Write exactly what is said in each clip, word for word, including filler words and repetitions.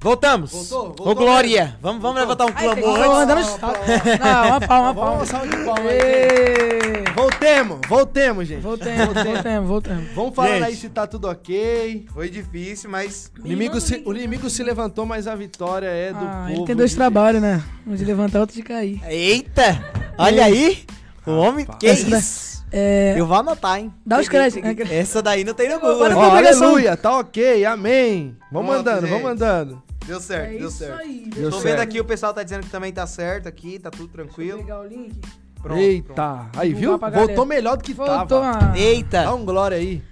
Voltamos. Voltou? Voltou Ô, Glória. mesmo. Vamos, vamos Voltou. levantar um Ai, clamor. pegou, antes. andando de salto. Não, uma palma, uma palma. Vamos salve de palma aí, Ê. gente. Voltemos, voltemos, gente. Voltemos, voltemos, voltemos. Vamos falando Gente. aí se tá tudo ok. Foi difícil, mas... O inimigo, se, o inimigo se levantou, mas a vitória é do Ah, povo. ele tem dois de trabalhos, né? Um de levantar, outro de cair. Eita! Olha aí. O homem... Rapaz. Que Essa da- isso? É... Eu vou anotar, hein? Dá os Peguei, créditos. peguei. Essa daí não tem no Agora Google. Deus. foi Ó, pregação. aleluia, tá ok, amém. Vamos Pronto, andando, gente. vamos andando. Deu certo, É deu isso certo. aí. Deu Tô certo. vendo aqui, o pessoal tá dizendo que também tá certo aqui, tá tudo Deixa eu tranquilo. pegar o link. Pronto, Eita, pronto. aí Vou viu? lá pra Voltou galera. melhor do que Voltou. tava. a- Eita! Dá um glória aí.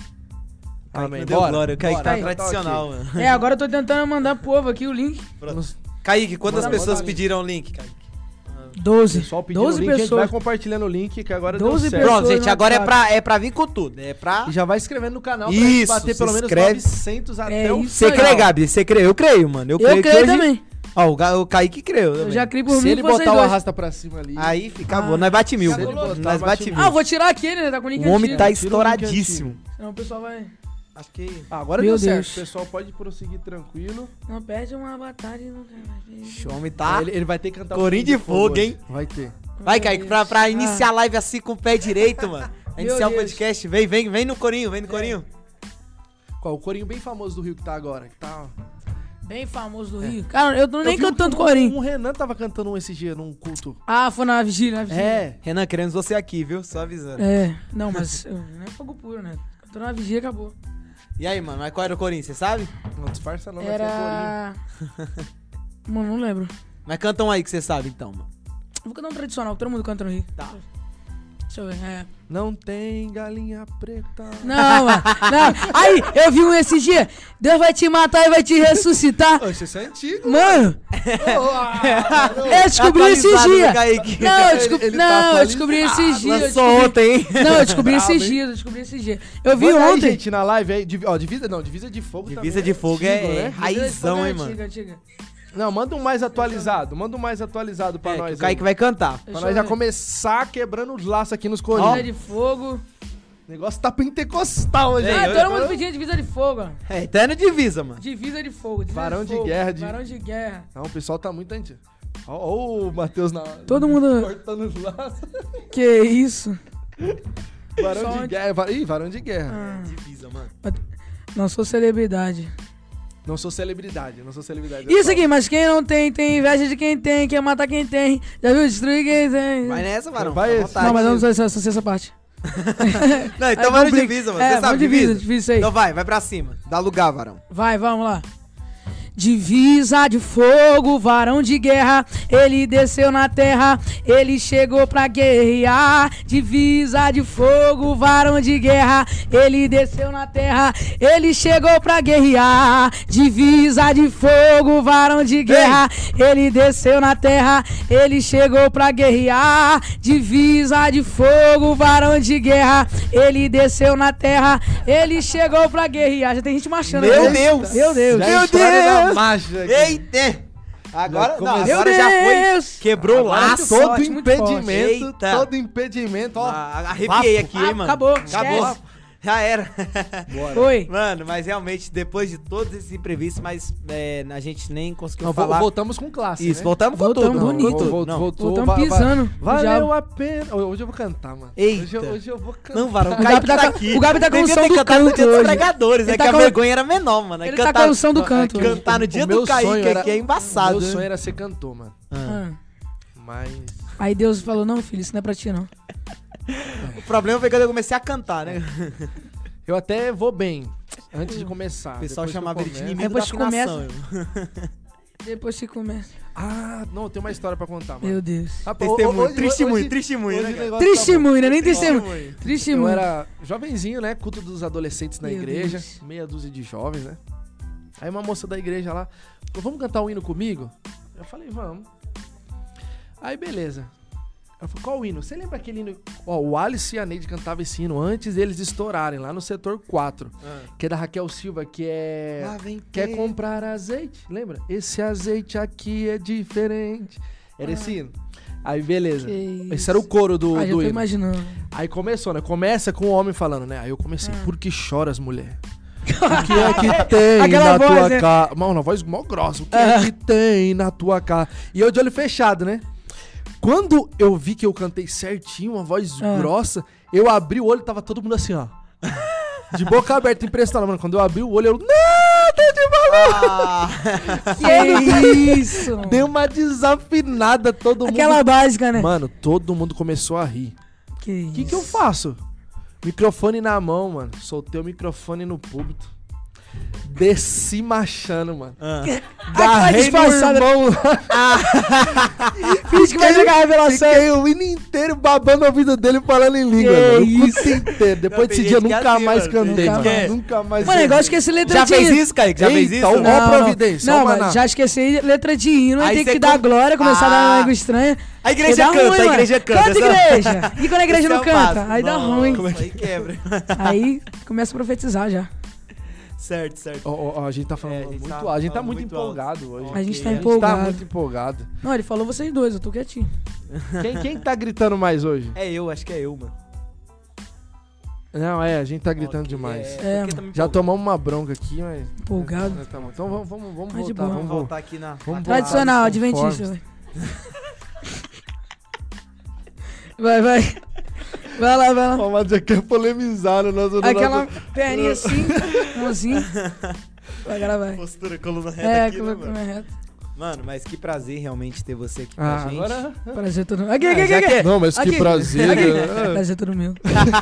Kaique Amém, não deu bora. glória, o Kaique bora. tá tradicional, mano. É, agora eu tô tentando mandar pro povo aqui o link. Pronto. Kaique, quantas Bora, pessoas bora. pediram o link, Kaique? doze. Pessoal pedindo doze o link, a gente vai pessoas. compartilhando o link que agora doze deu certo. pessoas. Pronto, gente, no agora é WhatsApp. pra, é pra vir com tudo. É pra... E já vai escrevendo no canal pra Isso, gente bater pelo se menos inscreve. novecentos até É o isso Você aí. crê, Gabi? Você crê? Eu creio, mano. Eu, Eu creio, creio que hoje... também. Ó, o, Ga- o Kaique creu. Eu também. já criei por Se mim ele com vocês botar o dois. arrasta pra cima ali. Aí fica Ah. bom. Nós bate mil. Se ele botar, Nós bate bate mil. mil. Ah, eu vou tirar aquele, né? Tá com o link O homem antigo. tá Tira o link estouradíssimo. Senão o pessoal vai... Acho que... Ah, agora Meu deu Deus. certo. O pessoal pode prosseguir tranquilo. Não perde uma batalha e não tem. O homem tá... Ele, ele vai ter que cantar Corinho de fogo, hoje. hein? Vai ter. Vai, Kaique, pra, pra Ah. iniciar a live assim com o pé direito, mano. Pra Meu iniciar o Deus. podcast. Vem, vem, vem no corinho, vem no corinho. Qual? O corinho bem famoso do Rio que tá agora. Que tá... Bem famoso do Rio. Cara, eu tô nem Eu vi cantando um- corinho. Um Renan tava cantando um esse dia num culto. Ah, foi na vigília, na vigília. É. Renan, queremos você aqui, viu? Só avisando. É. Não, mas eu- não é fogo puro, né? Cantou na vigília e acabou. E aí, mano, mas qual era o corinho, você sabe? Não disfarça não, vai ser corinho. Era... Mano, não lembro. Mas canta um aí que você sabe, então, mano. Vou cantar um tradicional, que todo mundo canta no Rio. Tá. Deixa eu ver, é... Não tem galinha preta. Não, mano. Não. Aí, eu vi um esse dia. Deus vai te matar e vai te ressuscitar. Oxe, isso é antigo. Mano, eu descobri esses Atualizado, dias. né, Kaique? Não, eu Ele- descobri, ele tá não, eu atualizado. descobri esses dias. eu Lançou descobri- ontem, hein? Não, eu descobri Bravo, esses hein? dias, eu descobri esses dias. Eu vi Manda aí, ontem. gente, na live aí. divi- Ó, divisa, não, divisa de fogo Divisa também de fogo antigo, é né? raizão, hein, mano. Antiga, antiga. Não, manda um mais atualizado. Manda um mais atualizado pra É, que nós. o Kaique aí. vai cantar. Pra Deixa nós eu já ver. começar quebrando os laços aqui nos Divisa corinhos. de fogo. O negócio tá pentecostal hoje. Ei, Ah, eu- todo mundo eu- pedindo divisa de fogo. ó. É, eterno divisa, mano. Divisa de fogo. Divisa Varão de, de fogo, guerra, de- Varão de guerra. Não, o pessoal tá muito antigo. Ó, ó o Matheus na... Todo mundo- cortando os laços. Que isso? Varão Só de onde- guerra. va- Ih, varão de guerra. Ah, Divisa, mano. não sou celebridade. Não sou celebridade, não sou celebridade. Isso aqui, mas quem não tem, tem inveja de quem tem, quer matar quem tem. Já viu? Destruir quem tem. Vai nessa, varão. Vai Vai esse. vontade. Não, mas eu não sei essa, essa, essa parte. Não, então Aí vai no complica. divisa, mano. É, Você sabe vamos divisa, divisa? divisa aí. Então vai, vai pra cima. Dá lugar, varão. Vai, vamos lá. Divisa de fogo, varão de guerra, ele desceu na terra, ele chegou pra guerrear. Divisa de fogo, varão de guerra, ele desceu na terra, ele chegou pra guerrear. Divisa de fogo, varão de guerra, ele desceu na terra, ele chegou pra guerrear. Divisa de fogo, varão de guerra, ele desceu na terra, ele chegou pra guerrear. Já tem gente marchando. Meu né? Deus! Meu Deus! Já é Meu história da Deus! mágica aqui. Eita! Agora, não, começou. agora Meu já foi. Deus! Quebrou o Agora laço. muito Todo forte, muito impedimento, forte. Eita. todo impedimento, ó. Ah, arrepiei aqui, hein, Ah, mano. acabou, Acabou. esquece. Já era. Bora. Foi. Mano, mas realmente, depois de todos esses imprevistos, mas é, a gente nem conseguiu Não, vo- falar. voltamos com classe, Isso, né? voltamos com Voltamos tudo. bonito. Com tudo. Vol- Não. voltou, Voltamos va- va- pisando. Valeu Diabo. a pena. Hoje eu vou cantar, mano. Eita. Hoje, eu- hoje eu vou cantar. Não, varão, o O Gabi Kaique tá tá com- aqui. o Gabi tá com Devia o som ter do cantado no canto dia dos hoje. pregadores, Ele né? tá Que a com- vergonha era menor, mano. Ele tá com a unção do canto. que- Cantar no o dia meu do Kaique sonho era- aqui é embaçado. Meu né? sonho era ser cantor, mano. Ah. Mas... Aí Deus falou, não, filho, isso não é pra ti, não. O problema foi quando eu comecei a cantar, né? Eu até vou bem, antes de começar. O pessoal Depois que eu chamava ele de começo- inimigo Depois da que começa- afinação. Depois que começa. Ah, não, tem uma história pra contar, mano. Meu Deus. Ah, pô, Testemunho, hoje- testemunho, hoje- testemunho, hoje né, o cara? negócio tá bom. Testemunho, né? Nem Testemunho. testemunho. Eu Testemunho. era jovenzinho, né? Culto dos adolescentes na Meu igreja. Deus. Meia dúzia de jovens, né? Aí uma moça da igreja lá falou, vamos cantar um hino comigo? Eu falei, vamos. Aí, beleza. Ela falou, qual o hino? Você lembra aquele hino? Ó, o Alice e a Neide cantavam esse hino antes deles estourarem, lá no setor quatro. Ah. Que é da Raquel Silva, que é... Lá vem Quer ter- comprar azeite? Lembra? Esse azeite aqui é diferente. Era Ah. esse hino. Aí, beleza. Que Esse era o coro do, Ah, já do tô hino. imaginando. Aí começou, né? Começa com o homem falando, né? Aí eu comecei, Ah. por que choras, mulher? O que é que tem Aquela na voz, tua né? cara? Mano, uma voz mó grossa. O que é que tem na tua cara? E eu de olho fechado, né? Quando eu vi que eu cantei certinho, uma voz Ah. grossa, eu abri o olho e tava todo mundo assim, ó. De boca aberta, impressionado, mano. Quando eu abri o olho, eu... Não, tá de maluco! Ah, Que isso? Dei uma desafinada, todo Aquela mundo... básica, né? Mano, todo mundo começou a rir. Que isso? O que que eu faço? Microfone na mão, mano. Soltei o microfone no púlpito. Desci marchando, mano. ah. Garrei no disfarçada. irmão. Finge que vai jogar a revelação. Fiquei o hino inteiro babando o ouvido dele falando em língua, Que mano. O isso? culto inteiro. Depois Não, desse tem dia, gente que é nunca assim, mais mano. cantei, Tem mano. gente que é- Nunca mais. Mano, é igual esquecer letra Já de fez hino. isso, Kaique? Já fez Eita, isso? ó, ó, providência, Não, ó, mas maná. já esqueci letra de hino, aí Aí tem cê que dar com- glória, começar a dar Ah. uma língua estranha. A igreja Aí dá canta, ruim, a mano. igreja canta. Canta, essa- igreja! E quando a igreja Esse não é o canta? básico. Aí dá Não, ruim. Como é que quebra? Aí começa a profetizar já. Certo, certo. Ó, ó, ó, a gente tá falando É, a gente muito tá alto. A gente tá falando muito muito empolgado hoje. A gente tá Ok. A gente tá empolgado. muito empolgado. Não, ele falou vocês dois, eu tô quietinho. Quem, quem tá gritando mais hoje? É eu, acho que é eu, mano. Não, é, a gente tá gritando Ok, demais. É, porque mano. tá me Já empolgando. tomamos uma bronca aqui, mas... Empolgado. Mas tá bom. Então vamos, vamos, vamos Mas de voltar, boa. vamos Vamos voltar. voltar aqui na... Vamos na- Tradicional, Conformes. adventista, velho. Vai, vai. Vai lá, vai lá. Ó, mas já quer polemizar no nosso... no Aquela nosso- perninha assim, mãozinha. Vai, agora vai. Postura, coluna reta É, aqui, como né, é que mano? é reto? Mano, mas que prazer realmente ter você aqui com Ah, a gente. agora... Prazer todo Aqui, aqui, Ah, aqui, já aqui. que- Não, mas Aqui. que prazer. Aqui. né? Prazer todo meu.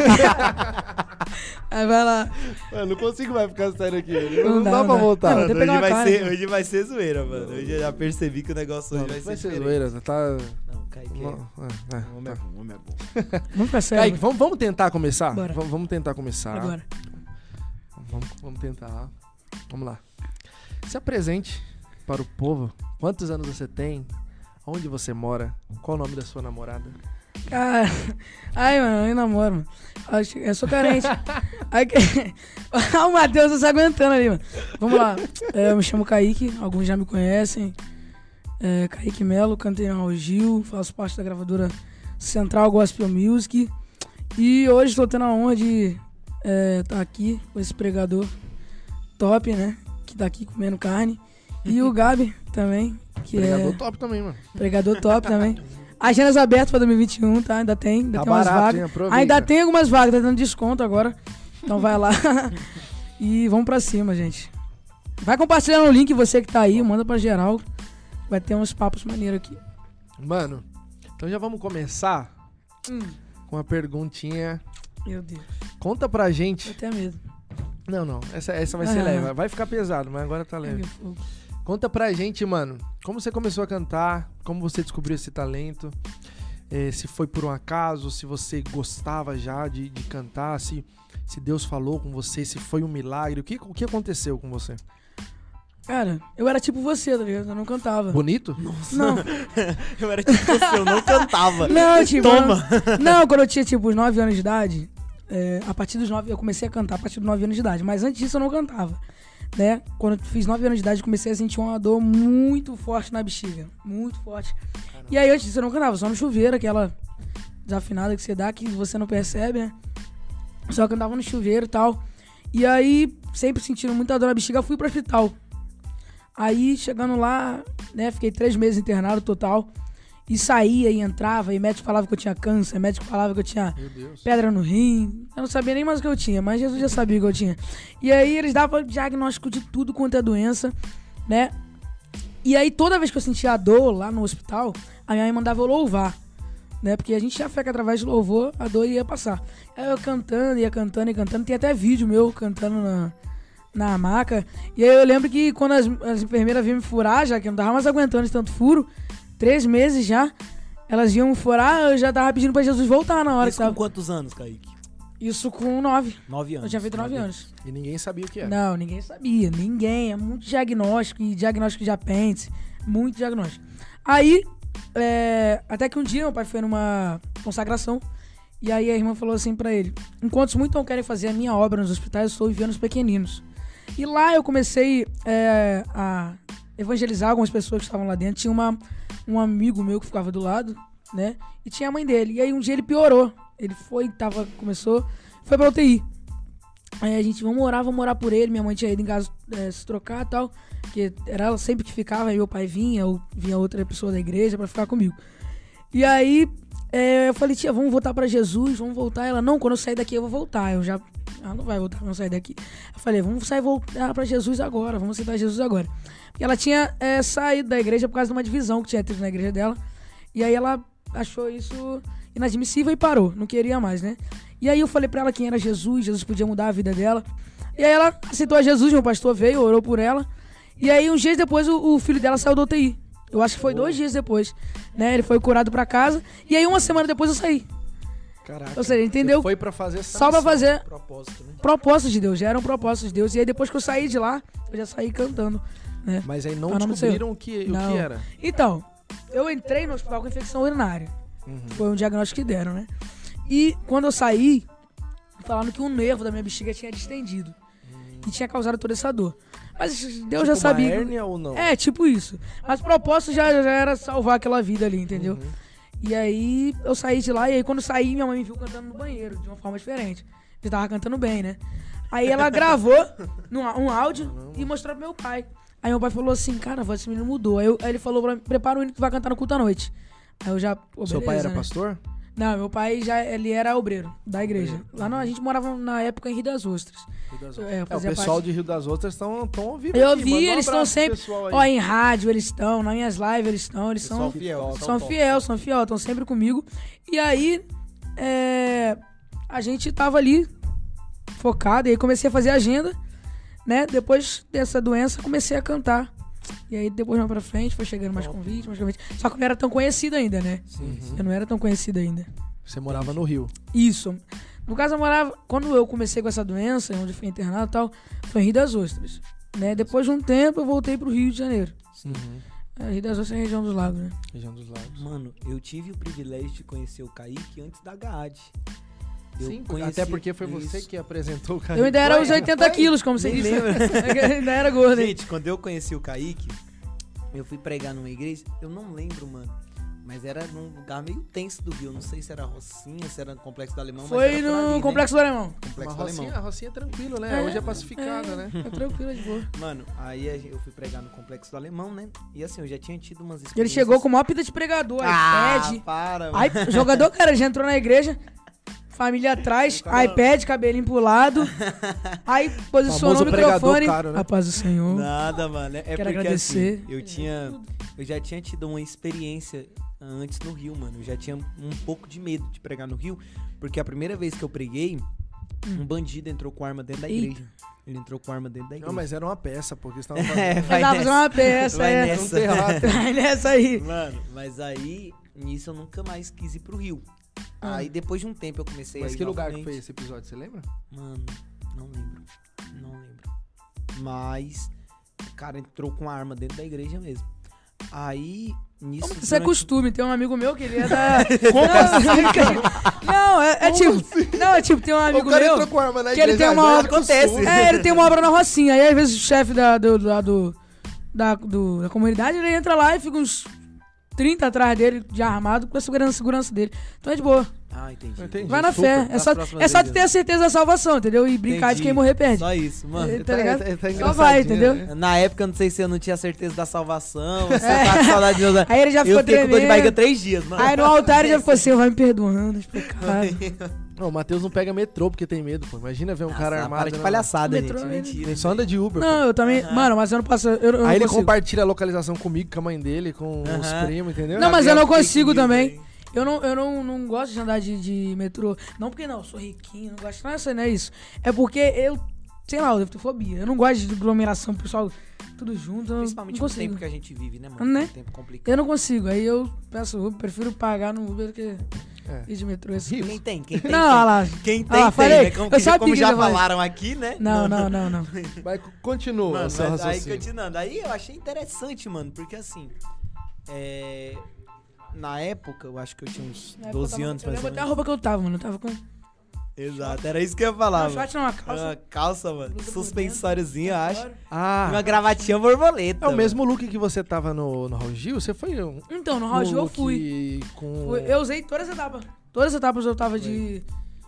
Aí vai lá. Eu não consigo mais ficar sério aqui. Não Não, dá, dá não pra dá. voltar. Não, Mano, tem que pegar hoje, uma vai cara, ser, né? hoje vai ser zoeira, mano. Hoje eu já percebi que o negócio hoje Não, vai ser vai ser diferente. zoeira, tá... Não, Kaique é... Não, é, é, O homem é tá. bom, o homem é bom. Vamos ficar sério. Kaique, vamos, vamos tentar começar? Bora. Vamos, vamos tentar começar. Agora. Vamos, vamos tentar. Vamos lá. Se apresente para o povo. Quantos anos você tem? Onde você mora? Qual o nome da sua namorada? Cara, ai, mano, eu namoro, mano. Acho- Eu sou carente. Aí que... Ah, o Matheus tá se aguentando ali, mano. Vamos lá. É, eu me chamo Kaique, alguns já me conhecem. É, Kaique Melo, cantei na Raul Gil, faço parte da gravadora Central Gospel Music. E hoje estou tendo a honra de estar aqui com esse pregador top, né? Que tá aqui comendo carne. E o Gabi também, que Pregador é top também, mano. pregador top também. Agendas abertas para dois mil e vinte e um, tá? Ainda tem, ainda Tá tem umas barato, vagas. hein? Aproveita. Ainda tem algumas vagas, tá dando desconto agora. Então vai lá. E vamos pra cima, gente. Vai compartilhando o link, você que tá aí, manda pra geral. Vai ter uns papos maneiros aqui. Mano, então já vamos começar Hum, com uma perguntinha. meu Deus, Conta pra eu gente. tenho medo. Não, não. Essa, essa vai ser Ah. leve. Vai ficar pesado, mas agora tá leve. Pegue fogo. Conta pra gente, mano, como você começou a cantar, como você descobriu esse talento, eh, se foi por um acaso, se você gostava já de, de cantar, se, se Deus falou com você, se foi um milagre, o que, o que aconteceu com você? Cara, eu era tipo você, tá ligado? Eu não cantava. Bonito? Não, Eu era tipo você, eu não cantava. não, tipo... Toma! Não, quando eu tinha, tipo, os nove anos de idade, é, a partir dos nove, eu comecei a cantar a partir dos nove anos de idade. Mas antes disso eu não cantava, né? Quando eu fiz nove anos de idade, eu comecei a sentir uma dor muito forte na bexiga. Muito forte. E aí antes disso eu não cantava, só no chuveiro, aquela desafinada que você dá, que você não percebe, né? Só cantava no chuveiro e tal. E aí, sempre sentindo muita dor na bexiga, eu fui pro hospital. Aí, chegando lá, né, fiquei três meses internado total. E saía e entrava, e médico falava que eu tinha câncer, médico falava que eu tinha Meu Deus. pedra no rim. Eu não sabia nem mais o que eu tinha, mas Jesus já sabia o que eu tinha. E aí eles davam diagnóstico de tudo quanto é doença, né? E aí toda vez que eu sentia a dor lá no hospital, a minha mãe mandava eu louvar, né? Porque a gente tinha fé que através do louvor a dor ia passar. Aí eu cantando, ia cantando e cantando. Tem até vídeo meu cantando na, na maca. E aí eu lembro que quando as, as enfermeiras vinham me furar, já que eu não tava mais aguentando de tanto furo, três meses já, elas iam me furar, eu já tava pedindo pra Jesus voltar na hora Isso que com tava. quantos anos, Kaique? Isso com nove. Nove anos. Eu tinha feito nove anos. E ninguém sabia o que era. Não, ninguém sabia. Ninguém. É muito diagnóstico e diagnóstico de apêndice. Muito diagnóstico. Aí, é, até que um dia meu pai foi numa consagração. E aí a irmã falou assim pra ele: enquanto muitos não querem fazer a minha obra nos hospitais, eu estou enviando os pequeninos. E lá eu comecei é, a evangelizar algumas pessoas que estavam lá dentro. Tinha uma, um amigo meu que ficava do lado, né? E tinha a mãe dele. E aí um dia ele piorou. Ele foi, tava, começou, foi pra U T I. Aí a gente, vamos morar, vamos morar por ele. Minha mãe tinha ido em casa é, se trocar e tal. Porque era ela sempre que ficava, aí meu pai vinha, ou vinha outra pessoa da igreja pra ficar comigo. E aí, é, eu falei, tia, vamos voltar pra Jesus, vamos voltar. Ela, não, quando eu sair daqui eu vou voltar. Eu já, ela não vai voltar quando eu sair daqui. Eu falei, vamos sair voltar pra Jesus agora, vamos aceitar Jesus agora. Porque ela tinha é, saído da igreja por causa de uma divisão que tinha tido na igreja dela. E aí ela achou isso inadmissível e parou, não queria mais, né? E aí eu falei pra ela quem era Jesus, Jesus podia mudar a vida dela. E aí ela aceitou a Jesus, meu pastor veio, orou por ela. E aí uns dias depois o, o filho dela saiu da U T I. Eu acho que foi dois dias depois, né? Ele foi curado pra casa. E aí uma semana depois eu saí. Caraca. Ou seja, entendeu? Você foi pra fazer essa Só pra missão. fazer Propósito, né? propósitos de Deus, já eram propósitos de Deus. E aí depois que eu saí de lá, eu já saí cantando, né? Mas aí não Ah, não, não descobriram o que, o Não. que era. Então, eu entrei no hospital com infecção urinária. Uhum. Foi um diagnóstico que deram, né? E quando eu saí, falaram que um nervo da minha bexiga tinha distendido. E tinha causado toda essa dor. Mas Deus Tipo já sabia. uma hérnia ou não? É, tipo isso. Mas o propósito já, já era salvar aquela vida ali, entendeu? Uhum. E aí eu saí de lá, e aí quando eu saí, minha mãe me viu cantando no banheiro, de uma forma diferente. Eu tava cantando bem, né? Aí ela gravou num, um áudio e mostrou pro meu pai. Aí meu pai falou assim, cara, a voz desse menino mudou. Aí, eu, aí ele falou pra mim, prepara o hino que tu vai cantar no culto à noite. Aí eu já... Pô, Seu beleza, pai era né? pastor? Não, meu pai já, ele era obreiro da igreja. Lá não, a gente morava na época em Rio das Ostras. É, eu É, o fazia pessoal parte- de Rio das Ostras estão ouvindo Eu aqui. vi, Manda um eles estão abraço pro sempre... pessoal aí. Ó, em rádio eles estão, nas minhas lives eles estão, eles Pessoal são... fiel. São fiel, são fiel, estão sempre comigo. E aí, é, a gente tava ali, focado, e aí comecei a fazer agenda, né? Depois dessa doença, comecei a cantar. E aí, depois mais pra frente, foi chegando mais convite, mais convite. Só que eu não era tão conhecido ainda, né? Uhum. Eu não era tão conhecido ainda. Você morava no Rio. Isso. No caso, eu morava... Quando eu comecei com essa doença, onde eu fui internado e tal, foi em Rio das Ostras, né? Depois de um tempo, eu voltei pro Rio de Janeiro. Uhum. É, Rio das Ostras é a região dos lagos, né? Região dos Lagos. Mano, eu tive o privilégio de conhecer o Kaique antes da G A D. Eu Sim, conheci- até porque foi você isso. que apresentou o cara. Eu ainda era Foi, uns oitenta foi. quilos, como você Nem disse. lembro. Eu ainda era gordo, hein? Gente, quando eu conheci o Kaique, eu fui pregar numa igreja, eu não lembro, mano. Mas era num lugar meio tenso do Rio. Eu não sei se era Rocinha, se era no Complexo do Alemão. mas Foi era por no ali, né? Complexo do Alemão. Uma Complexo do Rocinha, Alemão. a Rocinha é tranquilo, né? Hoje é pacificada, é, né? É tranquilo, de boa. Mano, aí a gente- eu fui pregar no Complexo do Alemão, né? E assim, eu já tinha tido umas experiências... Ele chegou com o maior pita de pregador, Ah, iPad. para, mano. Aí, jogador, cara, já entrou na igreja, família atrás, iPad, cabelinho pro lado. Aí posicionou Famoso o microfone. pregador caro, né? A paz do Senhor. Nada, mano. É Quero porque agradecer. assim, eu tinha... Eu já tinha tido uma experiência antes no Rio, mano. Eu já tinha um pouco de medo de pregar no Rio, porque a primeira vez que eu preguei, um bandido entrou com arma dentro da Eita. igreja. Ele entrou com arma dentro da igreja. Não, mas era uma peça, porque eles estavam É, fazendo. vai Vai nessa. fazer uma peça, Vai é. nessa. Um teatro. Vai nessa aí. Mano, mas aí, nisso eu nunca mais quis ir pro Rio. Ah. Aí depois de um tempo eu comecei a Mas ir que lugar que novamente. foi esse episódio, você lembra? Mano, não lembro. Não lembro. Mas o cara entrou com a arma dentro da igreja mesmo. Aí, nisso... Isso é durante- costume, tem um amigo meu que ele é da. Como assim? Não, é, é tipo. Não, é tipo, tem um amigo o cara meu. entrou com arma na que ele igreja. tem uma já obra- é costume. acontece. É, ele tem uma obra na Rocinha. Aí às vezes o chefe da, do, da, do, da, do- da comunidade, ele entra lá e fica uns trinta atrás dele, de armado, pra segurar a segurança dele. Então é de boa. Ah, entendi. Entendi. Vai na super. fé. É Das só, próximas é só tu vezes. ter a certeza da salvação, entendeu? E brincar de Entendi. quem morrer perde. Só isso, mano. É, Ele tá ligado? ele Só engraçadinho, vai, entendeu? né? Na época, eu não sei se eu não tinha certeza da salvação, se eu tava com saudade de Deus. Aí ele já Eu ficou fiquei com dor de tremendo. barriga três dias, mano. Aí no altar ele já ficou assim, vai me perdoando os pecados. Não, o Matheus não pega metrô porque tem medo, pô. Imagina ver um cara Nossa, armado. para de né, palhaçada, Metrô, gente. ele- Mentira. Ele só anda de Uber. Não, eu também. Aham. Mano, mas eu não passo. Eu, eu não Aí ele consigo. compartilha a localização comigo, com a mãe dele, com os Aham. primos, entendeu? Não, mas eu não Gabriel consigo Fake News também. aí. Eu não, eu não, não gosto de andar de, de metrô. Não porque não, eu sou riquinho, não gosto. Não é isso, não é isso. É porque eu, sei lá, eu devo ter fobia. Eu não gosto de aglomeração, pessoal, tudo junto. Eu Principalmente não no tempo consigo. que a gente vive, né, mano? Né? Um tempo complicado. Eu não consigo. Aí eu peço Uber, prefiro pagar no Uber do que É. ir de metrô. Assim. Quem tem? Quem tem? Não, tem. olha lá. Quem Ah tem, lá, tem, falei. né? Como, Eu que- sabia como que já eu falei. falaram aqui, né? Não, não, não, não. Vai, continua Mano, o seu mas aí, raciocínio. continuando. Aí eu achei interessante, mano, porque assim... É... Na época, eu acho que eu tinha uns Na época eu doze tava- anos, Eu mais lembro ou até a menos. roupa que eu tava, mano. Eu tava com. Exato, era isso que eu ia falar, Não, mano. short não, uma calça. Uma calça, mano. blusa por Suspensóriozinho, eu acho. dentro. E Ah, uma gravatinha borboleta. é o mano. mesmo look que você tava no, no Raul Gil? Você foi um, Então, no um Raul Gil eu look fui. com... Fui- Eu usei todas as etapas. Todas as etapas eu tava de,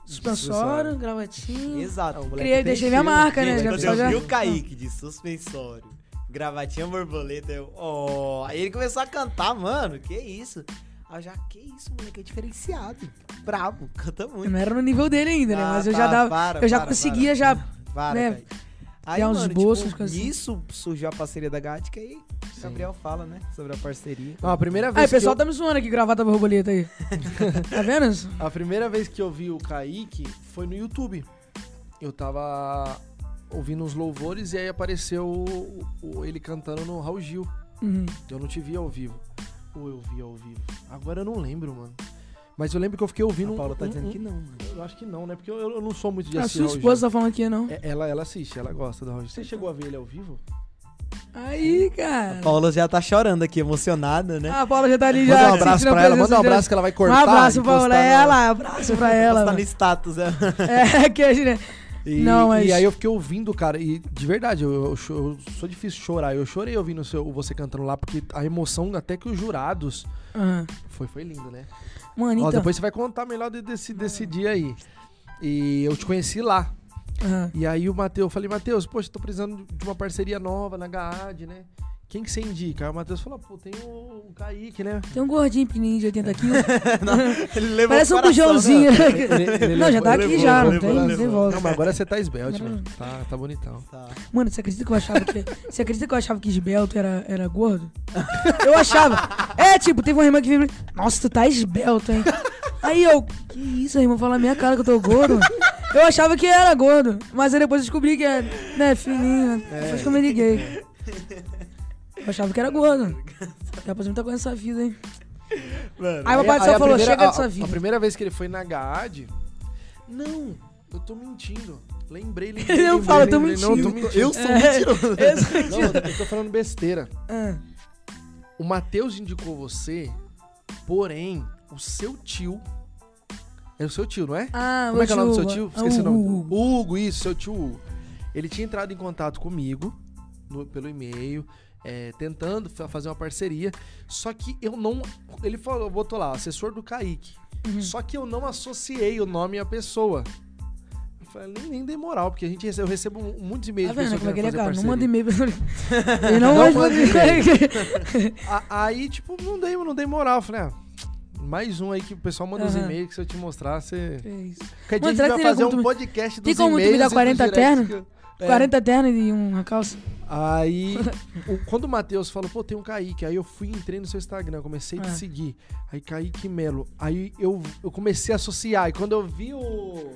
Suspensório, gravatinha. Exato. Ah, o moleque Criei, tem deixei minha estilo. marca, né? Gente, Já quando pessoal eu já... vi o Kaique de suspensório, gravatinha borboleta, eu, ó. Aí ele começou a cantar, mano, que isso? Aí eu já, que isso, moleque, é diferenciado. Brabo, canta Eu muito. não era no nível dele ainda, né? Ah, Mas eu tá, já dava. para, eu já para, conseguia para. já. Para, né, Kaique. Aí, criar uns mano, esboços, tipo, coisas assim. isso surgiu a parceria da Gatica aí o Gabriel fala, né, sobre a parceria. Não, a primeira Aí, vez o pessoal que tá me zoando aqui, gravata borboleta aí. Tá vendo isso? eu, a primeira vez que eu vi o Kaique foi no YouTube. Eu tava ouvindo uns louvores e aí apareceu o- o- ele cantando no Raul Gil. Uhum. Eu não te vi ao vivo. Ou eu vi ao vivo. Agora eu não lembro, mano. Mas eu lembro que eu fiquei ouvindo A Paula tá um- dizendo um- que não, mano. Eu acho que não, né? Porque eu, eu não sou muito de A assistir sua Raul esposa Gil. tá falando aqui, não. É, Ela, ela assiste, ela gosta do Raul Gil. Você chegou a ver ele ao vivo? Aí, cara. A Paula já tá chorando aqui, emocionada, né? Ah, a Paula já tá ali já. Manda um abraço sentindo a pra ela, presença manda um de Deus. abraço que ela vai Um cortar. abraço e pra postar ela, no- ela, abraço pra ela. Tá no mano. status, né? É, que a gente. E, Não, mas- e aí eu fiquei ouvindo, cara, e de verdade, eu, eu, cho- eu sou difícil de chorar. Eu chorei ouvindo o seu, você cantando lá, porque a emoção até que os jurados Aham. foi, foi lindo, né? Mano, Ó, então. depois você vai contar melhor de- desse, desse dia aí. E eu te conheci lá. Aham. E aí o Matheus, eu falei, Matheus, poxa, tô precisando de uma parceria nova na G A A D, né? Quem que você indica? Aí o Matheus falou, pô, tem o, o Kaique, né? Tem um gordinho pequenininho de oitenta quilos. Ele levou Parece o um coração, bujãozinho. né? Ele- ele Não, já levou, tá aqui levou, já, não levou, tem, não levou. tem volta. Não, mas agora você tá esbelto, Agora- mano. Tá, tá bonitão. Tá. Mano, você acredita que eu achava que. Você acredita que eu achava que esbelto era, era gordo? Eu achava. É, tipo, teve uma irmã que veio. Nossa, tu tá esbelto, hein? Aí eu. Que isso, a irmã fala na minha cara que eu tô gordo. Eu achava que era gordo. Mas aí depois eu descobri que é, né, fininho. Né? Depois que eu me liguei. Eu achava que era gordo. Dá pra fazer muita coisa nessa vida, hein? Mano, Aí meu pai do Aí céu a falou: primeira- chega a- dessa A vida. primeira vez que ele foi na G A A D, não, eu tô mentindo. Lembrei, lembrei. Ele não lembrei, fala, tô lembrei. Não, eu tô mentindo. mentindo. eu sou É. mentiroso. Eu sou Não, mentiroso. eu tô falando besteira. Ah, O Matheus indicou você, porém, o seu tio. É o seu tio, não é? Ah, Como é que é o nome do seu Hugo. tio? Ah, Esqueci o nome. Hugo. Hugo, isso, seu tio Hugo. Ele tinha entrado em contato comigo no- pelo e-mail, é, tentando fa- fazer uma parceria. Só que eu não. Ele falou, botou lá, assessor do Kaique. Uhum. Só que eu não associei o nome à pessoa. Eu falei, nem, nem dei moral, porque a gente recebe, eu recebo muitos e-mails Tá de vendo pessoas como é que ele é, querendo cara? fazer Não manda parceria. e-mail pra ele. Não, Não manda manda e-mail. A- Aí, tipo, não dei, não dei moral. Eu falei, ah, mais um aí que o pessoal manda os Aham. e-mails que se eu te mostrar, você. Que isso. Qualquer dia Mano, a gente será vai que fazer tem um como tu- podcast dos tem como tu me e-mails dar e dos quarenta directs terno? que eu- É. quarenta ternos e uma calça. Aí, o- quando o Matheus falou, pô, tem um Kaique, aí eu fui, entrei no seu Instagram, comecei a te Ah. seguir. Aí, Kaique Melo. Aí eu, eu comecei a associar. E quando eu vi o,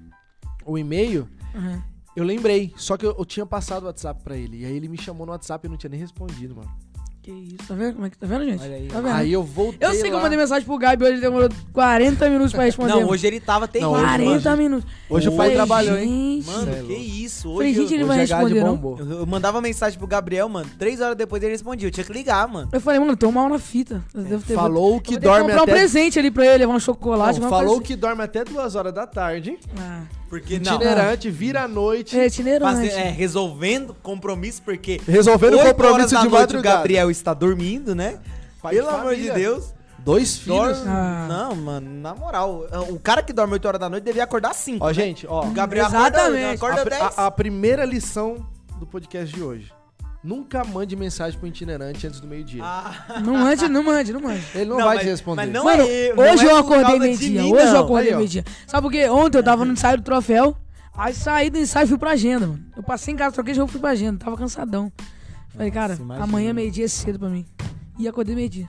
o e-mail, Uhum. eu lembrei. Só que eu, eu tinha passado o WhatsApp pra ele. E aí ele me chamou no WhatsApp e eu não tinha nem respondido, mano. Que isso, tá vendo? Como é que tá vendo, gente? Olha aí. Tá vendo? Aí eu voltei eu sei que eu lá. mandei mensagem pro Gabi hoje, demorou quarenta minutos pra responder. Não, hoje ele tava terrível. Não, hoje- quarenta hoje- minutos. Hoje o pai Falei, trabalhou, hein? gente. Mano, Cê é que louco. isso. Falei, Hoje gente, ele eu, vai Hoje a Gade responder, não? bombou. eu, eu mandava mensagem pro Gabriel, mano. Três horas depois ele respondia. Eu tinha que ligar, mano. Eu falei, mano, eu tô mal na fita. Eu devo ter, Falou vou, que eu vou ter dorme comprar até... um presente ali pra ele, levar um chocolate. Não, alguma falou coisa que dorme até duas horas da tarde. assim. Ah. Porque não. Itinerante, vira à noite. É, itinerante. Fazer, é, resolvendo compromisso, porque Resolvendo oito horas compromisso da de noite madrugada. o Gabriel está dormindo, né? Pai de Pelo amor de família. Deus. Dois filhos. Dorme. Ah. Não, mano, na moral. O cara que dorme oito horas da noite devia acordar às cinco. Ó, né? gente, ó. O Gabriel Exatamente. acorda, A, acorda pri- dez. a- a primeira lição do podcast de hoje. Nunca mande mensagem pro itinerante antes do meio-dia. Ah, Não mande, não mande, não mande. Ele não, Não, vai mas- te responder. mas não Mano, é- não hoje é eu por acordei causa de meio-dia. mim, Hoje eu não. acordei Aí, ó. meio-dia. Sabe por quê? Ontem eu tava no ensaio do troféu. Aí saí do ensaio e fui pra agenda, mano. Eu passei em casa, troquei de roupa e fui pra agenda. Tava cansadão. Falei, cara, Nossa, imagina. amanhã meio-dia é cedo pra mim. E acordei meio-dia.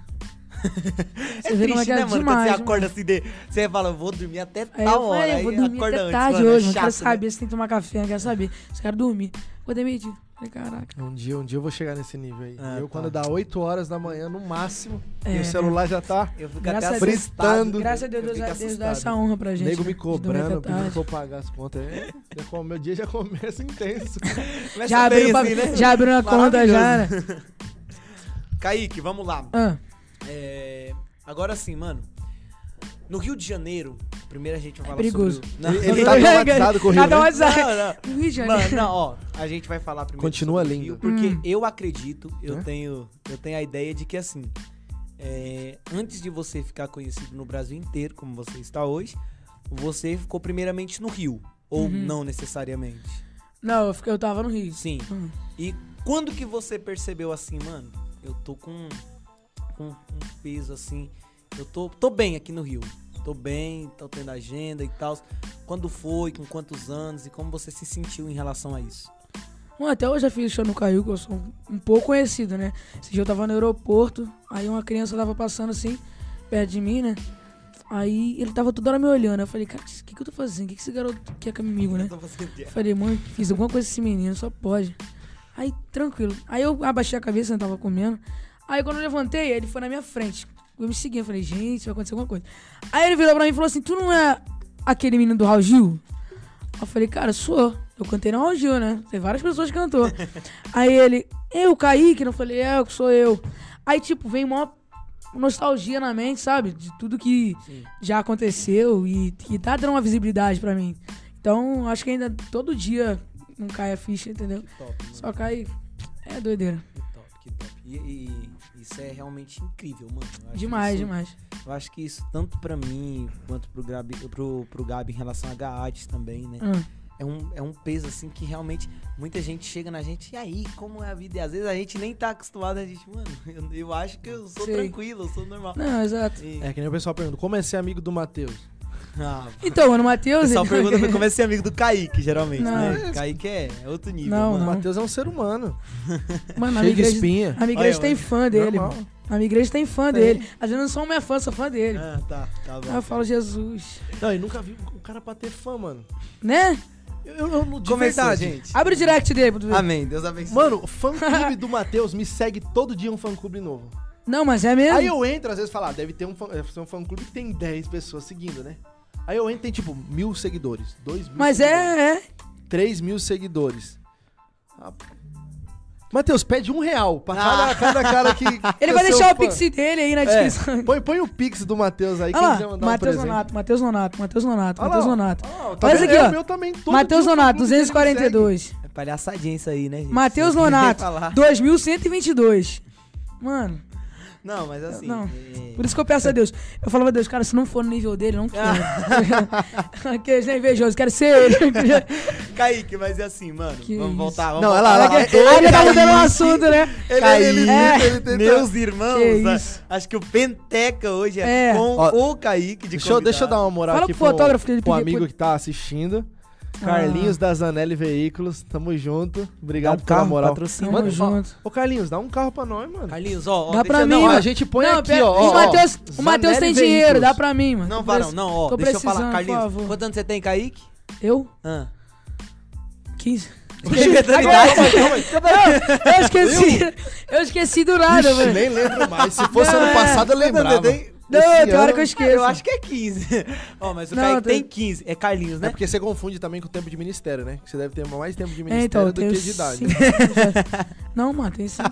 É Você vê como é triste, que é né, mano? demais, Quando você acorda assim, de... você fala, eu vou dormir até Aí tal eu hora. falei, eu vou aí dormir acorda até antes, tarde mano, é hoje, não chato, quero né? saber se tem que tomar café, não quero saber. Só quero dormir. Acordei meio-dia. Falei, caraca. Um dia, um dia eu vou chegar nesse nível aí. Ah, eu, tá. quando dá oito horas da manhã, no máximo, É. e o celular já tá... Eu fico Graças até a Deus. assustado. Fritando. Graças a Deus, Eu Deus, fico Deus dá assustado. essa honra pra O gente. nego me né? De dormir cobrando, até pedindo tarde. pra eu pagar as contas. É, já come- meu dia já começa intenso. Começa Já bem abriu, pra- assim, né? já abriu na conta, já, né? Kaique, vamos lá. Ah, É, Agora sim, mano. No Rio de Janeiro, primeiro a gente vai falar perigoso. sobre... o- Não, Ele tá traumatizado com o Rio, Tá né? traumatizado. Não, não. No Rio de Mano, Janeiro. não, ó, a gente vai falar primeiro Continua sobre o lindo. Rio, porque Hum. eu acredito, eu Né? tenho, eu tenho a ideia de que assim, é, antes de você ficar conhecido no Brasil inteiro, como você está hoje, você ficou primeiramente no Rio. Ou Uhum. não necessariamente? Não, eu, fiquei, eu tava no Rio. Sim. Uhum. E quando que você percebeu assim, mano, eu tô com, com um peso assim, eu tô, tô bem aqui no Rio. Tô bem, tô tendo agenda e tal. Quando foi, com quantos anos e como você se sentiu em relação a isso? Bom, até hoje eu fiz show no Caiu, que eu sou um, um pouco conhecido, né? Esse dia eu tava no aeroporto, aí uma criança tava passando assim, perto de mim, né? Aí ele tava toda hora me olhando. Eu falei, cara, o que, que eu tô fazendo? O que, que esse garoto quer comigo, né? Eu falei, mãe, fiz alguma coisa com esse menino, só pode. Aí, tranquilo. Aí eu abaixei a cabeça, eu tava comendo. Aí quando eu levantei, ele foi na minha frente. Eu me segui, eu falei, gente, vai acontecer alguma coisa. Aí ele virou pra mim e falou assim, tu não é aquele menino do Raul Gil? Eu falei, cara, sou. Eu cantei no Raul Gil, né? Tem várias pessoas que cantou. Aí ele, eu, Kaique? Eu falei, é, sou eu. Aí, tipo, vem uma nostalgia na mente, sabe? De tudo que Sim. já aconteceu e que tá dando uma visibilidade pra mim. Então, acho que ainda todo dia não cai a ficha, entendeu? Que top, mano. Só cai... É doideira. Que top, que top. E, e isso é realmente incrível, mano. Eu acho Demais, isso, demais. Eu acho que isso, tanto pra mim, quanto pro Gabi, pro, pro Gabi em relação a Gaades também, né? Hum. É um, é um peso, assim, que realmente muita gente chega na gente, e aí, como é a vida? E às vezes a gente nem tá acostumado, a gente, mano, eu, eu acho que eu sou Sei. tranquilo, eu sou normal. Não, exato. E- É que nem o pessoal pergunta, como é ser amigo do Matheus? Ah, Então, mano, o o Matheus... pessoal ele- pergunta como é ser amigo do Kaique, geralmente, Não. né? Kaique é, é outro nível, Não, mano. O não. Matheus é um ser humano. Mano, a minha Cheio de igreja, espinha. a minha igreja Olha, tem mano. fã dele, Normal. mano. A minha igreja tem fã Tem. dele. Às vezes eu não sou minha fã, sou fã dele. Ah, tá, tá bom. Aí eu falo, Jesus. Não, e nunca vi um cara pra ter fã, mano. Né? Eu, eu, eu- de Começou, verdade. gente. Abre o direct dele pra tu ver. Amém, Deus abençoe. Mano, o fã-clube do Matheus me segue todo dia um fã-clube novo. Não, mas é mesmo. Aí eu entro, às vezes, falo, ah, deve ter um fã- deve ser um fã-clube que tem dez pessoas seguindo, né? Aí eu entro e tem, tipo, mil seguidores, dois mil Mas seguidores, é, é. três mil seguidores. Ah, Matheus, pede um real pra Ah. cada, cada cara que... Ele que vai é seu deixar o fã. pix dele aí na É, descrição. põe, põe o pix do Matheus aí, Olha quem lá, quiser mandar um Matheus presente. Nonato, Matheus Nonato, Matheus Nonato, Olha Matheus lá, ó. Nonato. Ah, tá Olha isso vendo? aqui, É ó. o meu também, todo Matheus dia um Nonato, fã-clube que ele me duzentos e quarenta e dois. É palhaçadinha isso aí, né, gente? Matheus Isso aqui nem Nonato, falar. dois mil cento e vinte e dois. Mano, Não, mas assim... Não. é- por isso que eu peço a Deus. Eu falo pra Deus, cara, se não for no nível dele, eu não quero. Aqueles nem invejosos, quero ser ele. Kaique, mas é assim, mano. Que vamos isso. voltar. Vamos Não, voltar ela- lá. ela- Aí já tá mudando o assunto, né? Ele, Kaique, ele, ele, É. ele tenta... Meus irmãos, Que a- isso. acho que o Penteca hoje é, É. com Ó, o Kaique de Deixa eu, deixa eu dar uma moral Fala aqui pro fotógrafo que ele pro pediu- amigo que tá assistindo. Ah. Carlinhos da Zanelli Veículos, tamo junto. Obrigado Dá um pela carro, moral. patrocínio. Tamo Mano, junto. Ô Carlinhos, dá um carro pra nós, mano. Carlinhos, ó. ó, Dá pra deixa- mim, não, Ó, mano. a gente põe Não, aqui, pera- ó. o ó, Matheus, ó, o Matheus Zanelli tem dinheiro, Veículos. dá pra mim, mano. Não, Tô varão, preci- não, ó. tô Deixa eu falar, precisando, por Carlinhos. favor. Quantos anos você tem, Kaique? Eu? Ah. quinze. Mentalidade. Eu esqueci. Eu esqueci do nada, Ixi, velho. nem lembro mais. Se fosse Não, ano é. passado, eu lembrava. Tem- Não, Esse tem hora ano- que eu esqueço. Eu acho que é quinze. Ó, mas o Não, Kaique tem- tem quinze. É Carlinhos, É né? porque você confunde também com o tempo de ministério, né? Que você deve ter mais tempo de É, ministério então, eu do tenho que de idade. cinco anos. Não, mano, tem cinco.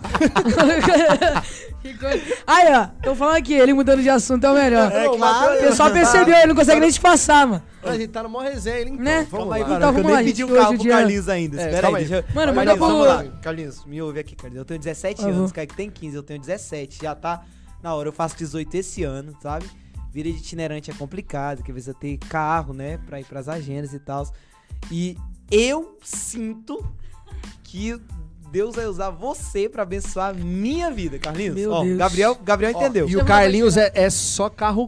Que coisa. Aí, ó, tô falando aqui, ele mudando de assunto é o melhor. É, Não, claro. O pessoal percebeu, ele não consegue nem disfarçar, mano. A gente tá numa resenha, hein? Então, Né? Vamos Calma aí, lá. Bruno, Então, que eu vamos lá, nem pedi gente, um carro hoje o pro dia- Carlinhos ainda. É, Espera calma aí. aí. Deixa eu... Mano, Ó, manda Carlinhos, pro- vamos lá. Carlinhos, me ouve aqui, Carlinhos. Eu tenho dezessete Por anos, favor. Kaique tem quinze, eu tenho dezessete. Já tá na hora, eu faço dezoito esse ano, sabe? Vida de itinerante é complicado, que às vezes eu tenho carro, né, pra ir pras agendas e tal. E eu sinto que Deus vai usar você pra abençoar a minha vida, Carlinhos. Meu Ó, Deus. Gabriel, Gabriel Ó, entendeu. E o Carlinhos é, é só carro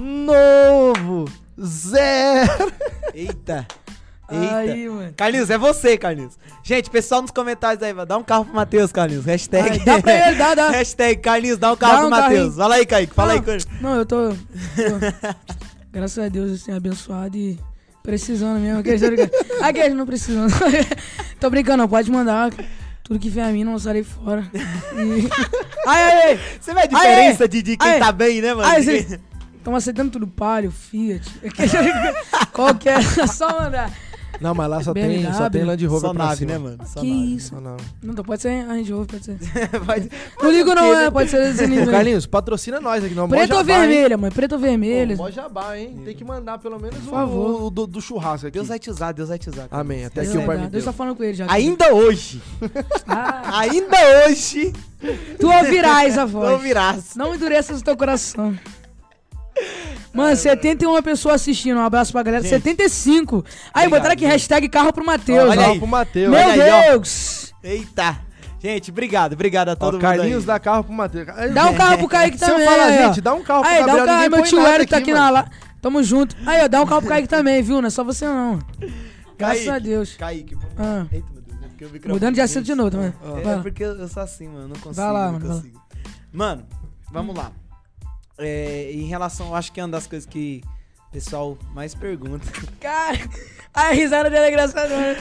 novo. Zero. Eita. Eita. Aí, mano. Carlinhos, é você, Carlinhos. Gente, pessoal nos comentários aí, vai dar um carro pro Matheus, Carlinhos. Hashtag. Ai, dá pra ele, dá, dá. Hashtag Carlinhos, dá um carro Dá pro um Matheus. carrinho. Fala aí, Kaique. Fala aí, Não, Carlinhos. Não, eu tô, tô- Graças a Deus, assim, abençoado e precisando mesmo. Aqueles tô brincando. Aqueles não precisando. Tô brincando, não, pode mandar. Tudo que vier a mim, não lançarei fora. E... Ai, ai, ai. Você vê a diferença Aê, de, de quem aê. tá bem, né, mano? Ai, De você- quem- Estão aceitando tudo, Palio, Fiat. Qualquer. Só mandar. Não, mas lá só B M tem, só tem W. Land Rover Só pra nave, cima. né, mano? Só Que nave. isso? Só não. Não, então pode ser a Range Rover, pode ser. Vai- Não ligo não, Porque, é, né? pode ser esse nível. Ô, Carlinhos, patrocina nós aqui no Preto ou vermelha, mãe? Preto ou vermelha? Mó jabá, hein? Tem que mandar pelo menos Por o, favor. o do, do churrasco aqui. Deus vai te usar, Deus vai te usar. Carlinhos. Amém. Até Deus que o vai pai dar. me Deus deu. tá falando com ele já. Ainda hoje, Ah, ainda hoje, tu ouvirás a não voz. virás. Não endureças o teu coração. Mano, setenta e uma pessoas assistindo. Um abraço pra galera. Gente, setenta e cinco. Aí, obrigado, botaram aqui gente. hashtag carro pro Matheus. Olha ó. aí pro Matheus. Meu Olha aí, ó. Deus. Eita. Gente, obrigado. Obrigado a todo Ó, mundo Carlinhos aí. dá carro pro Matheus. Dá um carro pro Kaique Se também. eu falar, aí, ó. gente, dá um carro pro Aí, dá Gabriel, um carro. ninguém Meu põe tio nada Hélio tá aqui, aqui na mano. lá. Tamo junto. Aí, ó, dá um carro pro Kaique também, viu? Não é só você não. Graças Kaique, a Deus. Kaique. Ah. Eita, meu Deus. É porque o microfone... Mudando de assunto de novo, também. É, é porque eu eu sou assim, mano. Eu não consigo. Vai lá, não mano, vai lá. consigo. Mano, vamos lá. É, em relação, eu acho que é uma das coisas que o pessoal mais pergunta. Cara, a risada dele é engraçada, né?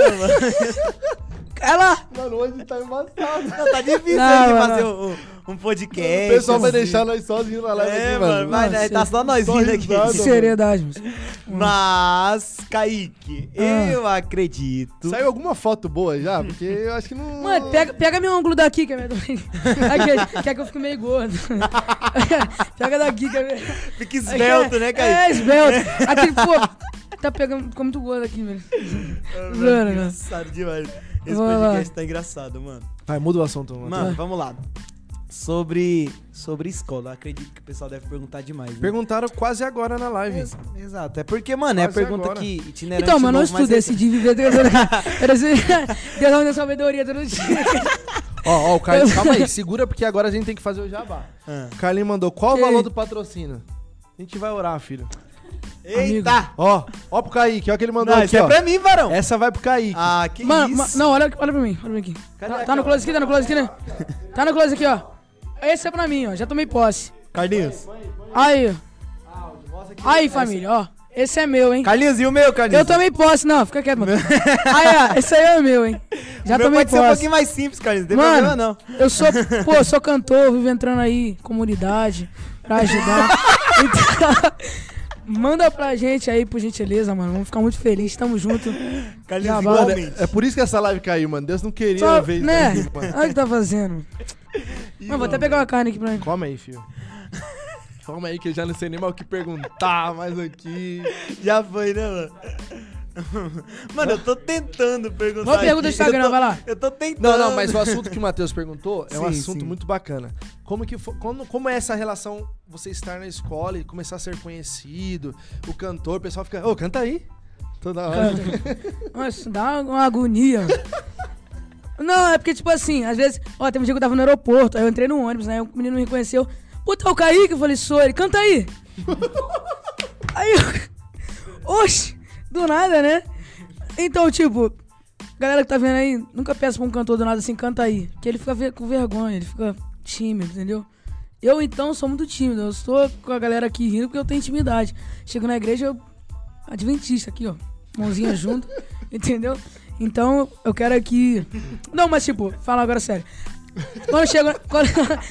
Ela... Mano, hoje tá embaçado. Não, tá difícil Não, de mano. fazer um, um podcast. O pessoal vai assim. deixar nós sozinhos na live É, aqui, mano, mano. vai, Não, né, tá sim. só nós Só vindo aqui. risada. Que seriedade, moço. Mas, Kaique, Ah. eu acredito. Saiu alguma foto boa já? Porque eu acho que não... Mano, pega, pega meu ângulo daqui, que é meio... Aqui, quer que eu fique meio gordo. Pega daqui, que é meio... Fica esbelto, né, Kaique? É, esbelto. Aqui, pô, tá pegando, ficou muito gordo aqui, velho. Ah, Zoando, mano, né? engraçado demais. Esse Vai lá. podcast tá engraçado, mano. Vai, muda o assunto, mano. Mano, vamos lá. Sobre, sobre escola, acredito que o pessoal deve perguntar demais. Né? Perguntaram quase agora na live. Ex- Exato, é porque, mano, é a Quase pergunta agora. que itinerante Então, mano, eu novo, mas estudo é- esse de viver... Deus me deu sabedoria todo dia. Ó, ó, o Carlinhos, calma aí, segura porque agora a gente tem que fazer o jabá. Ah. O Carlinhos mandou, qual Que o valor aí? do patrocínio? A gente vai orar, filho. Eita! Ó, ó pro Kaique, ó que ele mandou Não, aqui, isso é ó. pra mim, varão. Essa vai pro Kaique. Ah, que Mano, ma- isso? não, olha, olha pra mim, olha pra mim. Cadê Tá, a tá no câmera? close aqui, tá no close aqui, né? Tá no close aqui, ó. Esse é pra mim, ó, já tomei posse. Carlinhos. Aí, aí, família, ó. Esse é meu, hein? Carlinhos, e o meu, Carlinhos? Eu tomei posse, não, fica quieto, mano. Aí, ó, esse aí é o meu, hein? Já o meu tomei pode ser um posse. pouquinho mais simples, Carlinhos, não tem Mano, problema não. Eu sou, pô, eu sou cantor, vivo entrando aí, comunidade, pra ajudar. Então, manda pra gente aí, por gentileza, mano. Vamos ficar muito felizes, tamo junto. Carlinhos, Já vai. Mano, igualmente. é, é por isso que essa live caiu, mano. Deus não queria Só, ver isso né? aí, mano. Olha o que tá fazendo. Mano, vou até pegar uma carne aqui pra mim. Calma aí, filho. Calma aí que eu já não sei nem mais o que perguntar mais aqui. Já foi, né, mano? Mano, eu tô tentando perguntar. Boa pergunta do aqui. Instagram, Eu tô- vai lá. Eu tô tentando. Não, não, mas o assunto que o Matheus perguntou é um Sim, assunto sim. muito bacana. Como que fo- como, como é essa relação você estar na escola e começar a ser conhecido, o cantor, o pessoal fica, ô, canta aí. Toda hora. Nossa, dá uma agonia. Não, é porque, tipo assim, às vezes... Ó, teve um dia que eu tava no aeroporto, aí eu entrei no ônibus, né? O menino me reconheceu. Puta, é o Kaique? Eu falei, sou ele. Canta aí. Aí eu... Oxi, do nada, né? Então, tipo... Galera que tá vendo aí, nunca peça pra um cantor do nada assim, canta aí. Que ele fica ve- com vergonha, ele fica tímido, entendeu? Eu, então, sou muito tímido. Eu estou com a galera aqui rindo porque eu tenho intimidade. Chego na igreja, eu... Adventista aqui, ó. Mãozinha junto, entendeu? Então, eu quero aqui... Não, mas tipo, fala agora sério. Quando eu chego... Quando...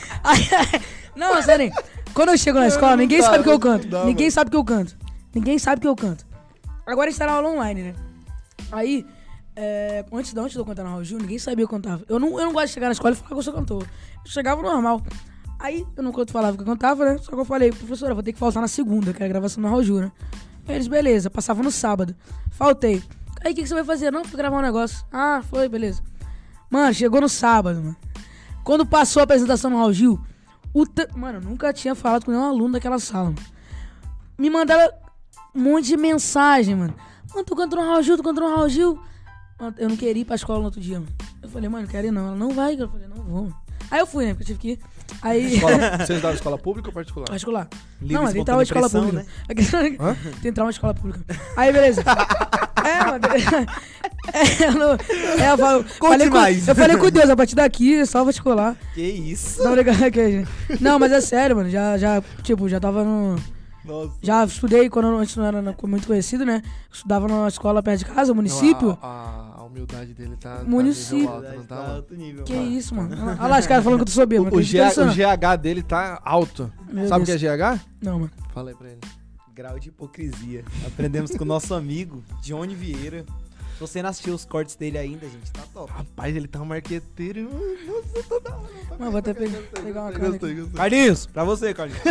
Não, mas sério. Quando eu chego na escola, ninguém dá, sabe que eu não canto. dá, Ninguém mano. sabe que eu canto. Ninguém sabe que eu canto. Agora a gente tá na aula online, né? Aí, é, antes, de, antes de eu cantar na Raul Gil, ninguém sabia que eu cantava. Eu não, eu não gosto de chegar na escola e falar que eu sou cantor. Eu chegava normal. Aí, eu não falava que eu cantava, né? Só que eu falei, professora, eu vou ter que faltar na segunda, que é a gravação na Raul Gil, né? Aí eles, beleza, passava no sábado. Faltei. Aí, o que, que você vai fazer? Não, fui gravar um negócio. Ah, foi, beleza. Mano, chegou no sábado, mano. Quando passou a apresentação no Raul Gil, o t... Mano, eu nunca tinha falado com nenhum aluno daquela sala, mano. Me mandaram um monte de mensagem, mano. Mano, tu cantou no Raul Gil, tu cantou no Raul Gil. Mano, eu não queria ir pra escola no outro dia, mano. Eu falei, mano, não quero ir não. Ela, não vai. Eu falei, não vou, mano. Aí eu fui, né, porque eu tive que ir. Aí... Escola, você estudava escola pública ou particular? Particular. Livre, não, mas tem trauma de escola espontânea pública. pressão, Né? Tem trauma de escola pública. Aí, beleza. É, mano. É, eu, não, é, eu, falo, falei com, mais. eu falei com Deus, a partir daqui é só particular. Que isso? Não, ligado aqui, gente. Não, mas é sério, mano. Já, já, tipo, já tava no... Nossa. Já estudei quando eu antes não era muito conhecido, né? Estudava numa escola perto de casa, município. Não, a, a, a humildade dele tá, Município. tá nível alto, não tá, mano? alto nível, Que mano. isso, mano. Olha lá os caras falando que eu tô soberbo. não O, o, acredito G, nisso, o não. G H dele tá alto. Meu Sabe o que é Deus. G H? Não, mano. Fala aí pra ele. Grau de hipocrisia. Aprendemos com o nosso amigo, Johnny Vieira. Se você não assistiu os cortes dele ainda, gente, tá top. Rapaz, ele tá um marqueteiro. Nossa, toda hora. Mano, vou até pegar, pegar uma carne Gostei, aqui. gostei. Carlinhos, pra você, Carlinhos.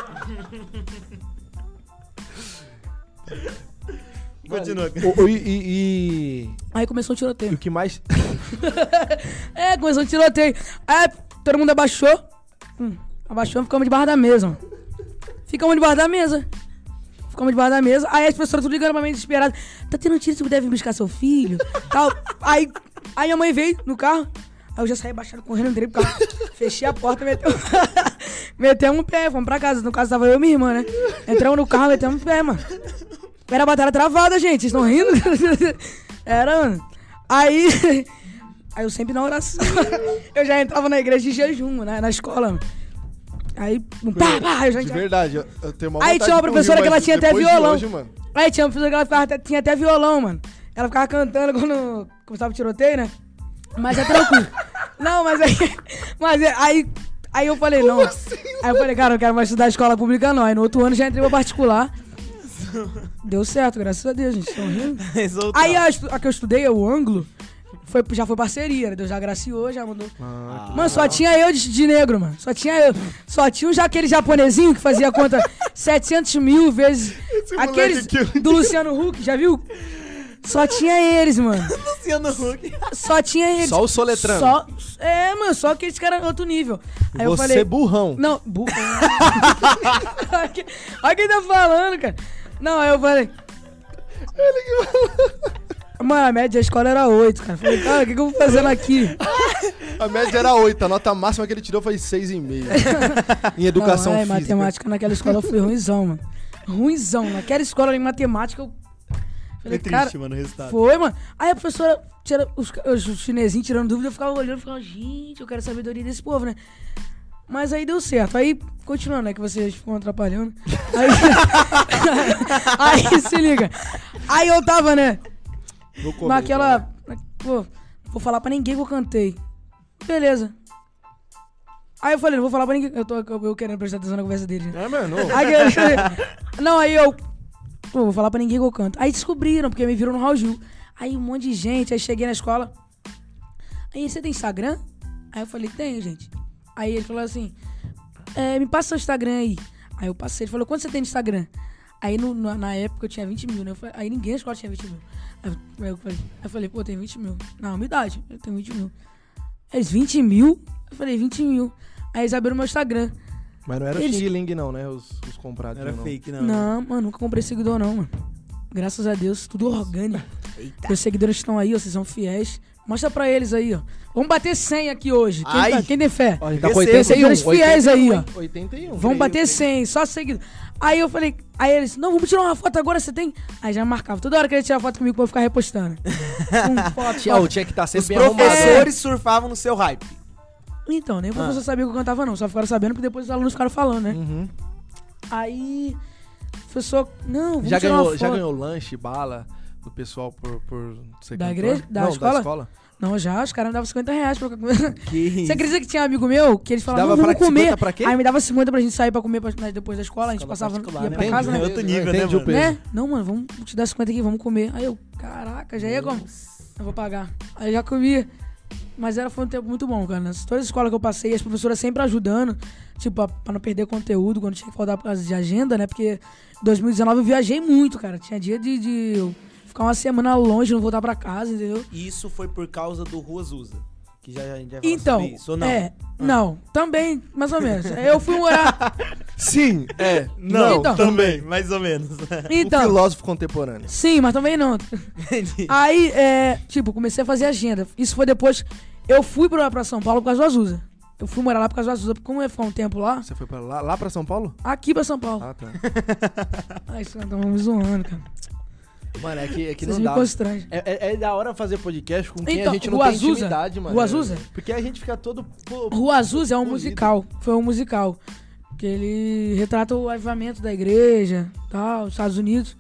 Continua. O- o- e, e- e- Aí começou o e tiroteio. o que mais... É, começou o tiroteio. Aí todo mundo abaixou. Hum, abaixou e ficamos debaixo da mesa, mano. Ficamos debaixo da mesa. Ficamos debaixo da mesa. Aí as pessoas tudo ligando pra mim desesperadas. Tá tendo notícia que deve buscar seu filho? Tal. Aí, aí a mãe veio no carro. Aí eu já saí baixado correndo, entrei pro carro. Fechei a porta, meteu... metemos um pé, fomos pra casa. No caso tava eu e minha irmã, né? Entramos no carro, metemos um pé, mano. Era batalha travada, gente. Vocês estão rindo? Era, mano. Aí... Aí eu sempre na oração. Eu já entrava na igreja de jejum, né? Na escola, mano. Aí, pá, pá, eu já De verdade, eu, eu tenho uma Aí tinha uma professora que ela tinha até violão. Hoje, mano. Aí tinha uma professora que ela ficava, até- tinha até violão, mano. Ela ficava cantando quando começava o tiroteio, né? Mas é tranquilo. Não, mas aí... Mas é- aí... Aí eu falei, não. assim, Aí eu falei, cara, eu não quero mais estudar escola pública, não. Aí no outro ano já entrei pra particular. Deu certo, graças a Deus, gente. Estão rindo? Resultado. Aí a, estu- a que eu estudei, o ângulo, foi, já foi parceria, né? Deus já agraciou, já mandou. Ah, Mano, só tinha eu de, de negro, mano. Só tinha eu. Só tinha um, já aquele japonesinho que fazia conta setecentos mil vezes. Aqueles moleque do Luciano Huck, já viu? Só tinha eles, mano. Luciano Huck. Só tinha eles. Só o soletrando. Só, é, mano, só aqueles caras outro nível. Aí eu Você falei... burrão. Não, burro. Olha quem tá falando, cara. Não, aí eu falei... Mano, a média da escola era oito, cara. Falei, cara, o que, que eu vou fazendo aqui? A média era oito, a nota máxima que ele tirou foi seis vírgula cinco. Em educação Não, é, física. matemática naquela escola eu fui ruimzão, mano. Ruimzão. Naquela escola em matemática eu... Foi Falei, triste, cara, mano, o resultado. foi, mano. Aí a professora, tira, os, os, os chinesinhos tirando dúvida, eu ficava olhando e ficava, gente, eu quero a sabedoria desse povo, né? Mas aí deu certo. Aí, continuando, né, que vocês ficam atrapalhando. Aí, aí se liga. Aí eu tava, né, Vou comer, naquela... então. Pô, não vou falar pra ninguém que eu cantei. Beleza. Aí eu falei, não vou falar pra ninguém. Eu tô eu querendo prestar atenção na conversa dele. É, mano. Aí, eu- não, aí eu... Pô, vou falar pra ninguém que eu canto. Aí descobriram, porque me viram no Raul Gil. Aí um monte de gente, aí cheguei na escola. Aí, você tem Instagram? Aí eu falei, tenho, gente. Aí ele falou assim, é, me passa seu Instagram aí. Aí eu passei, ele falou, quanto você tem no Instagram? Aí no, na, na época eu tinha vinte mil, né? Eu falei, aí ninguém na escola tinha vinte mil. Aí, aí eu, falei, aí eu falei, pô, tem vinte mil. Não, me idade, eu tenho vinte mil. Eles, vinte mil? Eu falei, vinte mil. Aí eles abriram meu Instagram. Mas não era Eles- Xing Ling, não, né? Os, os comprados. Era não. fake, não. Não, mano, nunca comprei seguidor não, mano. Graças a Deus, tudo orgânico. Eita. Meus seguidores estão aí, ó, vocês são fiéis. Mostra pra eles aí, ó. Vamos bater cem aqui hoje. Quem, Ai. tá- quem tem fé? Ó, a gente tá com Receba. oitenta e um. Seguidores fiéis aí, ó. oitenta e um. Vamos bater cem, só seguido. Aí eu falei, aí eles, não, vamos tirar uma foto agora, você tem? Aí já marcava. Toda hora que ele tirar foto comigo pra eu ficar repostando. Um foto, Tinha, ó, foto. tinha que estar Os sempre bem arrumado. professores surfavam no seu hype. Então, nem o professor Ah. sabia que eu cantava, não. Só ficaram sabendo porque depois os alunos ficaram falando, né? Uhum. Aí, o professor, não, vamos Já tirar uma ganhou, foto. já ganhou lanche, bala do pessoal por, por ser Da cantor? igreja? Da não, escola? da escola. Não, já, os caras me davam cinquenta reais pra comer. Que Você acredita que tinha um amigo meu que eles falavam, Dava não, vamos pra comer. cinquenta pra quê? Aí me dava cinquenta pra gente sair pra comer pra- né, depois da escola, a gente Escola passava, particular, ia né? pra Entendi, casa, né? Outro nível, né, entendi o mano? peso. Né? Não, mano, vamos te dar cinquenta aqui, vamos comer. Aí eu, caraca, já ia como? Eu vou pagar. Aí já comia. Mas era, foi um tempo muito bom, cara. Nas todas as escolas que eu passei, as professoras sempre ajudando, tipo, pra, pra não perder conteúdo quando tinha que faltar por causa de agenda, né? Porque em dois mil e dezenove eu viajei muito, cara. Tinha dia de, de eu ficar uma semana longe, não voltar pra casa, entendeu? Isso foi por causa do Rua Azusa. Que já, já já falou Então, sobre isso, ou não? é, não, também, mais ou menos. Eu fui morar. Sim, é. Não, Então. também, mais ou menos. O Então, filósofo contemporâneo. sim, mas também não. Entendi. Aí, é, tipo, comecei a fazer agenda. Isso foi depois. Eu fui pra, pra São Paulo por causa do Azusa. Eu fui morar lá por causa do Azusa. Como eu ia ficar um tempo lá, Você foi pra lá, lá pra São Paulo? aqui pra São Paulo. Ah, tá. Ai, vocês estão me zoando, cara. Mano, é que, é que Vocês não me dá. constrangem. É, é, é da hora fazer podcast com quem Então, a gente não Rua tem Azusa? intimidade, mano. Rua Azusa? Porque a gente fica todo... Pô, Rua Azusa é um polido. musical. Foi um musical. Que ele retrata o avivamento da igreja, tal, os Estados Unidos.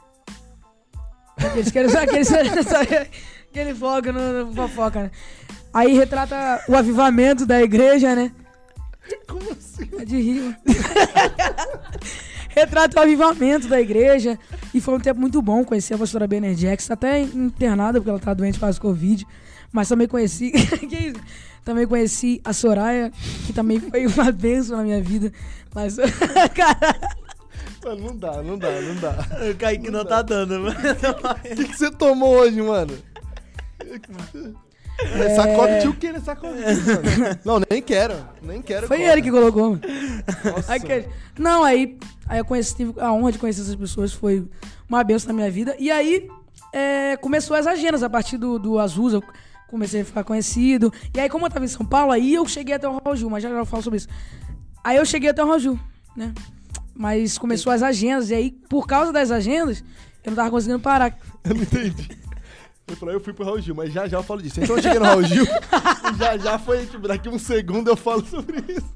Aqueles que eles, aqueles, aquele foca no, no fofoca, né? Aí retrata o avivamento da igreja, né? Como assim? É de rir, mano. Retrata o avivamento da igreja. E foi um tempo muito bom. Conheci a pastora Benner Jackson, até internada, porque ela tá doente por causa do Covid. Mas também conheci. Que isso? Também conheci a Soraya, que também foi uma bênção na minha vida. Mas. Cara. Mano, não dá, não dá, não dá. O Kaique não, tá dando, mano. O que, que você tomou hoje, mano? É... Sacode de o que nesse sacode? Mano? Não, nem quero. Nem quero. Foi coca. ele que colocou, mano. Nossa. Aquele- Não, aí, aí eu conheci, tive a honra de conhecer essas pessoas, foi uma benção na minha vida. E aí, é, começou as agendas a partir do, do Azusa, eu comecei a ficar conhecido. E aí, como eu tava em São Paulo, aí eu cheguei até o Raul Gil, mas já já eu falo sobre isso. Aí eu cheguei até o Raul Gil, né? Mas começou as agendas, e aí, por causa das agendas, eu não tava conseguindo parar. Eu não entendi. Eu falei, eu fui pro Raul Gil, mas já já eu falo disso. Então eu cheguei no Raul Gil e já já foi, tipo, daqui um segundo eu falo sobre isso.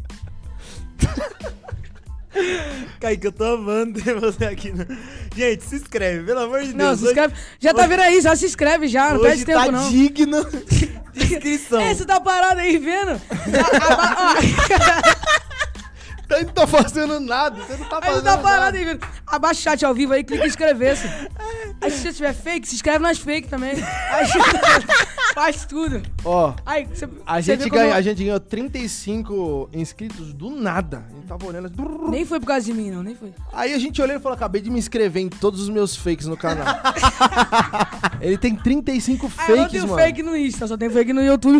Kaique, eu tô amando ter você aqui. Né? Gente, se inscreve, pelo amor de Deus. Não, se Hoje- inscreve. Já tá hoje- vendo aí, já se inscreve já, não Hoje perde tempo tá não. digno de inscrição. É, você tá parado aí vendo? A- a- ó, Então não tá fazendo nada, você não tá Aí fazendo você tá parado nada. aí vendo? Abaixa o chat ao vivo aí, clica em inscrever-se. Aí se você tiver fake, se inscreve nas fake também. Aí faz tudo. Ó, Aí você, a você gente, vê como- ganha, a gente ganhou trinta e cinco inscritos do nada. A gente tava olhando. assim, Nem foi por causa de mim, não, nem foi. Aí a gente olhou e falou, acabei de me inscrever em todos os meus fakes no canal. Ele tem trinta e cinco Ah, eu não fakes, tenho mano. fake no Insta, só tenho fake no YouTube.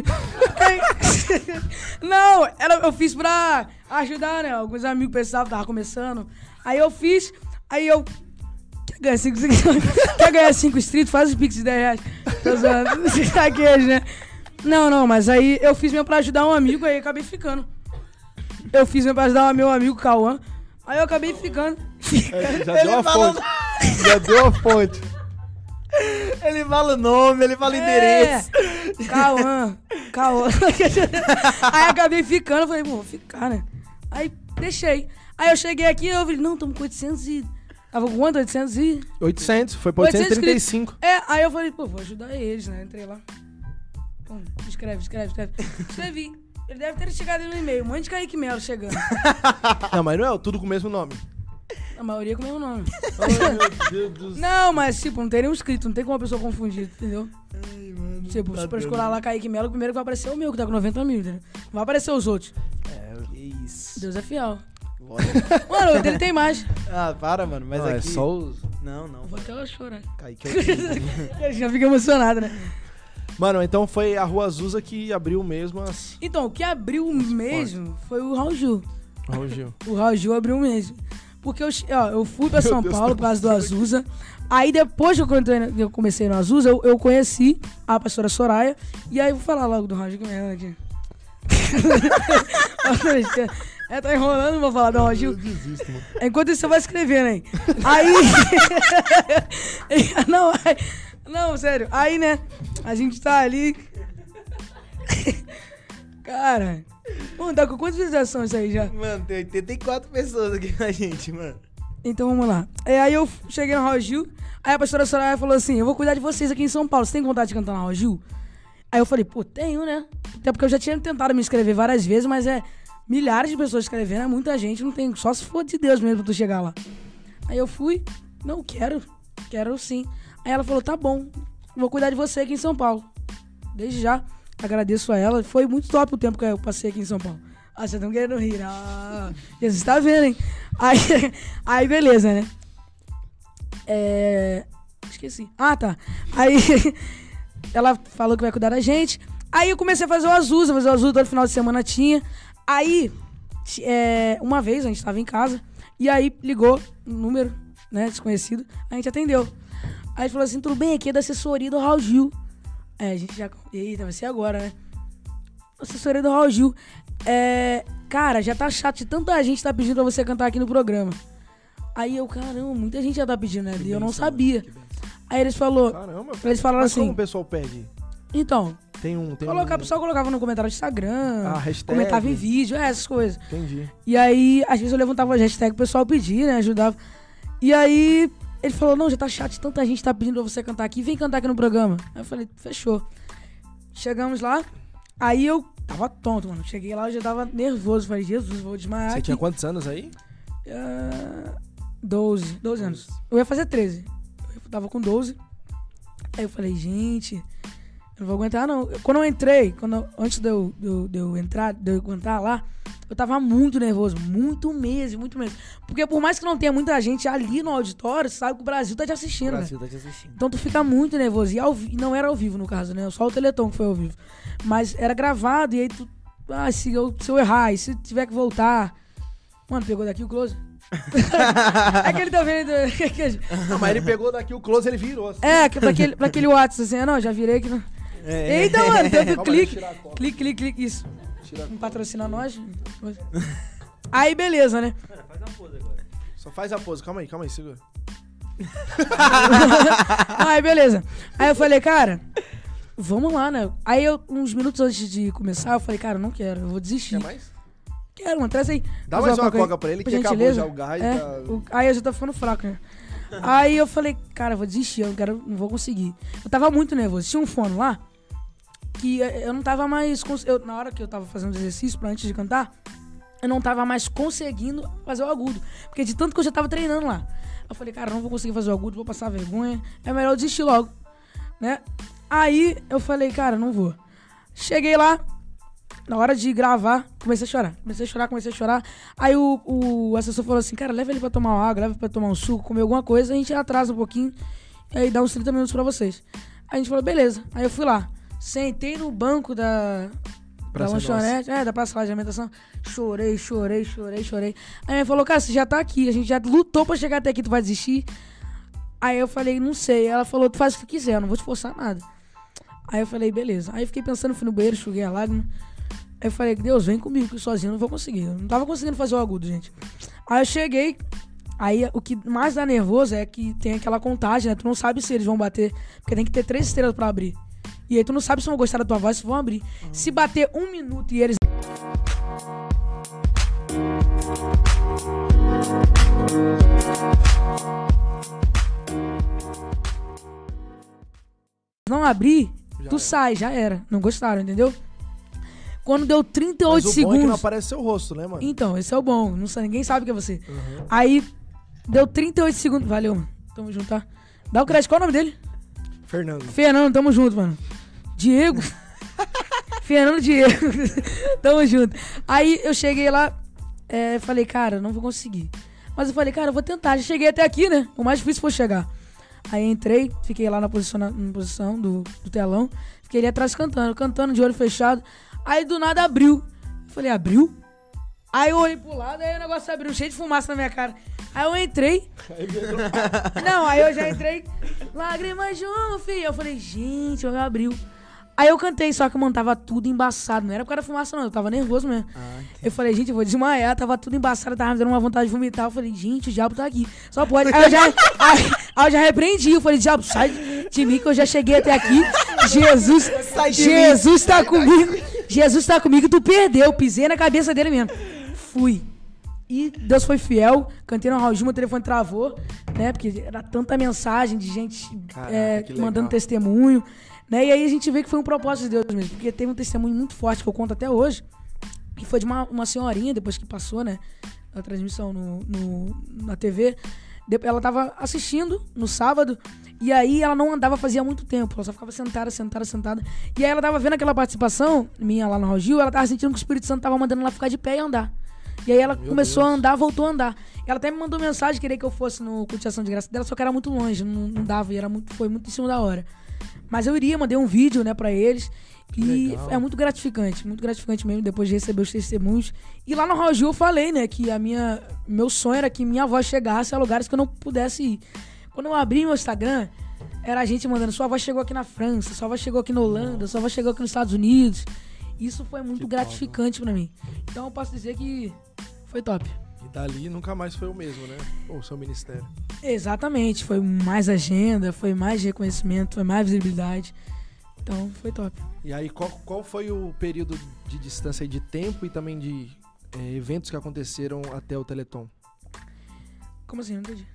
Não, era, eu fiz pra ajudar, né? Alguns amigos pensavam, tava começando. Aí eu fiz, aí eu... Quer ganhar cinco, quer ganhar cinco inscritos? Faz os pix de dez reais. Tô zoando. Aqueles, né? Não, não, mas aí eu fiz mesmo pra ajudar um amigo, aí eu acabei ficando. Eu fiz mesmo pra ajudar o meu amigo Cauã, aí eu acabei ficando. É, já Ele deu a fala- fonte. Já deu a fonte. Ele fala o nome, ele fala o É, endereço. Cauã, Cauã. Aí acabei ficando, falei, pô, vou ficar, né? Aí deixei. Aí eu cheguei aqui e eu falei, não, tamo com oitocentos e... Tava com quanto? oitocentos e... oitocentos, foi pra oitocentos e trinta e cinco. É, aí eu falei, pô, vou ajudar eles, né? Entrei lá. Pum, escreve, escreve, escreve. Escrevi. Ele deve ter chegado no e-mail, um monte de Kaique Melo chegando. Não, mas não é tudo com o mesmo nome. A maioria com o mesmo nome. Oh, meu Deus do céu. Não, mas tipo, não tem nenhum escrito, não tem como a pessoa confundir, entendeu? Ai, mano. Tipo, tá se for dando. escolar lá Kaique Melo, o primeiro que vai aparecer é o meu, que tá com noventa mil, entendeu? Não vai aparecer os outros. Que isso. Deus é fiel. Lógico. Mano, o dele tem mais. Ah, para, mano. Mas Não, é aqui... só os... Não, não. Eu vou até chorar. Kaique é o quê? Eu já fica emocionado, né? Mano, então foi a Rua Azusa que abriu mesmo as... Então, o que abriu mesmo foi o Raul Gil. Raul Gil. O Raul Gil abriu mesmo. Porque eu, ó, eu fui pra São Paulo por causa do Azusa. Aí depois que eu, entrei- que eu comecei no Azusa, eu, eu conheci a pastora Soraya. E aí eu vou falar logo do Raul Gil, que merda aqui. É, tá enrolando, não vou falar do Raul Gil. Eu desisto, mano. Enquanto isso, você vai escrevendo aí. Aí. não, aí, não, sério. Aí, né? A gente tá ali. Cara. Mano, tá com quantas visualizações isso aí já? Mano, tem oitenta e quatro pessoas aqui com a gente, mano. Então vamos lá. É, aí eu cheguei no Raul Gil. Aí a pastora Soraya falou assim: eu vou cuidar de vocês aqui em São Paulo. Você tem vontade de cantar no Raul Gil? Aí eu falei: pô, tenho, né? Até porque eu já tinha tentado me inscrever várias vezes, mas é milhares de pessoas escrevendo, é muita gente, não tem. Só se for de Deus mesmo pra tu chegar lá. Aí eu fui: não, quero. Quero sim. Aí ela falou: tá bom, vou cuidar de você aqui em São Paulo. Desde já, agradeço a ela. Foi muito top o tempo que eu passei aqui em São Paulo. Ah, vocês estão querendo rir. Ah, Jesus tá vendo, hein? Aí, aí beleza, né? É... Esqueci. Ah, tá. Aí ela falou que vai cuidar da gente. Aí eu comecei a fazer o Azusa. Fazer o Azusa todo final de semana tinha. Aí, é, uma vez a gente tava em casa. E aí ligou um número, né, desconhecido. A gente atendeu. Aí ele falou assim: tudo bem, aqui é da assessoria do Raul Gil. É, a gente já... Eita, vai ser agora, né? Assessoria do Raul Gil. É... Cara, já tá chato de tanta gente tá pedindo pra você cantar aqui no programa. Aí eu, caramba, muita gente já tá pedindo, né? E eu não sabia. Aí eles falou, Caramba. eles falaram Mas assim, como o pessoal pede? então, Tem um... Tem colocar, o um... pessoal colocava no comentário do Instagram, Ah, hashtag. comentava em vídeo, é, essas coisas. Entendi. E aí, às vezes eu levantava a hashtag, o pessoal pedia, né? Ajudava. E aí, ele falou: não, já tá chato de tanta gente tá pedindo pra você cantar aqui, vem cantar aqui no programa. Aí eu falei: fechou. Chegamos lá, aí eu tava tonto, mano. Cheguei lá, eu já tava nervoso. Falei: Jesus, vou desmaiar Você aqui. tinha quantos anos aí? Ah, doze, doze anos. Eu ia fazer treze. Eu tava com doze. Aí eu falei: gente, eu não vou aguentar não. Quando eu entrei, quando eu- antes de eu, de, eu, de eu entrar, de eu entrar lá, eu tava muito nervoso, muito mesmo, muito mesmo. Porque por mais que não tenha muita gente ali no auditório, você sabe que o Brasil tá te O assistindo, né? Brasil tá te assistindo. Então tu fica muito nervoso. E ao vi- não era ao vivo, no caso, né? Só o Teleton que foi ao vivo. Mas era gravado e aí tu... Ah, se eu, se eu errar, e se tiver que voltar... Mano, pegou daqui o close. É que ele tá vendo. Não, mas ele pegou daqui o close, ele virou. Assim. É, que pra aquele, pra aquele WhatsApp, assim, não, já virei aqui. Não. É. Eita, mano, tanto Calma, clique. deixa eu tirar a cola. Clique, clique, clique, isso. Tira a Não cola. patrocina nós. Aí, beleza, né? Faz uma pose agora. Só faz a pose. Calma aí, calma aí, segura. Aí, beleza. Aí eu falei, cara, vamos lá, né? Aí eu, uns minutos antes de começar, eu falei, cara, não quero, eu vou desistir. Quer mais? Quero, mano, traz aí. Dá Traz mais uma aí, coca pra ele, por que acabou gentileza. já o gás. É, Tá... o- aí eu já tô ficando fraco, né? Aí eu falei, cara, eu vou desistir, eu não, quero, não vou conseguir. Eu tava muito nervoso. Tinha um fone lá que eu não tava mais... cons- Eu, na hora que eu tava fazendo exercício pra antes de cantar, eu não tava mais conseguindo fazer o agudo. Porque de tanto que eu já tava treinando lá. Eu falei, cara, não vou conseguir fazer o agudo, vou passar vergonha. É melhor eu desistir logo, né? Aí eu falei, cara, não vou. Cheguei lá, na hora de gravar, comecei a chorar. Comecei a chorar, comecei a chorar. Aí o, o assessor falou assim, cara, leva ele pra tomar uma água, leva ele pra tomar um suco, comer alguma coisa, a gente atrasa um pouquinho, e aí dá uns trinta minutos pra vocês. Aí a gente falou, beleza. Aí eu fui lá, sentei no banco da... Praça da lanchonete, é, da praça lá de alimentação. Chorei, chorei, chorei, chorei. Aí ele falou, cara, você já tá aqui, a gente já lutou pra chegar até aqui, tu vai desistir? Aí eu falei, não sei. Ela falou, tu faz o que tu quiser, eu não vou te forçar nada. Aí eu falei, beleza. Aí eu fiquei pensando, fui no banheiro, enxuguei a lágrima. Aí eu falei, Deus, vem comigo, que sozinho eu não vou conseguir. Eu não tava conseguindo fazer o agudo, gente. Aí eu cheguei, aí o que mais dá nervoso é que tem aquela contagem, né? Tu não sabe se eles vão bater, porque tem que ter três estrelas pra abrir. E aí tu não sabe se vão gostar da tua voz, se vão abrir. Uhum. Se bater um minuto e eles... não abrir, Já tu era. sai, já era. Não gostaram, entendeu? Quando deu trinta e Mas oito o bom segundos... é que não aparece seu rosto, né, mano? Então, esse é o bom. Não sabe, ninguém sabe que é você. Uhum. Aí, deu trinta e oito segundos. Valeu, mano. Tamo junto, tá? Dá o crédito. Qual é o nome dele? Fernando. Fernando, tamo junto, mano. Diego. Fernando Diego. Tamo junto. Aí, eu cheguei lá, é, falei, cara, não vou conseguir. Mas eu falei, cara, eu vou tentar. Já cheguei até aqui, né? O mais difícil foi chegar. Aí entrei, fiquei lá na posição, na, na posição do, do telão. Fiquei ali atrás cantando, cantando de olho fechado. Aí do nada abriu. Eu falei, abriu? Aí eu olhei pro lado, aí o negócio abriu, cheio de fumaça na minha cara. Aí eu entrei. Não, aí eu já entrei. Lágrimas de um filho. Eu falei, gente, eu abriu. Aí eu cantei, só que, mano, tava tudo embaçado. Não era por causa da fumaça, não. Eu tava nervoso mesmo. Ah, Eu falei, gente, eu vou desmaiar. Tava tudo embaçado, tava me dando uma vontade de vomitar. Eu falei, gente, o diabo tá aqui. Só pode. Aí eu já, aí, aí eu já repreendi. Eu falei, diabo, sai de mim que eu já cheguei até aqui. Jesus, Sai de Jesus tá comigo. Jesus tá comigo. Tu perdeu. Pisei na cabeça dele mesmo. Fui. E Deus foi fiel. Cantei no Raul Gil, meu telefone travou, né? Porque era tanta mensagem de gente Caraca, é, que legal. mandando testemunho. Né? E aí a gente vê que foi um propósito de Deus mesmo. Porque teve um testemunho muito forte que eu conto até hoje. Que foi de uma, uma senhorinha, depois que passou, né? A transmissão no, no, na T V. De- Ela tava assistindo no sábado. E aí ela não andava fazia muito tempo. Ela só ficava sentada, sentada, sentada. E aí ela tava vendo aquela participação minha lá no Raul Gil. Ela tava sentindo que o Espírito Santo tava mandando ela ficar de pé e andar. E aí ela Meu começou Deus. a andar, voltou a andar. Ela até me mandou mensagem, queria que eu fosse no culto de ação de graça dela, só que era muito longe, não, não dava, e era muito, foi muito em cima da hora. Mas eu iria, mandei um vídeo, né, pra eles. Que E legal. é muito gratificante, muito gratificante mesmo, depois de receber os testemunhos. E lá no Raul Gil eu falei, né, que a minha, meu sonho era que minha voz chegasse a lugares que eu não pudesse ir. Quando eu abri meu Instagram, era a gente mandando, sua voz chegou aqui na França, sua voz chegou aqui na Holanda, sua voz chegou aqui nos Estados Unidos. Isso foi muito Que gratificante pra mim. Então eu posso dizer que foi top. E dali nunca mais foi o mesmo, né? O seu ministério. Exatamente, foi mais agenda, foi mais reconhecimento, foi mais visibilidade. Então foi top. E aí, qual, qual foi o período de distância aí de tempo e também de é, eventos que aconteceram até o Teleton? Como assim? Não entendi.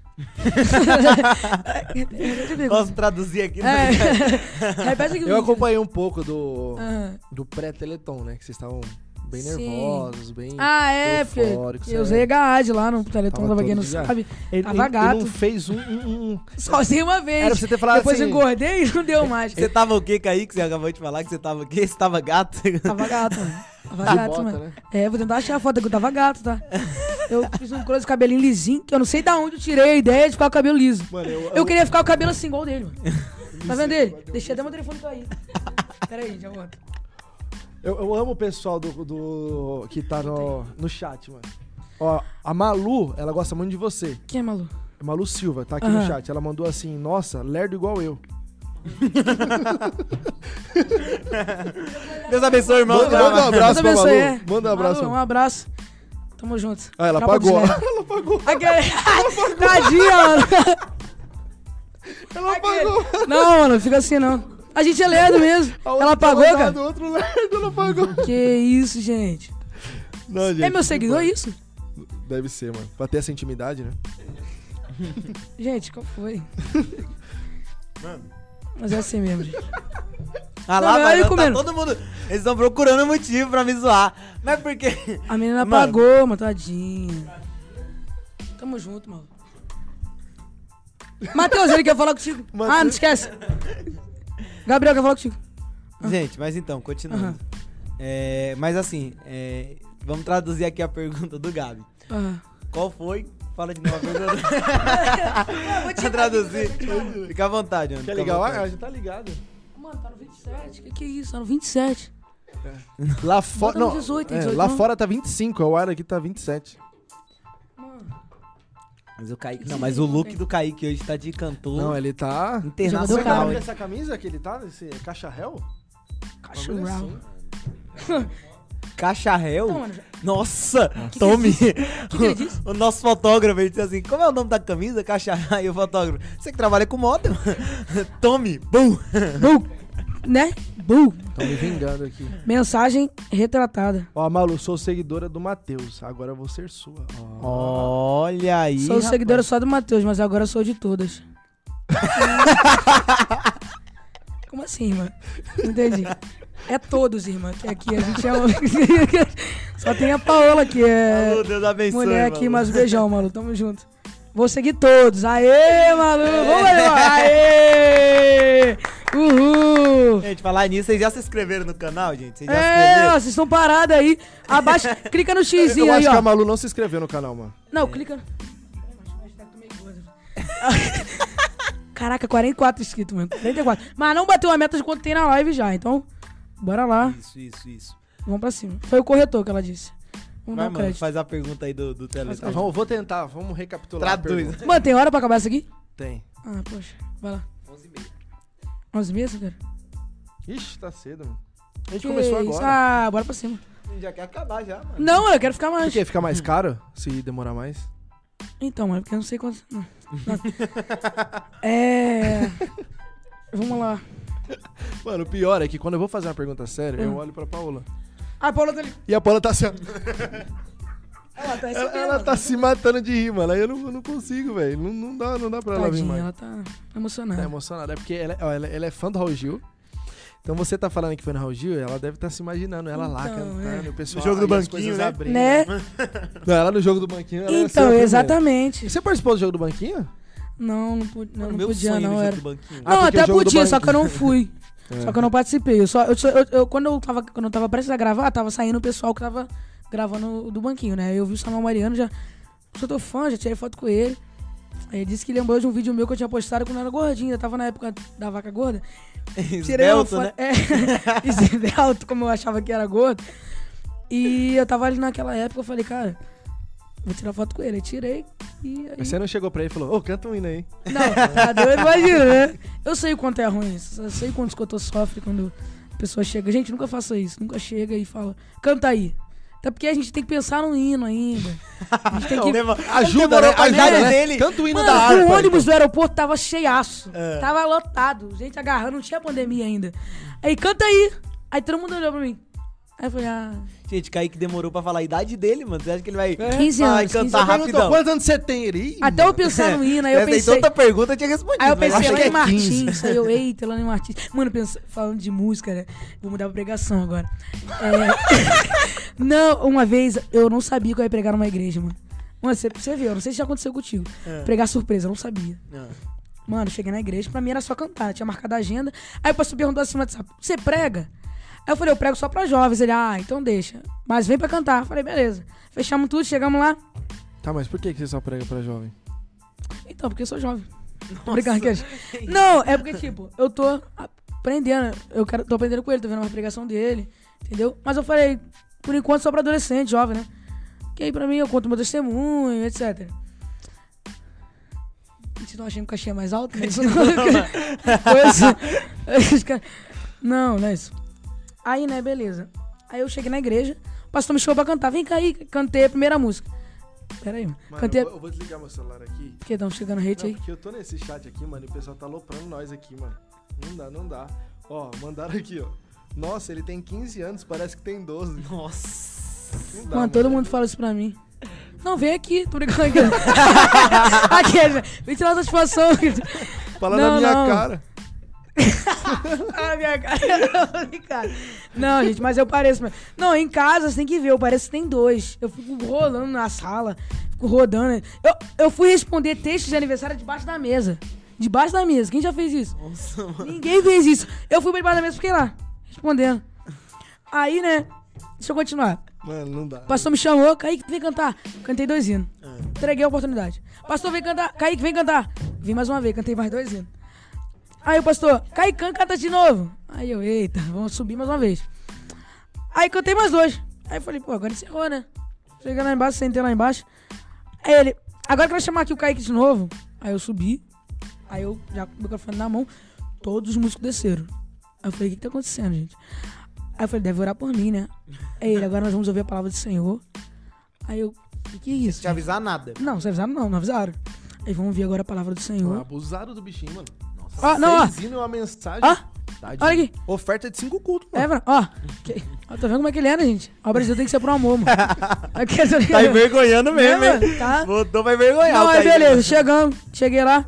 Posso traduzir aqui? É. Repete aqui. Eu acompanhei um pouco do, Ah, do pré-Teleton, né? Que vocês estavam bem Sim. nervosos, bem Ah, é, porque eufóricos. eu é. usei Gaad lá no Teleton, Tava tava quem todo não de Gaad. sabe. Ele, Tava ele- ele gato. não fez um... um, um- Só usei uma vez. Era pra você ter falado Depois assim... eu engordei e não deu mais. Você tava o quê, Kaique? Você acabou de falar que você tava o quê? Você tava gato? Tava gato, mano. Tava de gato, bota, mano. né? É, vou tentar achar a foto que eu tava gato, tá? Eu fiz um close de cabelinho lisinho, que eu não sei da onde eu tirei a ideia de ficar com o cabelo liso. Mano, eu, Eu queria ficar com o cabelo assim, igual o dele, mano. Tá vendo ele? Deixei até meu telefone cair. Pera aí, já volto. Eu, eu amo o pessoal do, do que tá no, no chat, mano. Ó, a Malu, ela gosta muito de você. Quem é Malu? A Malu Silva, tá aqui Aham. no chat. Ela mandou assim, nossa, lerdo igual eu. Deus abençoe, irmão. Manda, manda um abraço pra Deus Malu. abençoe, é. Manda um abraço. Malu, um abraço. Tamo junto. Ah, ela Tropa pagou. dos nerds. Ela pagou. Aquele... Tadinha, mano. Ela Aquele- pagou. Não, mano, fica assim não. A gente é lerdo mesmo. A outra Ela pagou, tava cara? do outro lerdo, ela pagou. Que isso, gente. Não, gente, É meu que seguidor, pô. isso? Deve ser, mano. Pra ter essa intimidade, né? Gente, qual foi? Mano. Mas é assim mesmo, gente. Ah Não, lá, não, vai, ele tá comendo. todo mundo... Eles estão procurando motivo pra me zoar. Mas por quê? A menina Mano. pagou, mano, tadinha. Tamo junto, mano. Matheus, ele quer falar contigo. Matheus. Ah, não esquece. Gabriel quer falar contigo. Gente, mas então, continuando. Aham. É, mas assim, é, vamos traduzir aqui a pergunta do Gabi. Ah. Qual foi? Fala de novo a pergunta. Vou traduzir. Fica à vontade, mano. Quer fica à ligar lá? vontade. Ah, já tá ligado. Mano, tá no vinte e sete. Que que é isso? Tá no vinte e sete. Lá fora. Bota no Não, dezoito, tem é, dezoito lá não. fora tá vinte e cinco, o ar aqui tá vinte e sete. Mano. Mas o Kaique, não, mas o look do Kaique hoje tá de cantor Não, ele tá. Jogador internacional. Qual é o nome Calma. dessa camisa que ele tá? Esse cacharel? Cachorro. Assim. Cacharel? Não, mano. Nossa, que Tommy. ele que ele disse? O nosso fotógrafo, ele disse assim: como é o nome da camisa? Cacharel. Aí o fotógrafo: você que trabalha com moda, mano. Tommy, bum. Bu. Né? Bu. Tão me vingando aqui. Mensagem retratada. Ó, Malu, sou seguidora do Matheus. Agora eu vou ser sua. Ó. Olha aí. Sou rapaz. seguidora só do Matheus, mas agora sou de todas. Como assim, irmã? Não entendi. É todos, irmã. Que aqui a gente é. Só tem a Paola que é. Malu, Deus abençoe. Mulher aqui, Malu. mas beijão, Malu. Tamo junto. Vou seguir todos. Aê, Malu. Vamos aí, Malu. Aê! Uhul! Gente, falar nisso, vocês já se inscreveram no canal, gente? Vocês já se É, inscreveram? ó, vocês estão parados aí. Abaixa, clica no Eu xizinho acho aí, que a ó. Malu não se inscreveu no canal, mano. Não, clica. Caraca, quarenta e quatro inscritos, mano. quarenta e quatro. Mas não bateu a meta de quanto tem na live já, então. Bora lá. Isso, isso, isso. Vamos pra cima. Foi o corretor que ela disse. Vamos Vai, dar um mano, crédito. faz a pergunta aí do, do Tá, Telegram. vamos, vou tentar, vamos recapitular. a Traduz. pergunta. Mano, tem hora pra acabar isso aqui? Tem. Ah, poxa. Vai lá. onze e meia. onze meses, cara? Ixi, tá cedo, mano. A gente Que começou isso? agora. Ah, bora pra cima. A gente já quer acabar já, mano. Não, eu quero ficar Por mais. quê? Fica mais caro se demorar mais? Então, mano, porque eu não sei quanto. Não. Não. É. Vamos lá. Mano, o pior é que quando eu vou fazer uma pergunta séria, eu Hum. olho pra Paola. Ah, a Paula tá ali. E a Paola tá assim, ó. Ela tá Ela, recebendo. ela tá se matando de rir, mano. Aí eu não, eu não consigo, velho. Não, não dá, não dá pra ela vir Tadinha, mais. ela tá Tá emocionada. emocionada. É porque ela, ó, ela, ela é fã do Raul Gil. Então você tá falando que foi no Raul Gil, ela deve estar se imaginando. Ela lá Então, cantando, é. o pessoal. No jogo do aí as banquinho, coisas né? abrindo. Né? Não, ela no jogo do banquinho. Ela ia ser a Então, primeira. exatamente. Você participou do jogo do banquinho? Não, não, pu- não, Mano, não meu podia, sonho no não. jogo Era. do banquinho. Ah, Não, porque até o jogo do podia, só que eu banquinho. não fui. É. Só que eu não participei. Eu só, eu, só- eu- eu- quando, eu tava, quando eu tava prestes a gravar, tava saindo o pessoal que tava gravando o do banquinho, né? Eu vi o Samuel Mariano, já sou teu fã, já tirei foto com ele. Aí ele disse que lembrou de um vídeo meu que eu tinha postado quando eu era gordinho, eu tava na época da vaca gorda. Tirei uma Esbelto, foto. né? É, esbelto, como eu achava que era gordo. E eu tava ali naquela época, eu falei, cara, vou tirar foto com ele. Aí tirei e aí... Mas você não chegou pra ele e falou, ô, canta um hino aí. Não, tá doido, imagina, né? Eu sei o quanto é ruim isso. Eu sei o quanto o escotor sofre quando a pessoa chega. Gente, nunca faça isso. Nunca chega e fala, canta aí. Até porque a gente tem que pensar no hino ainda. A gente tem que... Demo- Ajuda, demorou né? pra Ajuda, idade né? dele. Canta o hino Mano, da harpa. o ônibus então. do aeroporto tava cheiaço. É. Tava lotado. Gente agarrando, não tinha pandemia ainda. Aí, canta aí. Aí todo mundo olhou pra mim. Aí eu falei, ah... Gente, Kaique demorou pra falar a idade dele, mano. Você acha que ele vai, quinze vai anos, cantar quinze Perguntou, rapidão? quantos anos você tem? Ele? Ih, Até eu mano. pensar no hino, aí eu Essa aí, pensei... tanta pergunta eu tinha respondido. Aí eu mas pensei, acho que Elane é quinze. Martins. Aí eu, eita, Elane Martins. Mano, pensa, falando de música, né? Vou mudar pra pregação agora. É... não, uma vez eu não sabia que eu ia pregar numa igreja, mano. Mano, você, você viu, eu não sei se já aconteceu contigo. É. Pregar surpresa, eu não sabia. Ah. Mano, cheguei na igreja, pra mim era só cantar, tinha marcado a agenda. Aí o pastor perguntou assim no WhatsApp, você prega? Aí eu falei, eu prego só pra jovens. Ele, ah, então deixa. Mas vem pra cantar. Eu falei, beleza. Fechamos tudo, chegamos lá. Tá, mas por que que você só prega pra jovem? Então, porque eu sou jovem. Tô brincando, que não, é porque, tipo, eu tô aprendendo. Eu quero, tô aprendendo com ele, tô vendo uma pregação dele, entendeu? Mas eu falei, por enquanto, só pra adolescente, jovem, né? que aí pra mim eu conto meu testemunho, etcétera. Vocês estão achando que o cachê é mais alto? Não, isso não. Coisa... não, não é isso. Aí, né, beleza. Aí eu cheguei na igreja, o pastor me chamou pra cantar. Vem cá aí, cantei a primeira música. Pera aí, mano. Mano, Cantei... eu, vou, eu vou desligar meu celular aqui. Por que? Tão chegando hate Não, aí? porque eu tô nesse chat aqui, mano, e o pessoal tá aloprando nós aqui, mano. Não dá, não dá. Ó, mandaram aqui, ó. Nossa, ele tem quinze anos, parece que tem doze. Nossa. Não dá, Mano, todo mundo fala isso pra mim. Não, vem aqui, tô brincando aqui. Aqui, vem tirar a satisfação. Fala não, na minha não. cara. A minha cara. Cara. Não, gente, mas eu pareço mesmo. Não, em casa você tem que ver, eu pareço que tem dois. Eu fico rolando na sala, fico rodando. Eu, eu fui responder texto de aniversário debaixo da mesa. Debaixo da mesa. Quem já fez isso? Nossa, mano. Ninguém fez isso. Eu fui pra debaixo da mesa e fiquei lá, respondendo. Aí, né, deixa eu continuar. Mano, não dá. O pastor me chamou, Kaique, vem cantar. Cantei dois hinos. Entreguei a oportunidade. Pastor, vem cantar. Kaique, vem cantar. Vim mais uma vez, cantei mais dois hinos. Aí o pastor, Kaique, canta de novo. Aí eu, eita, vamos subir mais uma vez. Aí cantei mais dois. Aí eu falei, pô, agora encerrou, né? Cheguei lá embaixo, sentei lá embaixo. Aí ele, agora que vai chamar aqui o Kaique de novo. Aí eu subi. Aí eu, já com o microfone na mão, todos os músicos desceram. Aí eu falei, o que que tá acontecendo, gente? Aí eu falei, deve orar por mim, né? Aí ele, agora nós vamos ouvir a palavra do Senhor. Aí eu, o que é isso? Te avisar nada. Não, não avisaram não, não avisaram. Aí vamos ouvir agora a palavra do Mano, Senhor. abusaram do bichinho, mano. Nossa, Ó, não, ó. seis hinos e uma mensagem. Ó, Tá de olha aqui. Oferta de cinco cultos, mano. É, mano, ó. Que, ó, tá vendo como é que ele é, né, gente? A obra de Deus tem que ser por amor, mano. Aqui, Tá envergonhando mesmo, Né, hein? mano? Tá. Botou pra envergonhar. Não, o aí Kaique. beleza, chegamos, cheguei lá.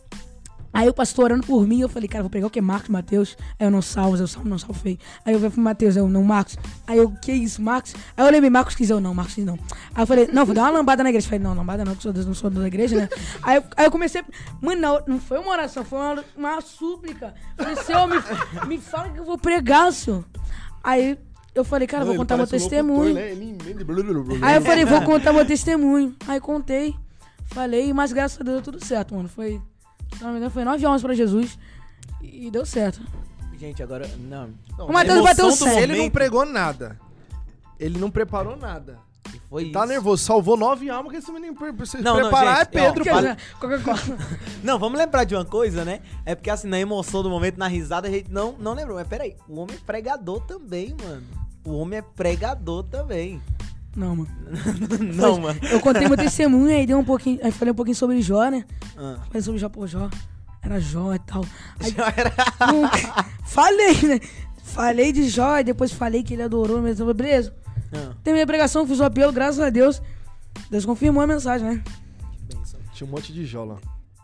Aí o pastor orando por mim, eu falei, cara, vou pegar o que? Marcos, Mateus. Aí eu não salvo, eu salvo, não salvo feio. Aí eu falei pro Mateus, eu não, Marcos. Aí eu, que isso, Marcos? Aí eu lembrei, Marcos quis, eu não, Marcos quis não. Aí eu falei, não, vou dar uma lambada na igreja. Eu falei, não, lambada não, porque eu sou, não sou da igreja, né? Aí eu, aí eu comecei, mano, não, não foi uma oração, foi uma, uma súplica. Eu falei, Senhor, me, me fala que eu vou pregar, senhor. Aí eu falei, cara, Não, vou ele contar meu parece um testemunho. locutor, né? Ele emenda- blá, blá, blá, blá. Aí eu falei, vou contar meu testemunho. Aí contei, falei, mas graças a Deus deu tudo certo, mano. Foi, se não me engano, foi nove almas pra Jesus e deu certo. Gente, agora. Não. Não, O Mateus a bateu emoção do cem. Ele não pregou nada. Ele não preparou nada. Foi Tá isso. nervoso, salvou nove almas que esse menino pre- precisa Não, não, preparar gente, é Pedro. ó, pô. Quer dizer, Coca-Cola. Não, vamos lembrar de uma coisa, né? É porque assim, na emoção do momento, na risada, a gente não, não lembrou. Mas peraí, o homem é pregador também, mano. O homem é pregador também. Não, mano. Não, Mas mano. Eu contei meu testemunho, aí dei um pouquinho. Aí falei um pouquinho sobre Jó, né? Ah. Falei sobre Jó, pô, Jó. Era Jó e tal. Aí, Já era. não, falei, né? Falei de Jó e depois falei que ele adorou mesmo. Beleza. Ah, Terminei a pregação, fiz o apelo, graças a Deus. Deus confirmou a mensagem, né? que bênção. Tinha um monte de jola.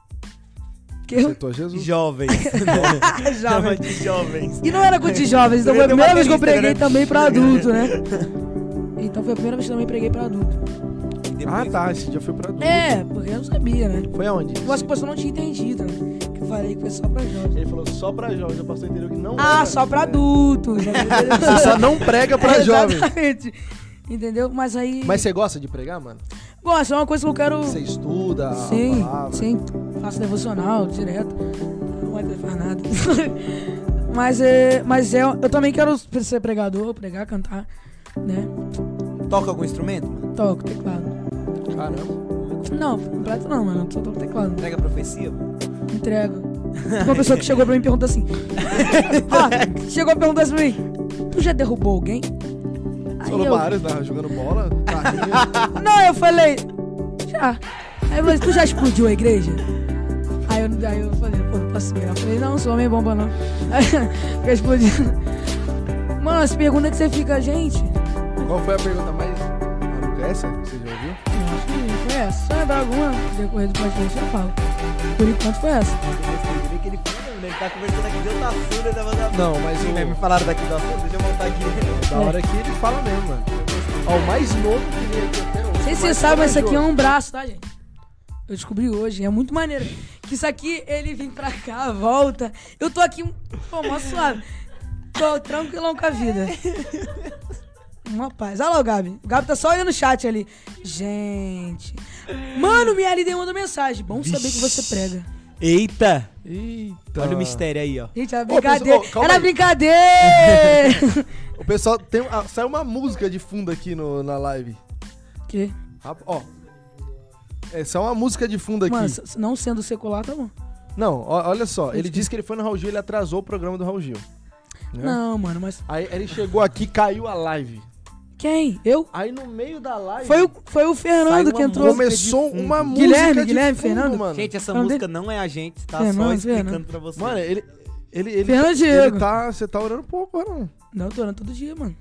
Que eu... Aceitou Jesus? Jovens. Chama de jovens. E não era com de jovens, então foi a Tem primeira vez que eu baterista, preguei né? também pra adulto, né? Então foi a primeira vez que eu também preguei pra adulto. Ah, tá. Esse dia foi pra adulto. É, porque eu não sabia, né? Foi aonde? Eu acho que o pastor não tinha entendido, né? Que eu falei que foi só pra jovens. Ele falou só pra jovens. O pastor entendeu que não Ah, era. só pra adultos. Você só não prega pra jovens. Exatamente. Entendeu? Mas aí... Mas você gosta de pregar, mano? Gosto, é uma coisa que eu quero... Você estuda Sim, a palavra? sim. Faço devocional direto. Não vai faz nada. mas é, mas é, eu também quero ser pregador, pregar, cantar, né? Toca algum instrumento, mano? Toco teclado. Caramba. Não, completo não, mano. Só toco teclado. Pega profecia, mano? Entrego. Tem uma pessoa que chegou pra mim e perguntou assim. Ó, chegou e perguntou assim pra mim. Tu já derrubou alguém? Aí Falou eu, vários, né? Jogando bola, carrinho. não, eu falei, já. Aí eu falei, tu já explodiu a igreja? Aí eu, aí eu falei, pô, não posso virar. Eu falei, não, sou homem bomba não. Aí eu explodi. Mano, essa pergunta que você fica, gente. Qual foi a pergunta mais maluca? Essa? Você já ouviu? Eu acho que foi essa. Se eu lembrar alguma, no decorrer do podcast eu falo. Por enquanto foi essa. Eu vi que ele falou, né? Ele tá conversando aqui, deu tá surdo, ele tá mandando. Não, mas Sim, o- né? Me falaram daqui da surdo, deixa eu voltar aqui. Da hora que ele fala mesmo, mano. Ó, o mais novo que veio aqui até hoje. Não sei se você mais sabe, mas isso aqui é corajoso. um braço, tá, gente? Eu descobri hoje, é muito maneiro. Que isso aqui, ele vem pra cá, volta. Eu tô aqui, pô, mó suave. Tô tranquilão com a vida. Uma paz. Olha lá o Gabi. O Gabi tá só olhando o chat ali. Gente. Mano, minha líder mandou mensagem. Bom saber que você prega. Eita! Eita. Olha o mistério aí, ó. Gente, era Ô, pessoal, brincadeira. ô, calma Era aí. brincadeira. O pessoal tem. Ah, saiu uma música de fundo aqui no, na live. Que? Ah, ó. Essa é uma música de fundo aqui. Mano, s- não sendo secular, tá bom. Não, ó, olha só. Ele disse que ele foi no Raul Gil, ele atrasou o programa do Raul Gil. Né? Não, mano, mas... Aí ele chegou aqui, caiu a live. Quem? Eu? Aí no meio da live... Foi o, foi o Fernando Sai que uma entrou. Começou de fundo. uma Guilherme, música de Guilherme, fundo, Fernando. mano. Gente, essa Não, música de- não é a gente, tá Fernando, só explicando Fernando. pra você. Mano, ele... Ele, ele, Fernando ele Diego. tá... Você tá orando pouco, não. Não, eu tô orando todo dia, mano.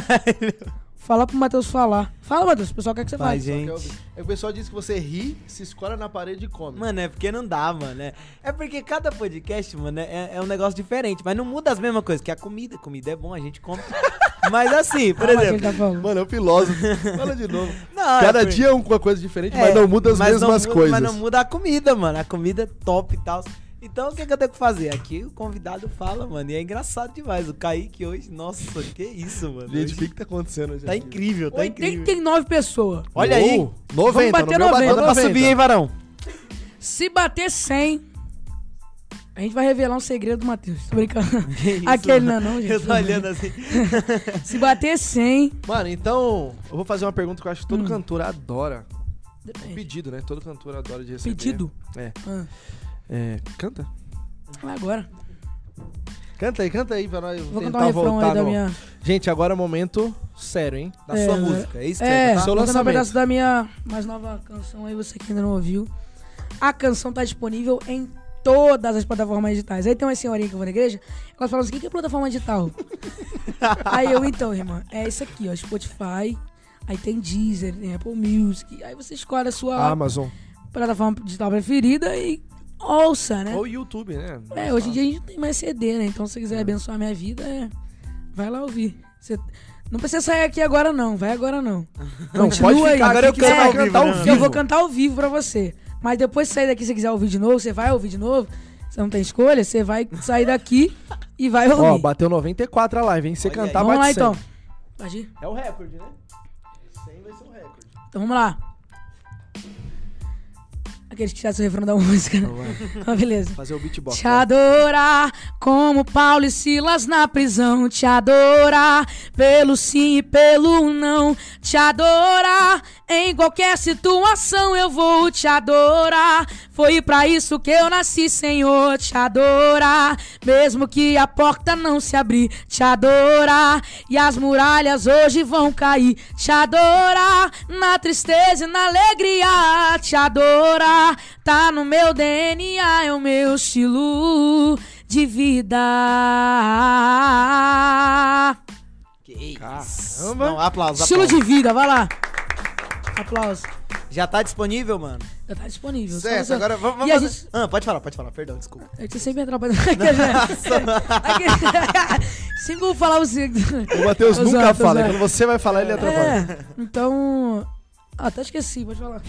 Fala pro Matheus falar. Fala, Matheus, o pessoal quer que você Vai, fale. gente. Aí o pessoal diz que você ri, se escora na parede e come. Mano, é porque não dá, mano. É, é porque cada podcast, mano, é, é um negócio diferente. Mas não muda as mesmas coisas, que a comida. Comida é bom, a gente come. Mas assim, por Fala o que exemplo... ele tá falando. Mano, é um filósofo. Fala de novo. Não, Cada é por- dia é uma coisa diferente, É, mas não muda as mas não mesmas muda- coisas. Mas não muda a comida, mano. A comida é top e tal. Então, o que, que eu tenho que fazer? Aqui o convidado fala, mano. E é engraçado demais. O Kaique hoje, nossa, que isso, mano. Gente, o Hoje que que tá acontecendo hoje tá aqui? incrível, tá incrível. oitenta e nove pessoas. Olha aí. Oh, noventa, bater no meu noventa. bateu Bota pra noventa. subir, hein, varão? Se bater cem, a gente vai revelar um segredo do Matheus. Tô brincando. Que isso, Aquele mano? não, não, gente. Eu tô olhando assim. Se bater cem... Mano, então, eu vou fazer uma pergunta que eu acho que todo Hum. cantor adora. Um Depende. pedido, né? Todo cantor adora de receber. Pedido? É. Ah, É, canta. vai agora. Canta aí, canta aí pra nós Vou cantar tentar um refrão voltar aí da no... minha... Gente, agora é momento sério, hein? Da É, sua né? música, é isso que É, você Seu vou cantar um lançamento. pedaço da minha mais nova canção aí, você que ainda não ouviu. A canção tá disponível em todas as plataformas digitais. Aí tem uma senhorinha que eu vou na igreja, ela fala assim, o que que é plataforma digital? Aí eu, então, irmã, é isso aqui, ó, Spotify, aí tem Deezer, tem Apple Music, aí você escolhe a sua Amazon. plataforma digital preferida e ouça, né? Ou YouTube, né? É, hoje em dia a gente não tem mais C D, né? Então se você quiser abençoar a minha vida, é... vai lá ouvir. Você... Não precisa sair aqui agora não, vai agora não. Não, Continua pode aí. ficar Agora aqui eu que você quero vai ao vivo, cantar ao né? vivo. Eu vou cantar ao vivo pra você. Mas depois de sair daqui, se você quiser ouvir de novo, você vai ouvir de novo. Você não tem escolha, você vai sair daqui e vai ouvir. Ó, bateu noventa e quatro a live, hein? Se você Olha cantar, aí. Vamos lá bate cem. então. Pode ir? É o recorde, né? cem vai ser o recorde. Então vamos lá. Aqueles que esquecem o refrão da música, né? Ah, beleza. Fazer o beatbox. Te adorar como Paulo e Silas na prisão. Te adorar pelo sim e pelo não. Te adorar em qualquer situação. Eu vou te adorar. Foi pra isso que eu nasci, Senhor. Te adorar mesmo que a porta não se abrir. Te adorar e as muralhas hoje vão cair. Te adorar na tristeza e na alegria. Te adorar tá no meu D N A, é o meu estilo de vida. Que isso. Caramba. Não, aplausos, Estilo aplausos. de vida, vai lá. Aplausos. Já tá disponível, mano? Já tá disponível. Só Certo, você- agora vamos, vamos E a fazer... gente- Ah, pode falar, pode falar, perdão, desculpa. É que você sempre atrapalha. Aquele- Sempre vou falar o seguinte. O Matheus Tô nunca zoando, tô fala. zoando. Quando você vai falar, ele atrapalha. É, então... Ah, até esqueci, pode falar.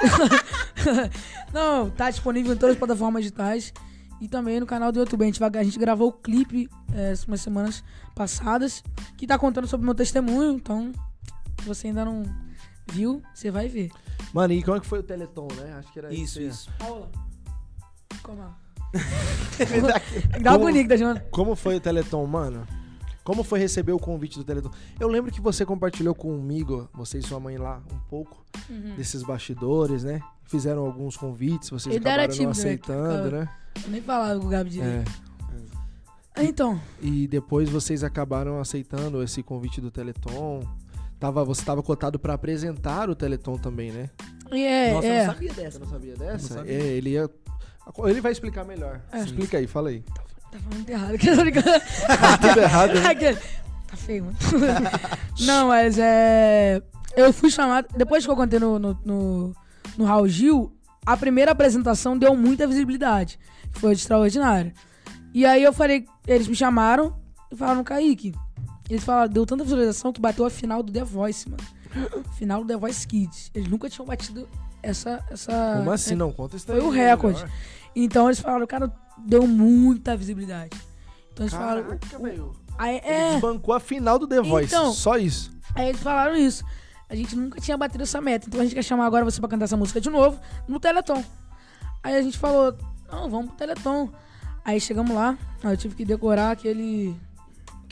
Não, tá disponível em todas as plataformas digitais e também no canal do YouTube. A gente, vai, a gente gravou o clipe é, umas semanas passadas que tá contando sobre o meu testemunho, então se você ainda não viu, você vai ver. Mano, e como é que foi o Teleton, né? Acho que era Isso, aí. isso. Paula, calma. Tá Dá uma Como- bonita, Joana. Como foi o Teleton, mano? Como foi receber o convite do Teleton? Eu lembro que você compartilhou comigo, você e sua mãe lá, um pouco desses bastidores, né? Fizeram alguns convites, vocês Ele era acabaram não tímido, né? aceitando, né? Eu nem falava com o Gabi direito. É. Então, E depois vocês acabaram aceitando esse convite do Teleton. Tava, você estava cotado pra apresentar o Teleton também, né? e é, Nossa, eu é. não sabia dessa. Você não sabia dessa? Não sabia. É, ele ia... Ele vai explicar melhor. É. Explica aí, fala aí. Tá falando errado aqui, tô brincando. Tá tudo errado, né? Aquele- Tá feio, mano. Não, mas é... Eu fui chamado... Depois que eu contei no, no, no, no Raul Gil, a primeira apresentação deu muita visibilidade. Foi extraordinário. E aí eu falei... Eles me chamaram e falaram, Kaique... Eles falaram, deu tanta visualização que bateu a final do The Voice, mano. Final do The Voice Kids. Eles nunca tinham batido essa... essa Como assim? Não, conta isso Foi daí, o recorde. melhor. Então eles falaram, cara, deu muita visibilidade. Então eles falaram... Caraca, velho. Aí, Ele é... desbancou a final do The Voice. Então- Só isso. Aí eles falaram isso. A gente nunca tinha batido essa meta. Então a gente quer chamar agora você pra cantar essa música de novo no Teleton. Aí a gente falou, não, vamos pro Teleton. Aí chegamos lá, aí eu tive que decorar aquele...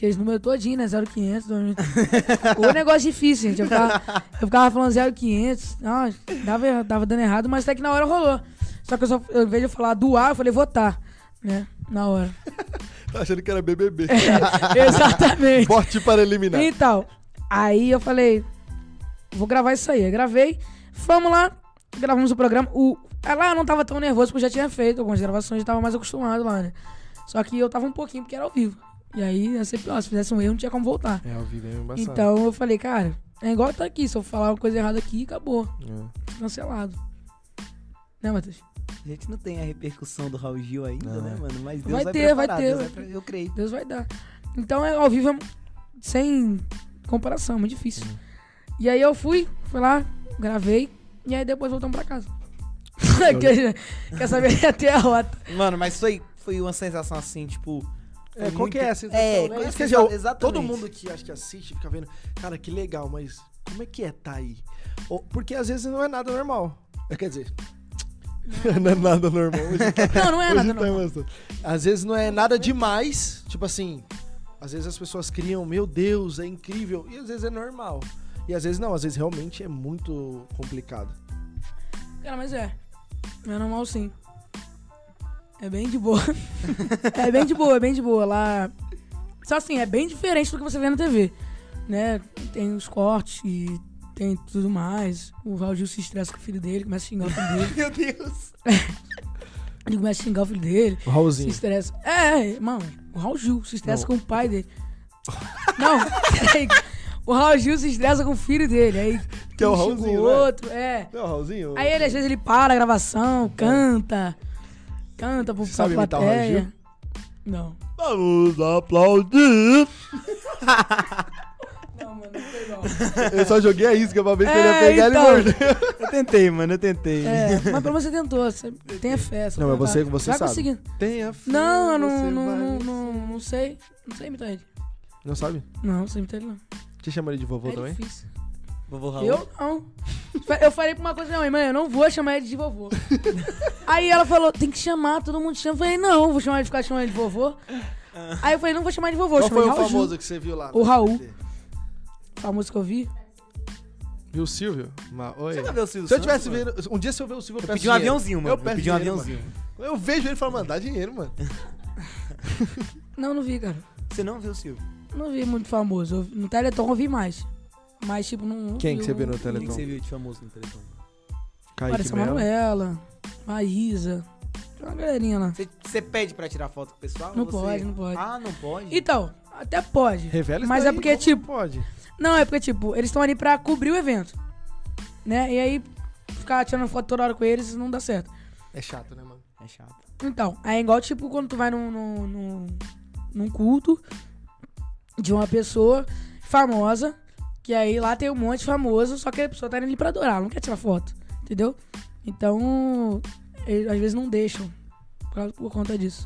aqueles números todinhos, né? zero quinhentos, dois mil. O negócio difícil, gente. Eu ficava, eu ficava falando zero quinhentos. Não, dava, dava dando errado, mas até que na hora rolou. Só que eu só, ao invés de eu falar doar, eu falei votar, né? Na hora. Tá achando que era B B B. É, exatamente. Vote para eliminar. Então, aí eu falei, vou gravar isso aí. Eu gravei, fomos lá, gravamos o programa. O, lá eu não tava tão nervoso, porque eu já tinha feito algumas gravações, já tava mais acostumado lá, né? Só que eu tava um pouquinho, porque era ao vivo. E aí ia ser pior, se fizesse um erro, não tinha como voltar. É, ao vivo é embaçado. Então eu falei, cara, é igual tá aqui, se eu falar uma coisa errada aqui, acabou. É. Cancelado. Né, Matheus? A gente não tem a repercussão do Raul Gil ainda, Não. né, mano? Mas Deus Vai vai, ter, vai preparar, ter, Deus vai vai pre- eu creio. Deus vai dar. Então é ao vivo é sem comparação, muito difícil. Uhum. E aí eu fui, fui lá, gravei, e aí depois voltamos pra casa. quer, quer saber até a rota. Mano, mas foi, foi uma sensação assim, tipo... É, foi qual muito- que é essa sensação, É, né? qual é Isso a quer sensação- dizer, exatamente. todo mundo que acho que assiste fica vendo, cara, que legal, mas como é que é tá aí? Ou- porque às vezes não é nada normal. É, quer dizer, não é nada normal. Hoje tá, Não, não é hoje nada tá normal. emoção. Às vezes não é nada demais, tipo assim, às vezes as pessoas criam, meu Deus, é incrível, e às vezes é normal. E às vezes não, às vezes realmente é muito complicado. Cara, mas é. É normal sim. É bem de boa. É bem de boa, é bem de boa. Lá. Só assim, é bem diferente do que você vê na T V. Né? Tem os cortes e tem tudo mais. O Raul Gil se estressa com o filho dele, começa a xingar o filho dele. Meu Deus. Ele começa a xingar o filho dele. O Se Raulzinho. estressa. É, mano, o Raul Gil se estressa Não. com o pai dele. Não, peraí. O Raul Gil se estressa com o filho dele. Aí Que é o um xinga Raulzinho, o né? outro, é. Não, Raulzinho. Aí ele, às vezes, ele para a gravação, canta. Canta pro Você sabe pra imitar o Raul plateia. Gil? Não. Vamos aplaudir. Não, mano, não foi não. Eu só joguei a isca pra ver se É, ele ia pegar então. ele morder. Eu tentei, mano, eu tentei. É, mas pelo menos você tentou. Você tenha fé. Não, mas você, você vai sabe. conseguir. Tenha fé, Não, eu não, você não, vai não, vencer. não, não sei. Não sei imitar ele. Não sabe? Não, não sei imitar ele, não. Te chama ele de vovô É também? difícil. Vovô Raul. Eu não. Eu falei pra uma coisa, minha mãe, mãe, eu não vou chamar ele de vovô. Aí ela falou, tem que chamar, todo mundo chama. Eu falei, não, vou chamar ele de ficar chamando ele de vovô. Aí eu falei, não vou chamar de vovô, Qual chamar foi de o Raul Gil. famoso que você viu lá? O Raul. A música que eu vi. Viu o Silvio? Ma- Oi. Você vai ver o Silvio Se eu Santos, tivesse mano? vendo... Um dia se eu ver o Silvio, eu Eu peço pedi um dinheiro. aviãozinho, mano. Eu Eu peço pedi um dinheiro, aviãozinho. mano. Eu vejo ele e falo, mano, dá dinheiro, mano. Não, não vi, cara. Você não viu o Silvio? Não vi muito famoso. Eu- no Teleton eu vi mais. Mas, tipo, não. não Quem vi que você o- vê no Quem que Teleton? você viu de famoso no Teleton? Kaique Parece a Melo. Manuela, Maísa. Tem uma galerinha lá. Você, você pede pra tirar foto com o pessoal? Não ou você- pode, não pode. Ah, não pode? Então, até pode. Revela isso Mas daí, é porque, como tipo. não pode. Não, é porque, tipo, eles estão ali pra cobrir o evento. Né? E aí, ficar tirando foto toda hora com eles não dá certo. É chato, né, mano? É chato. Então, é igual, tipo, quando tu vai num, num, num, num culto de uma pessoa famosa, que aí lá tem um monte de famoso, só que a pessoa tá indo ali pra adorar, ela não quer tirar foto, entendeu? Então, eles, às vezes não deixam por, causa- por conta disso.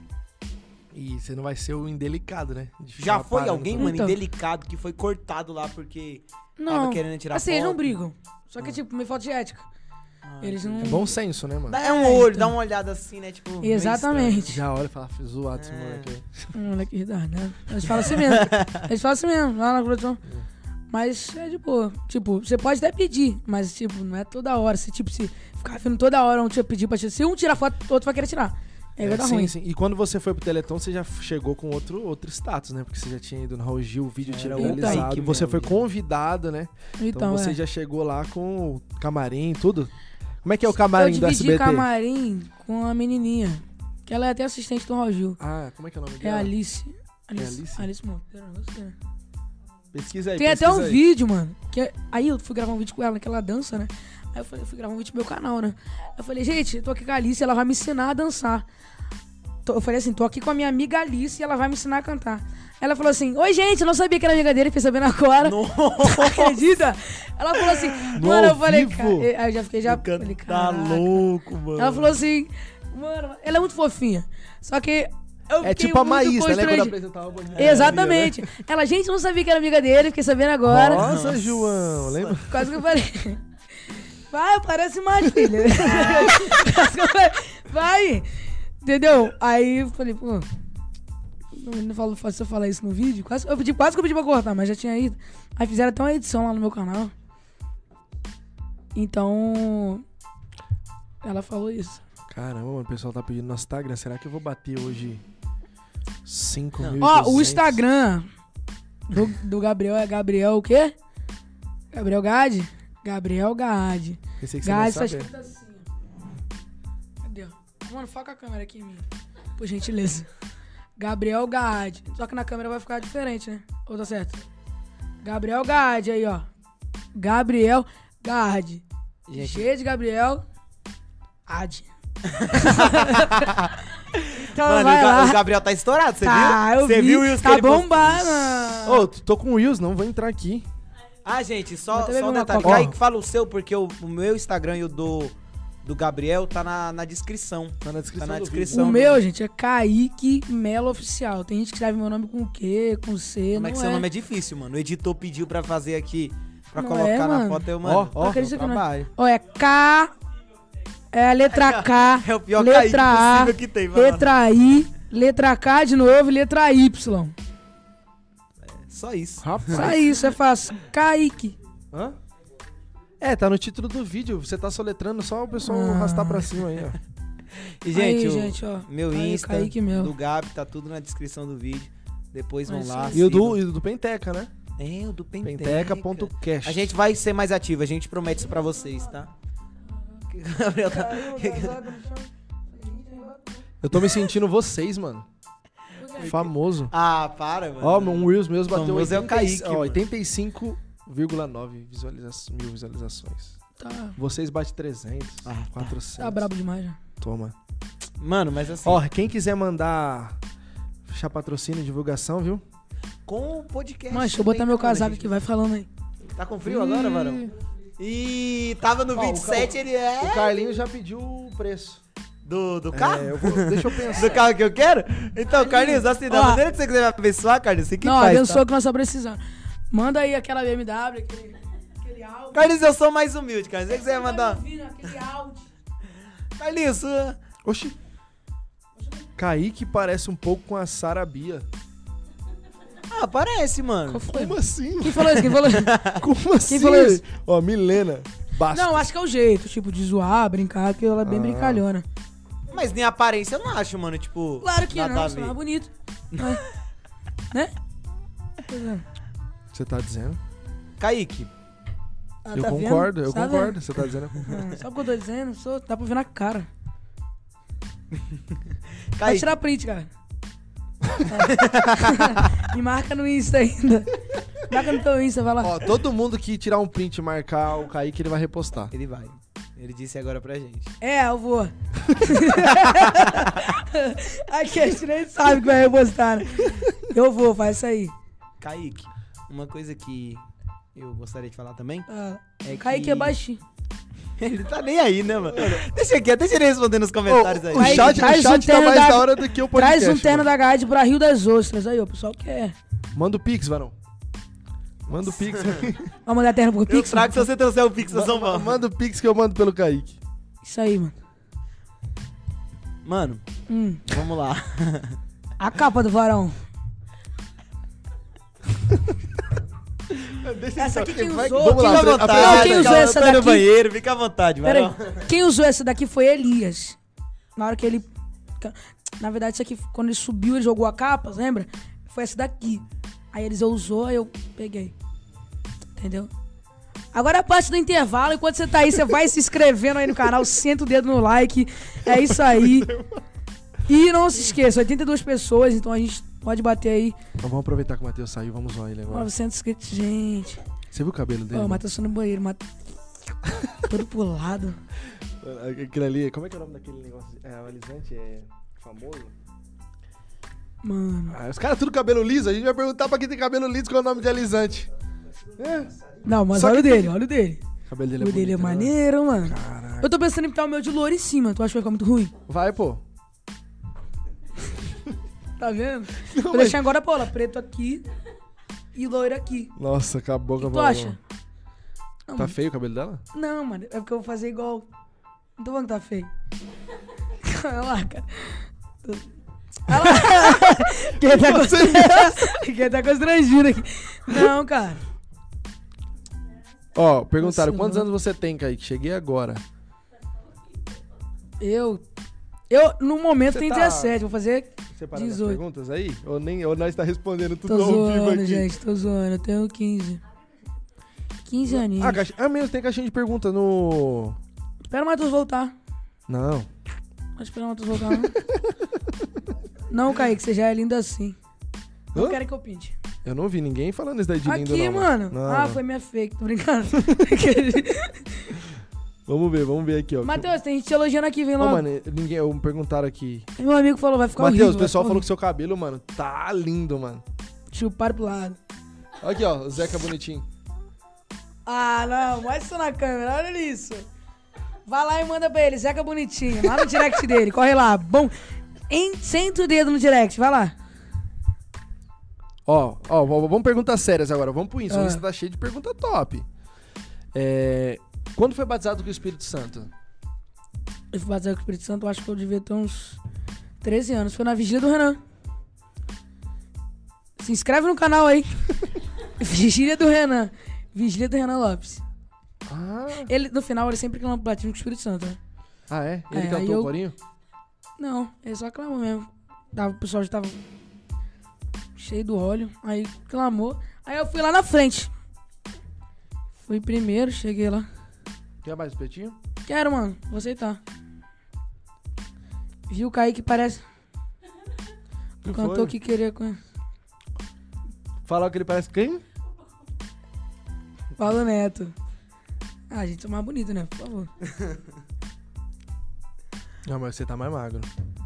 E você não vai ser o indelicado, né? De ficar Já foi parando alguém, pra- mano, Então. indelicado que foi cortado lá porque Não, tava querendo tirar assim, foto? eles não brigam. Só que, tipo, meio falta de ética. Ah, Eles não... É bom senso, né, mano? Dá é um É, olho, então. dá uma olhada assim, né? Tipo, meio Exatamente. Já olha e fala, zoado esse É. moleque aí. Hum, Moleque, dá, né? Eles falam assim mesmo. Eles falam assim mesmo, lá na produção. Mas é de boa. Tipo, você pode até pedir, mas, tipo, não é toda hora. Se, tipo, se ficar vendo toda hora um te pedir pra tirar. Se um tirar foto, o outro vai querer tirar. Aí vai dar sim, ruim. sim. E quando você foi pro Teleton, você já chegou com outro, outro status, né? Porque você já tinha ido no Raul Gil, o vídeo Já tinha era outro viralizado. pique Você mesmo, foi já. convidado, né? Então, Então, você é. já chegou lá com o camarim e tudo. Como é que é o Eu camarim do S dividi B T? camarim com a menininha. Que ela é até assistente do Raul Gil. Ah, como é que é o nome É dela? a Alice. Alice, Alice? Alice Monteiro, não sei. Pesquisa aí, Tem até pesquisa um aí. vídeo, mano. Que é- aí eu fui gravar um vídeo com ela, que ela dança, né? Aí eu falei, eu fui gravar um vídeo pro meu canal, né? Eu falei, gente, eu tô aqui com a Alice, ela vai me ensinar a dançar. Tô- Eu falei assim, tô aqui com a minha amiga Alice e ela vai me ensinar a cantar. Ela falou assim, oi gente, eu não sabia que era amiga dele, fiquei sabendo agora. Nossa, Acredita? Ela falou assim, No mano, eu ao falei, vivo? cara, aí eu já fiquei, já falei, tá caraca. louco, mano. Ela falou assim, mano, ela é muito fofinha. Só que eu É fiquei tipo a muito Maísa, né? Quando constrangido. apresentava a bandeira. Exatamente. Ela, gente, eu não sabia que era amiga dele, fiquei sabendo agora. Nossa, João, lembra? Quase que eu falei. Vai, parece mais, filha. Quase que eu falei, vai. Entendeu? Aí eu falei, pô. Não falo, se eu falar isso no vídeo. Quase, eu pedi, quase que eu pedi pra cortar, mas já tinha ido. Aí fizeram até uma edição lá no meu canal. Então. Ela falou isso. Caramba, mano, o pessoal tá pedindo no Instagram. Será que eu vou bater hoje cinco mil? Ó, o Instagram do, do Gabriel é Gabriel o quê? Gabriel Gade? Gabriel Gade. Pensei que você Gade não tá saber. escrito assim, ó. Cadê, ó? Mano, foca a câmera aqui em mim. Por gentileza. Gabriel Gade. Só que na câmera vai ficar diferente, né? Ou tá certo? Gabriel Gade aí, ó. Gabriel Gade. Gente. G de Gabriel. Ad. Então Mano, vai o, Ga- lá. o Gabriel tá estourado, você Tá, viu? eu Você vi. viu o Wilson que Tá ele postou? bombando. Ô, tô com o Wills, não vou entrar aqui. Ah, gente, só, Vou até beber só um uma detalhe. Coca. Kaique, fala o seu, porque o, o meu Instagram e o do, do Gabriel tá na, na descrição. Tá na descrição. Tá na do descrição. O do- meu, gente, é Kaique Melo Oficial. Tem gente que escreve meu nome com Q, com C, Como não é que é. seu nome é difícil, mano? O editor pediu pra fazer aqui, pra Não colocar é, na mano. foto, eu, Ó, mano. ó, acredito que não é. trabalho. Ó, é K, é a letra K, É o pior Kaique letra A, possível que tem, vai lá. letra I, letra K de novo, letra Y. Só isso. Rapaz. Só isso, é fácil. Kaique. Hã? É, tá no título do vídeo. Você tá soletrando, só o pessoal Ah. arrastar pra cima aí, ó. E, gente, Aí, o gente, ó. meu Aí, Insta, Kaique Melo. do Gabi, tá tudo na descrição do vídeo. Depois vão Mas lá. sim. E o do, sigam. e o do Penteca, né? É, o do Penteca. Penteca.cash. A gente vai ser mais ativo, a gente promete isso pra vocês, tá? O Gabriel tá... Eu tô me sentindo vocês, mano. Famoso. Ah, para, mano. Ó, um Reels meus bateu Famoso é o Kaique, ó, mano. oitenta e cinco vírgula nove visualiza mil visualizações. Tá, Vocês batem trezentos, Ah, tá. quatrocentos. tá brabo demais, já. Toma. Mano, mas assim, Ó, quem quiser mandar fechar patrocínio, divulgação, viu? com o podcast... Mano, deixa eu também, botar meu né, mano? casaco A gente- aqui, vai falando aí. Tá com frio agora, Varão? E tava no Ó, o vinte e sete, ele é... O Carlinhos já pediu o preço. Do, do carro? É, eu vou, deixa eu pensar. Do carro que eu quero? Então, Carlinhos, assim, da Ó. maneira que você quiser me abençoar, Carlinhos, você que Não, faz, abençoa tá? que nós só precisamos. Manda aí aquela B M W, aquele, aquele áudio. Carlinhos, eu sou mais humilde, Carlinhos. Se você quiser Tá mandar... me ouvindo, aquele áudio. Carlinhos, uh, Oxi. Kaique parece um pouco com a Sara Bia. ah, parece, mano. Qual foi? Como assim? Quem falou isso? Quem falou isso? Como assim? falou isso? Ó, Milena. Bastos. Não, acho que é o jeito, tipo, de zoar, brincar, porque ela é bem Ah. brincalhona. Mas nem aparência eu não acho, mano, tipo... Claro que nada não, a você é ver. mais bonito. Mas, né? Pois é. Você tá dizendo? Kaique, Ah, eu tá vendo? concordo, eu Tá concordo. vendo? Você tá dizendo? Ah, sabe o que eu tô dizendo? Sou, dá pra ver na cara. Vai Kaique, tirar print, cara. Tá. Me marca no Insta ainda. Marca no teu Insta, vai lá. Ó, todo mundo que tirar um print e marcar o Kaique, ele vai repostar. ele vai. Ele disse agora pra gente. É, eu vou. Aqui a gente nem sabe que vai repostar, né? Eu vou, faz isso aí. Kaique, uma coisa que eu gostaria de falar também Ah, é Kaique que... é baixinho. Ele tá nem aí, né, mano? Deixa aqui, deixa ele responder nos comentários Ô, aí. o Aí, chat, o traz um chat tá terno mais da- da hora do que o podcast. Traz um terno mano. da Guide pra Rio das Ostras. Aí, ó, o pessoal quer. Manda o Pix, varão. Manda o Pix. Vamos mandar terno pro Eu Pix? trago se você trouxer o Pix, nós Ma- vamos ma- falar. Manda o Pix que eu mando pelo Kaique. Isso aí, mano. Mano, Hum. vamos lá. A capa do varão. Essa aqui quem Vai- usou? vamos quem lá, Fica à apre- vontade. Não, quem usou calma, essa eu tô no daqui- banheiro, fica à vontade, vai Pera lá. aí. Quem usou essa daqui foi Elias. Na hora que ele... Na verdade, isso aqui, quando ele subiu, ele jogou a capa, lembra? Foi essa daqui. Aí eles usou, aí eu peguei. Entendeu? Agora a parte do intervalo, enquanto você tá aí, você vai se inscrevendo aí no canal, senta o dedo no like. É isso aí. E não se esqueça, oitenta e duas pessoas, então a gente pode bater aí Então vamos aproveitar que o Matheus saiu, vamos zoar ele agora. novecentos inscritos. Gente. Você viu o cabelo dele? Ó, o Matheus tá no banheiro, Mate... todo pulado. Aquele ali, como é que é o nome daquele negócio? É, o alisante é famoso? Mano. Ah, os caras tudo cabelo liso, a gente vai perguntar pra quem tem cabelo liso qual é o nome de alisante. É. Não, mas Só olha o que dele, olha o dele. O cabelo dele O é dele é bonito, né? maneiro, mano. Caraca. Eu tô pensando em pintar o meu de louro em cima. Tu acha que vai ficar muito ruim? Vai, pô. Tá vendo? Não, Vou mas- deixar agora, pô, preto aqui e loiro aqui. Nossa, acabou O com a que tu bola. acha? Não, Tá mano. feio o cabelo dela? Não, mano, é porque eu vou fazer igual. Não tô falando que tá feio. Olha lá, cara. Quem tá, constrangido... Quem tá constrangido aqui. Não, cara. Ó, perguntaram, Nossa, quantos não. anos você tem, Kaique? Cheguei agora. Eu... Eu, no momento, Você tenho tá- dezessete. Vou fazer... Separando as dezoito. perguntas aí? Ou, nem, ou nós tá respondendo tudo Tô ao vivo zoando, aqui? gente. Tô zoando. Eu tenho quinze. quinze aninhos. Ah, caixa... ah, mesmo, tem caixinha de pergunta no... Espera o Matheus voltar. Não. Vai esperar o Matheus voltar, não? Não, Kaique, você já é lindo assim. Não Hã? querem que eu pinte. Eu não vi ninguém falando isso daí de lindo, Aqui, não. mano. Não, ah, não. foi minha fake. Tô brincando. Vamos ver, vamos ver aqui, ó. Matheus, tem gente te elogiando aqui. Vem Ô, logo. mano, ninguém... Me perguntaram aqui. Meu amigo falou, vai ficar horrível. Matheus, o vai pessoal ficar falou que seu cabelo, mano, tá lindo, mano. horrível. Chupar pro lado. Aqui, ó, o Zeca bonitinho. Ah, não. Mostra isso na câmera. Olha isso. Vai lá e manda pra ele. Zeca bonitinho. Lá no direct dele. Corre lá. Bom. Em... Senta o dedo no direct. Vai lá. Ó, ó, v- vamos perguntas sérias agora. Vamos pro Insta. Ah. O Insta tá cheio de pergunta top. É... Quando foi batizado com o Espírito Santo? Eu fui batizado com o Espírito Santo, eu acho que eu devia ter uns treze anos. Foi na vigília do Renan. Se inscreve no canal aí. Vigília do Renan. Vigília do Renan Lopes. Ah, Ele, no final, ele sempre clamou batismo com o Espírito Santo, né? ah é? Ele É, aí cantou eu- o corinho? Não, ele só clamou mesmo. Tava, o pessoal já tava cheio do óleo. Aí clamou. Aí eu fui lá na frente. Fui primeiro, cheguei lá. Quer mais um petinho? Quero, mano. Vou aceitar. Viu o Kaique, parece. Que Cantou foi? que queria com. Falar que ele parece quem? Paulo Neto. Ah, a gente é mais bonito, né? Por favor. Não, mas você tá mais magro.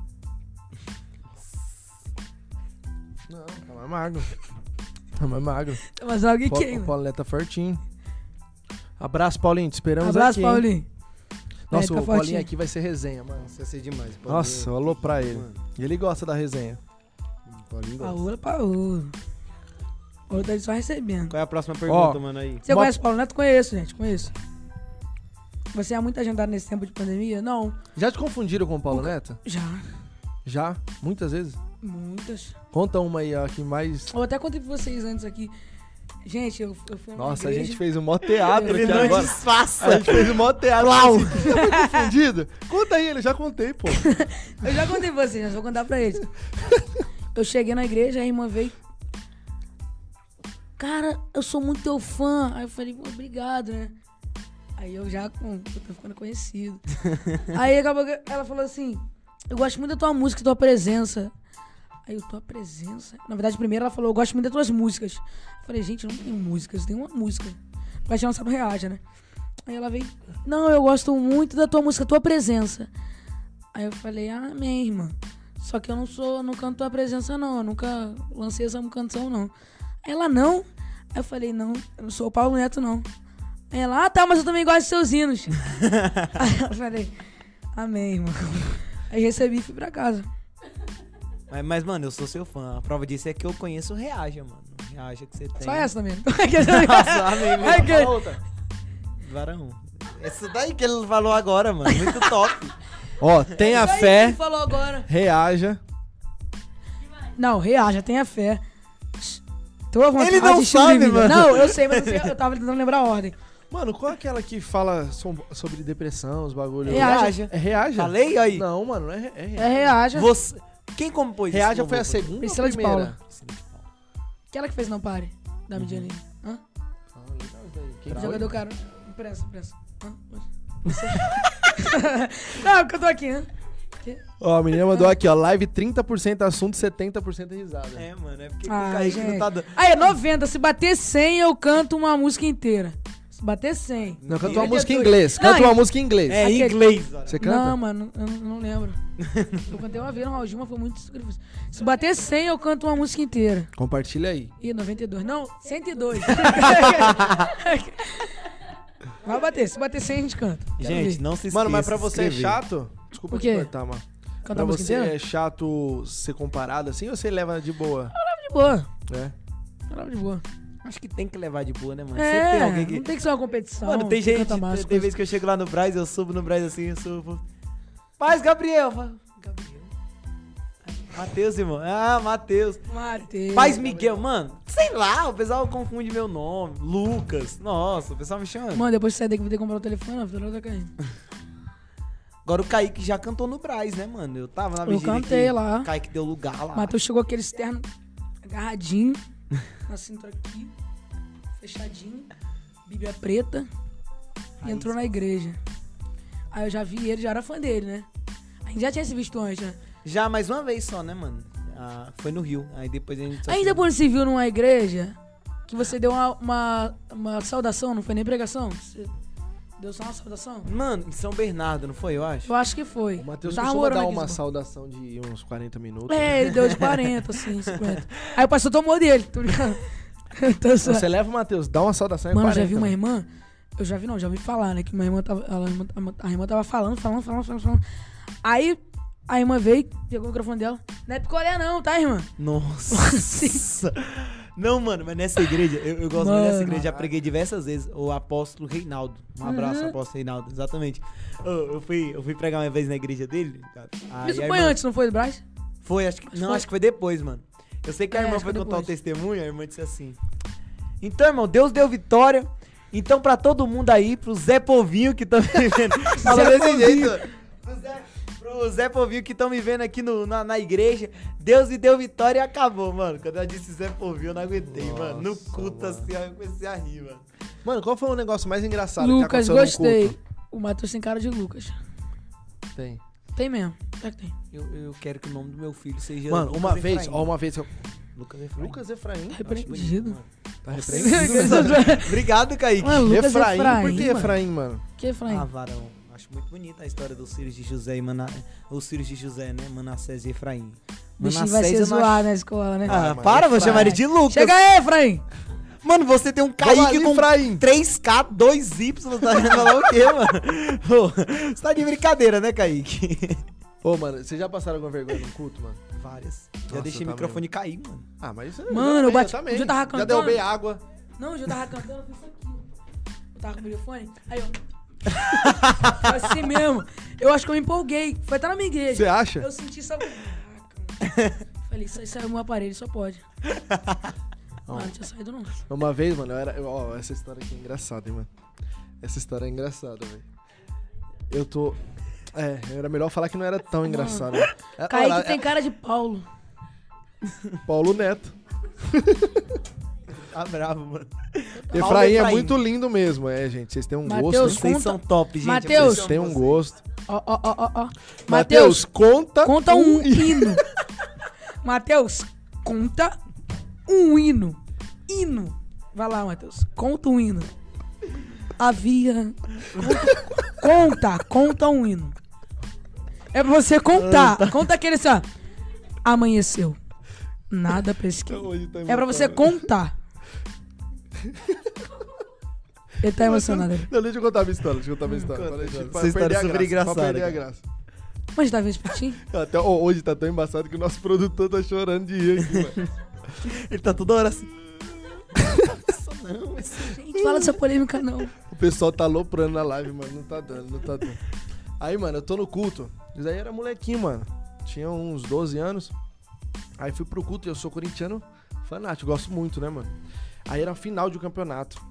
Não, tá mais magro. Tá mais magro. Mas alguém Pa- quem? o mano? Paulo Neto tá fortinho. Abraço, Paulinho. Te esperamos Abraço, aqui. hein? Paulinho. Nossa, É, tá o Paulinho fortinho. aqui vai ser resenha, mano. Nossa, ia ser demais. Paulinho. Nossa, alô pra ele. Mano, E ele gosta da resenha. Paulinho gosta. Paulo, Paulo. Paulo tá só recebendo. Qual é a próxima pergunta, Ó, mano, aí? Você Bota- conhece o Paulo Neto? Conheço, gente. Conheço. Você é muito agendado nesse tempo de pandemia? Não. Já te confundiram com o Paulo Neto? Já. Já? Muitas vezes? Muitas. Conta uma aí, ó, que mais... Eu até contei pra vocês antes aqui. Gente, eu, eu fui numa Nossa, a igreja. gente fez um mó teatro Ele aqui não agora. disfarça. A gente fez um mó teatro. Lau! Você foi confundido? Conta aí, ele já contei, pô. Eu já contei pra vocês, mas vou contar pra eles. Eu cheguei na igreja, a irmã veio. Cara, eu sou muito teu fã. Aí eu falei, pô, obrigado, né? Aí eu já com, eu tô ficando conhecido. Aí acabou que ela falou assim: eu gosto muito da tua música e tua presença. Aí eu, tua presença? Na verdade, primeiro ela falou: eu gosto muito das tuas músicas. Eu falei: gente, eu não tenho músicas, tem uma música. Vai te lançar no Reaja, né? Aí ela veio: não, eu gosto muito da tua música, tua presença. Aí eu falei: ah, amém, irmã. Só que eu não sou, não canto tua presença, não. Eu nunca lancei essa canção, não. Aí ela: não. Aí eu falei: não, eu não sou o Paulo Neto, não. Aí ela: ah, tá, mas eu também gosto de seus hinos. Aí eu falei: amém, irmão. Aí recebi e fui pra casa. Mas, mas, mano, eu sou seu fã. A prova disso é que eu conheço o Reaja, mano. O Reaja que você tem. Só essa também. Nossa, amém, meu. Ai, que- Fala outra. Varão. Essa daí que ele falou agora, mano. Muito top. Ó, tenha Isso aí que fé, ele falou agora. reaja. Não, reaja, tenha fé. Tô à vontade, Ele não estilo de sabe, vida. mano. Não, eu sei, mas eu tava tentando lembrar a ordem. Mano, qual é aquela que fala som- sobre depressão, os bagulhos? Reaja. É reaja? Falei aí? Não, mano, não é, re- é reaja. É reaja. Você... Quem compôs Reaja esse foi a louvor? segunda Priscila ou de a primeira? Paula. Aquela que fez Não Pare, da Uhum. Midianine. Hã? Ah, legal isso daí. Quem foi? Jogador caro. Imprensa, imprensa. Hã? Você? Não, porque eu tô aqui, né? Ó, a menina mandou aqui, ó, live trinta por cento assunto, setenta por cento risada. É, mano, é porque Ah, o Kaique não gente. tá dando. Aí, noventa. Se bater cem, eu canto uma música inteira. Se bater cem. Não, canta uma Ele música em é doido. inglês. Não, Canta uma e- música em inglês. É, em Aquele- inglês. olha. Você canta? Não, mano, eu não, não lembro. Eu cantei uma vez no Raul Gil, mas foi muito difícil. Se bater cem, eu canto uma música inteira. Compartilha aí. Ih, noventa e dois. Não, cento e dois. Vai bater. Se bater cem, a gente canta. Quero Gente, ver. não se esqueça. Mano, mas pra de você é inscrever. chato? Desculpa O te quê? cortar, mano. Cantar Pra a música você inteira? é chato ser comparado assim ou você leva de boa? De boa. É. Leva de boa. Acho que tem que levar de boa, né, mano? Sempre É, tem alguém que. não tem que ser uma competição. Mano, tem que gente. canta mais Tem, tem coisas. vezes que eu chego lá no Braz, eu subo no Braz assim, eu subo. Paz, Gabriel. Eu falo, Gabriel. Matheus, irmão. Ah, Matheus. Matheus. Paz Miguel, mano. Sei lá, o pessoal confunde meu nome. Lucas. Nossa, o pessoal me chama. Mano, depois que sair daqui, vou ter que comprar o telefone, não, filho, tá caindo. Agora o Kaique já cantou no Brás, né, mano? Eu tava na Eu vigília cantei que lá. O Kaique deu lugar lá. Matheus chegou aquele externo agarradinho, na cintura aqui, fechadinho, bíblia preta, e Aí entrou na igreja. Aí eu já vi ele, já era fã dele, né? A gente já tinha se visto antes, né? Já mais uma vez só, né, mano? Ah, foi no Rio. Aí depois a gente só Ainda se- quando se viu numa igreja, que você deu uma, uma, uma saudação, não foi nem pregação? Você deu só uma saudação? Mano, em São Bernardo, não foi, eu acho? Eu acho que foi. O Matheus Eu tava costuma morando dar aqui em uma São saudação de uns quarenta minutos. Paulo. né? É, ele deu de quarenta, assim, cinquenta. Aí o pastor tomou dele, tô ligado? Então, só- Você leva o Matheus, dá uma saudação em Mano, eu quarenta. já vi uma irmã. Eu já vi, não, já vi falar, né? Que uma irmã tava. Ela, a irmã tava falando, falando, falando, falando, falando. Aí a irmã veio, pegou o microfone dela. Não é picolé, não, tá, irmã? Nossa. Não, mano, mas nessa igreja, eu, eu gosto muito Mano. dessa igreja, já preguei diversas vezes. O apóstolo Reinaldo. Um abraço, Uhum. apóstolo Reinaldo, exatamente. Eu, eu fui, eu fui pregar uma vez na igreja dele. Cara. Aí Isso a foi irmã- antes, não foi, do Braz? Foi, acho que. Acho não, foi. acho que foi depois, mano. Eu sei que a É, irmã acho foi que contar o depois. testemunho, a irmã disse assim. Então, irmão, Deus deu vitória. Então, pra todo mundo aí, pro Zé Povinho que tá me vendo. Fala Zé desse Povinho. jeito. Pro Zé, pro Zé Povinho que estão me vendo aqui no, na, na igreja. Deus me deu vitória e acabou, mano. Quando eu disse Zé Povinho, eu não aguentei, Nossa, mano. No culto, mano. assim, eu comecei a rir, mano. Mano, qual foi o negócio mais engraçado Lucas, que aconteceu no gostei. culto? O Matheus tem cara de Lucas. Tem. Tem mesmo. É que tem. Eu, eu quero que o nome do meu filho seja. Mano, Lucas uma vez, Efraim. ó, uma vez... eu- Lucas Efraim. Lucas Efraim? Tá Acho bonito, repreendido. mano. Tá repreendido. Obrigado, Kaique. Mano, Lucas Efraim, Efraim. por que mano. Efraim, mano? Que Efraim? Ah, varão. Acho muito bonita a história dos filhos de José e Mana... Os filhos de José, né? Manassés e Efraim. O bichinho vai Manassés ser eu não zoado acho- na escola, né? Ah, mano, para, vou Efraim. chamar ele de Lucas. Chega aí, Efraim! Mano, você tem um Vamos Kaique ali, com Efraim. três K, dois Y, tá querendo falar o quê, mano? Pô, você tá de brincadeira, né, Kaique? Ô, mano, vocês já passaram alguma vergonha no culto, mano? Várias. Já Nossa, deixei o tá microfone cair, mano. Ah, mas isso... Mano, eu também, bati- também. eu tava Já cantando. derrubei água. Não, eu tava cantando, eu fiz isso aqui. ó. Eu tava com o microfone, aí eu... Foi assim mesmo. Eu acho que eu me empolguei. Foi até na minha igreja. Você acha? Eu senti só... Caraca, mano. Falei, isso aí saiu do meu aparelho, só pode. Ah, não tinha saído não. Uma vez, mano, eu era... eu- Ó, essa história aqui é engraçada, hein, mano. Essa história é engraçada, velho. Eu tô... É, era melhor falar que não era tão engraçado. né? É, Kaique olha, tem é- cara de Paulo. Paulo Neto. Tá bravo, mano. Efraim é Efraim. muito lindo mesmo, é, gente. Vocês têm um Mateus, gosto. hein? Vocês Conta- são top, gente. Mateus. eu Vocês têm um amo vocês. gosto. Ó, ó, ó, ó, ó. Matheus, Matheus, conta. conta um hino. Matheus, conta um hino. Hino. Vai lá, Matheus. Conta um hino. Havia. Conta, conta, conta um hino. É pra você contar. Conta aquele assim, ó. Amanheceu. Nada pesquisa. Hoje tá É pra você contar. Ele tá emocionado ali. Não, deixa eu contar a minha história. Deixa eu contar a minha história. Conta, pra deixar- conta. pra Essa história perder a é super graça, engraçada, Pra perder a cara. graça. Mas tá vendo esse pitinho? Até, ó, hoje tá tão embaçado que o nosso produtor tá chorando de rir aqui, mano. Ele tá toda hora assim. Isso não, isso Gente, fala dessa polêmica não. O pessoal tá aloprando na live, mano. Não tá dando, não tá dando. Aí, mano, eu tô no culto. Isso aí era molequinho, mano. Tinha uns doze anos. Aí fui pro culto e eu sou corintiano fanático. Gosto muito, né, mano? Aí era a final de um campeonato.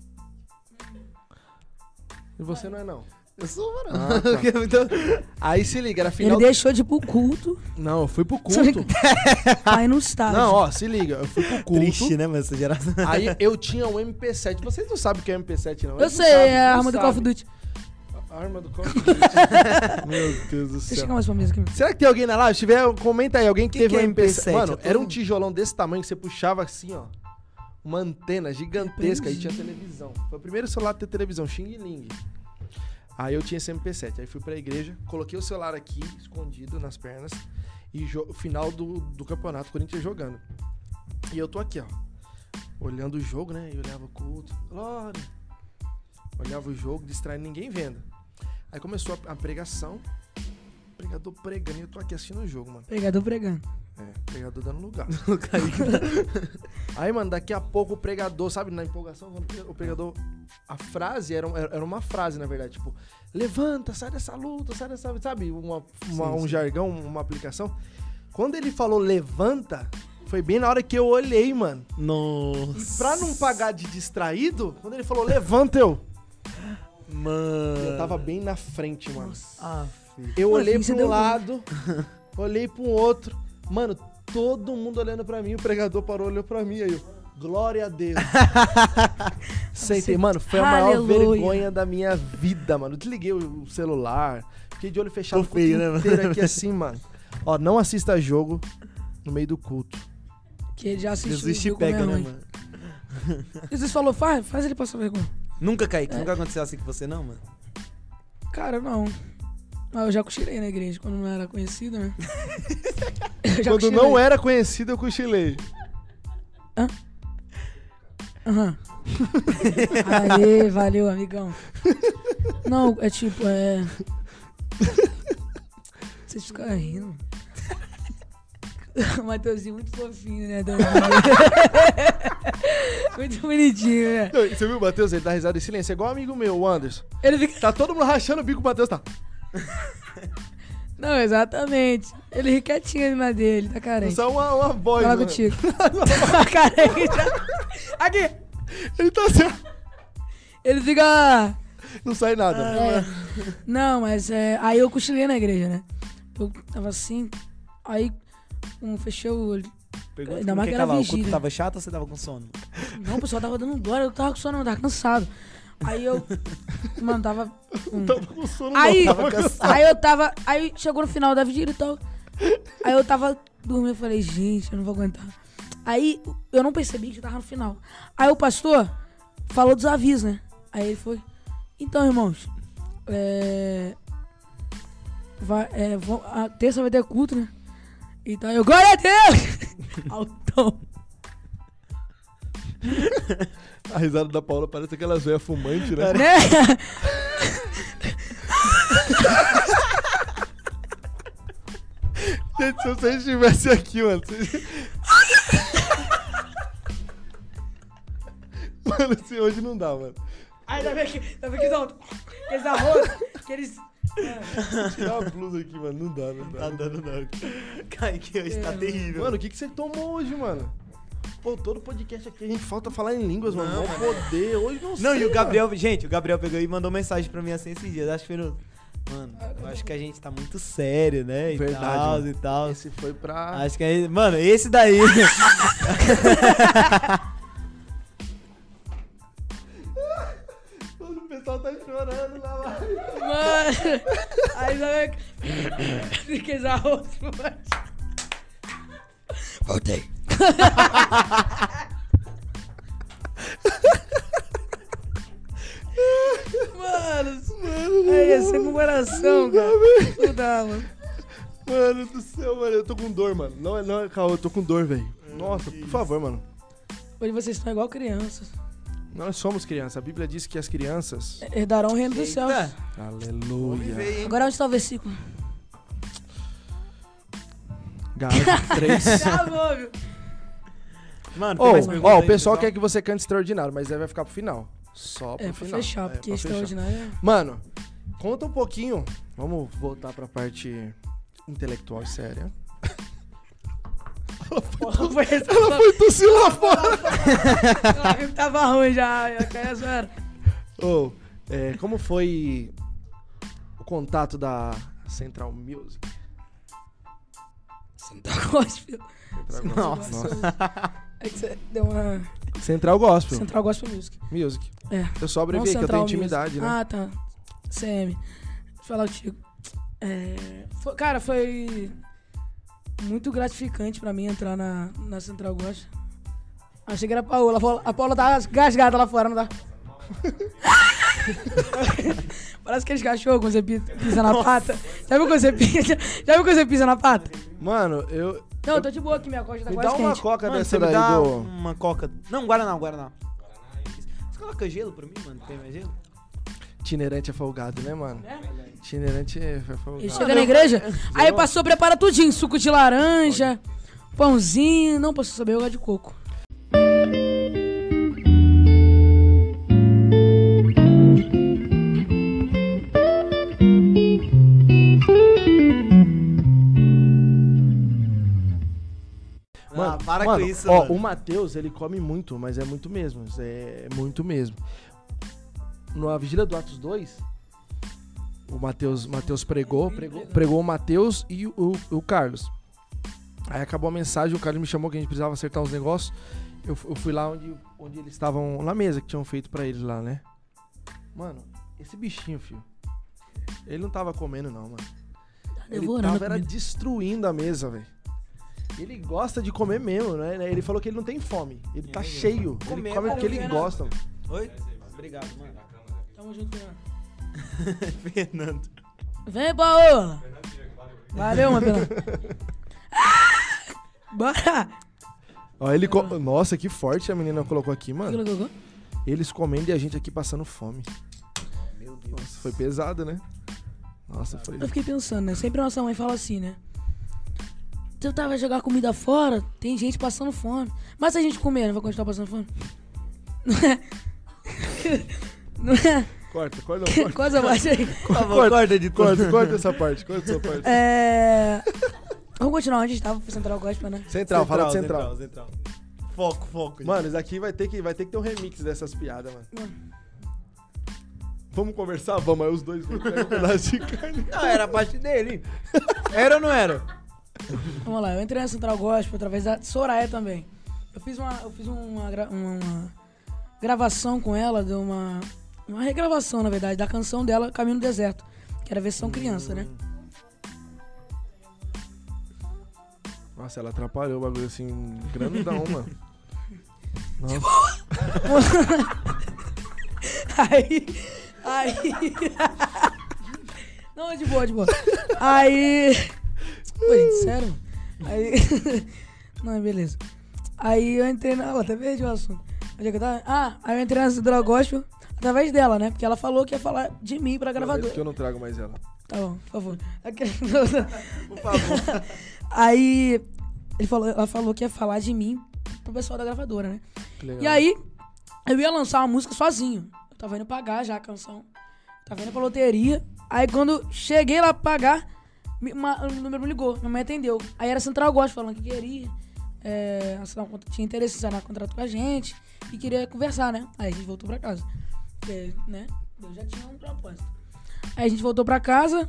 E você não é, não? Eu sou, mano. Ah, tá. Então, Aí se liga, era a final... Ele deixou de ir pro culto. Não, eu fui pro culto. Aí no estádio. Não, ó, se liga. Eu fui pro culto. triste, né, mano, essa geração. Aí eu tinha um M P sete. Vocês não sabem o que é M P sete, não? Eu Eles sei, não sabem, é a não arma do Call of sabem. Duty. A arma do Call of Duty. Meu Deus do Deixa eu céu. chegar mais pra mesa aqui. Será que tem alguém na live? Se tiver, comenta aí. Alguém que, Que teve que é um M P sete. M P sete? Mano, Eu tô- era um tijolão desse tamanho que você puxava assim, ó. Uma antena gigantesca. Aí tinha televisão. Foi o primeiro celular a ter televisão. Xing Ling. Aí eu tinha esse M P sete. Aí fui pra igreja. Coloquei o celular aqui, escondido nas pernas. E jo- final do, do campeonato, Corinthians jogando. E eu tô aqui, ó. Olhando o jogo, né? E olhava o culto. Glória. Olhava o jogo, distraindo, ninguém vendo. Aí começou a, a pregação. O pregador pregando e eu tô aqui assistindo o jogo, mano. Pregador pregando. É, o pregador dando lugar. Aí, mano, daqui a pouco o pregador, sabe, na empolgação, quando o pregador. A frase era, era uma frase, na verdade, tipo, levanta, sai dessa luta, sai dessa. Sabe, uma, uma- Sim, um sim. jargão, uma aplicação. Quando ele falou levanta, foi bem na hora que eu olhei, mano. Nossa. E pra não pagar de distraído, quando ele falou levanta, eu... Mano. Eu tava bem na frente, mano. Ah, Eu Pô, olhei filho, você pra um deu- lado, olhei pra um outro. Mano, todo mundo olhando pra mim, o pregador parou, olhou pra mim, aí eu... Glória a Deus. Sentei, mano, foi a maior Aleluia. vergonha da minha vida, mano. Desliguei o celular, fiquei de olho fechado o Ficou feio, né, mano? inteiro aqui assim, mano. Ó, não assista jogo no meio do culto. Que ele já assistiu. Jesus te viu como é pega, né, ruim. mano? Jesus falou, faz, faz ele passar vergonha. Nunca, Kaique, nunca aconteceu assim com você, não, mano? Cara, não. Mas eu já cochilei na igreja, quando não era conhecido, né? Eu já Quando cochilei. não era conhecido, eu cochilei. Aham. Aê, valeu, amigão. Não, é tipo, é... Vocês ficam rindo. O Mateuzinho muito fofinho, né? Muito bonitinho, né? Não, você viu o Matheus? Ele dá risada em silêncio. É igual um amigo meu, o Anderson. Ele fica... Tá todo mundo rachando o bico, o Matheus tá... Não, exatamente. Ele ri quietinho ali na dele, tá carente. Só uma, uma voz, Fala mano. contigo. Tá carente. Aqui. Ele tá assim... Ele fica... Não sai nada. É. Não, mas é, aí eu cochilei na igreja, né? Eu tava assim, aí um, fechei o olho. Pergunta Ainda como mais que que era tava, o vigília. culto tava chato ou você tava com sono? Não, o pessoal tava dando glória, eu tava com sono, eu tava cansado. Aí eu, mano, tava... hum. Tava com sono, Aí, não. Tava cansado. aí eu tava, aí chegou no final da vigília e tal, aí eu tava dormindo, eu falei, gente, eu não vou aguentar. Aí eu não percebi que tava no final. Aí o pastor falou dos avisos, né? Aí ele foi, então, irmãos, é... Vai, é, vão- a terça vai ter culto, né? Então eu, glória a Deus! Altão. A risada da Paula parece aquelas velhas fumantes, né? Né? Gente, se você estivesse aqui, mano... Vocês... Mano, assim, hoje não dá, mano. Aí tá vendo que, tá vendo que eles, aqueles arroz, que eles... Tirar a blusa aqui, mano. Não dá, não dá. Tá dando não. Kaique hoje tá É, terrível. Mano, o que, que você tomou hoje, mano? Pô, todo podcast aqui a gente falta falar em línguas, mano. Não, Não poder. Hoje não sei. Não, e o mano. Gabriel, gente, o Gabriel pegou e mandou mensagem pra mim assim esses dias. Acho que foi no... Mano, eu acho que a gente tá muito sério, né? E Verdade, tal, mano. e tal. Esse foi pra... Acho que é... Mano, esse daí... O pessoal tá chorando na live. Mano, aí sabe que aqueles arroz, mano. Voltei. Mano, aí é sem comparação, cara. Não dá, mano. Mano do céu, mano. Eu tô com dor, mano. Não é, não é caô, eu tô com dor, velho. Nossa, por favor, mano. Hoje vocês estão igual crianças. Nós somos crianças. A Bíblia diz que as crianças... Herdarão o reino dos céus. Eita. Aleluia. Agora onde tá o versículo? Gálatas três. Tá bom, viu? Mano, tem Ó, mais pergunta ó, o aí, pessoal quer que você cante extraordinário, mas aí vai ficar pro final. Só pro É, pra final. fechar, É, porque pra fechar. extraordinário é... Mano, conta um pouquinho. Vamos voltar pra parte intelectual e séria. Porra, foi essa. Ela foi tossir lá fora. Ah, tava ruim já, já caiu zero. Ô, é, como foi o contato da Central Music? Central Gospel. Central Nossa. Gospel. É que você deu uma... Central Gospel Central Gospel Music. Music. É. Eu só Não abreviei, que eu Central tenho intimidade, Music. né? Ah, tá. C M. Deixa eu falar contigo. É, foi- cara, foi muito gratificante pra mim entrar na, na Central Gospel. Achei que era a Paola. A Paola, a Paola tá gasgada lá fora, não tá? Parece aqueles cachorros quando você pi- pisa na pata. Já viu quando você pisa, já viu quando você pisa na pata? Mano, eu... Não, eu tô de boa aqui, minha costa tá Me quase dá uma quente. coca Mano, dessa você me daí dá do... uma coca... Não, Guaraná, Guaraná. Você coloca gelo pra mim, mano? Tem mais gelo? Itinerante é folgado, né, mano? Itinerante é folgado. Ele chega na igreja, aí passou, prepara tudinho. Suco de laranja, pãozinho. Não posso saber, eu gosto de coco. Para Mano, com isso, ó, mano. o Matheus, ele come muito, mas é muito mesmo. É muito mesmo. Na Vigília do Atos dois, o Matheus, Matheus pregou, pregou, pregou o Matheus e o, o Carlos. Aí acabou a mensagem, o Carlos me chamou que a gente precisava acertar uns negócios. Eu, eu fui lá onde, onde eles estavam, na mesa que tinham feito pra eles lá, né? Mano, esse bichinho, filho, ele não tava comendo não, mano. Ele devorando tava a era comida. destruindo a mesa, velho. Ele gosta de comer mesmo, né? Ele falou que ele não tem fome. Ele tá cheio. Ele Comer, come porque ele Fernando. gosta, mano. Oi? Obrigado, mano. Tamo junto, Fernando. Fernando. Vem, Paola. Valeu, mano, Fernando. Ah! Bora. Ó, ele co- Nossa, que forte a menina colocou aqui, O que mano. ela colocou? Eles comendo e a gente aqui passando fome. Meu Deus. Nossa, foi pesado, né? Nossa, foi... Eu fiquei pensando, né? Sempre nossa mãe fala assim, né? Tu tava jogar comida fora, tem gente passando fome. Mas se a gente comer, não vai continuar passando fome? Não é? Não é? Corta, corta, não, corta. Coisa baixa aí. Por favor, corta de Corta, corta essa parte, corta essa parte. É... Vamos continuar onde a gente tava pro Central Gospel, né? Central, fala de central. central. Foco, foco. gente. Mano, isso aqui vai ter, que, vai ter que ter um remix dessas piadas, mano. Vamos conversar? Vamos, aí os dois vão pegar um pedaço de carne. Não, era a parte dele. Era ou não era? Vamos lá, eu entrei na Central Gospel através da Soraya também. Eu fiz uma, eu fiz uma, gra- uma, uma gravação com ela, de uma, uma regravação, na verdade, da canção dela, Caminho no Deserto, que era a versão criança, né? Nossa, ela atrapalhou o bagulho assim, grandão, mano. Nossa. Aí. Aí. Não, de boa, de boa. Aí. Pô, gente, sério? Aí. Não, beleza. Aí eu entrei na. Ó, até perdi o assunto. Onde é que eu tava? Ah, aí eu entrei na Central Gospel através dela, né? Porque ela falou que ia falar de mim pra gravadora. Porque eu não trago mais ela. Tá bom, por favor. Por favor. Aí. Ele falou, ela falou que ia falar de mim pro pessoal da gravadora, né? Que legal. E aí, eu ia lançar uma música sozinho. Eu tava indo pagar já a canção. Tava indo pra loteria. Aí quando cheguei lá pra pagar, me- uma- o número me ligou, minha mãe atendeu. Aí era Central Gospel falando que queria. É, assinar um contra- tinha interesse em assinar um contrato com a gente. E queria conversar, né? Aí a gente voltou pra casa. Porque, né? Eu já tinha um propósito. Aí a gente voltou pra casa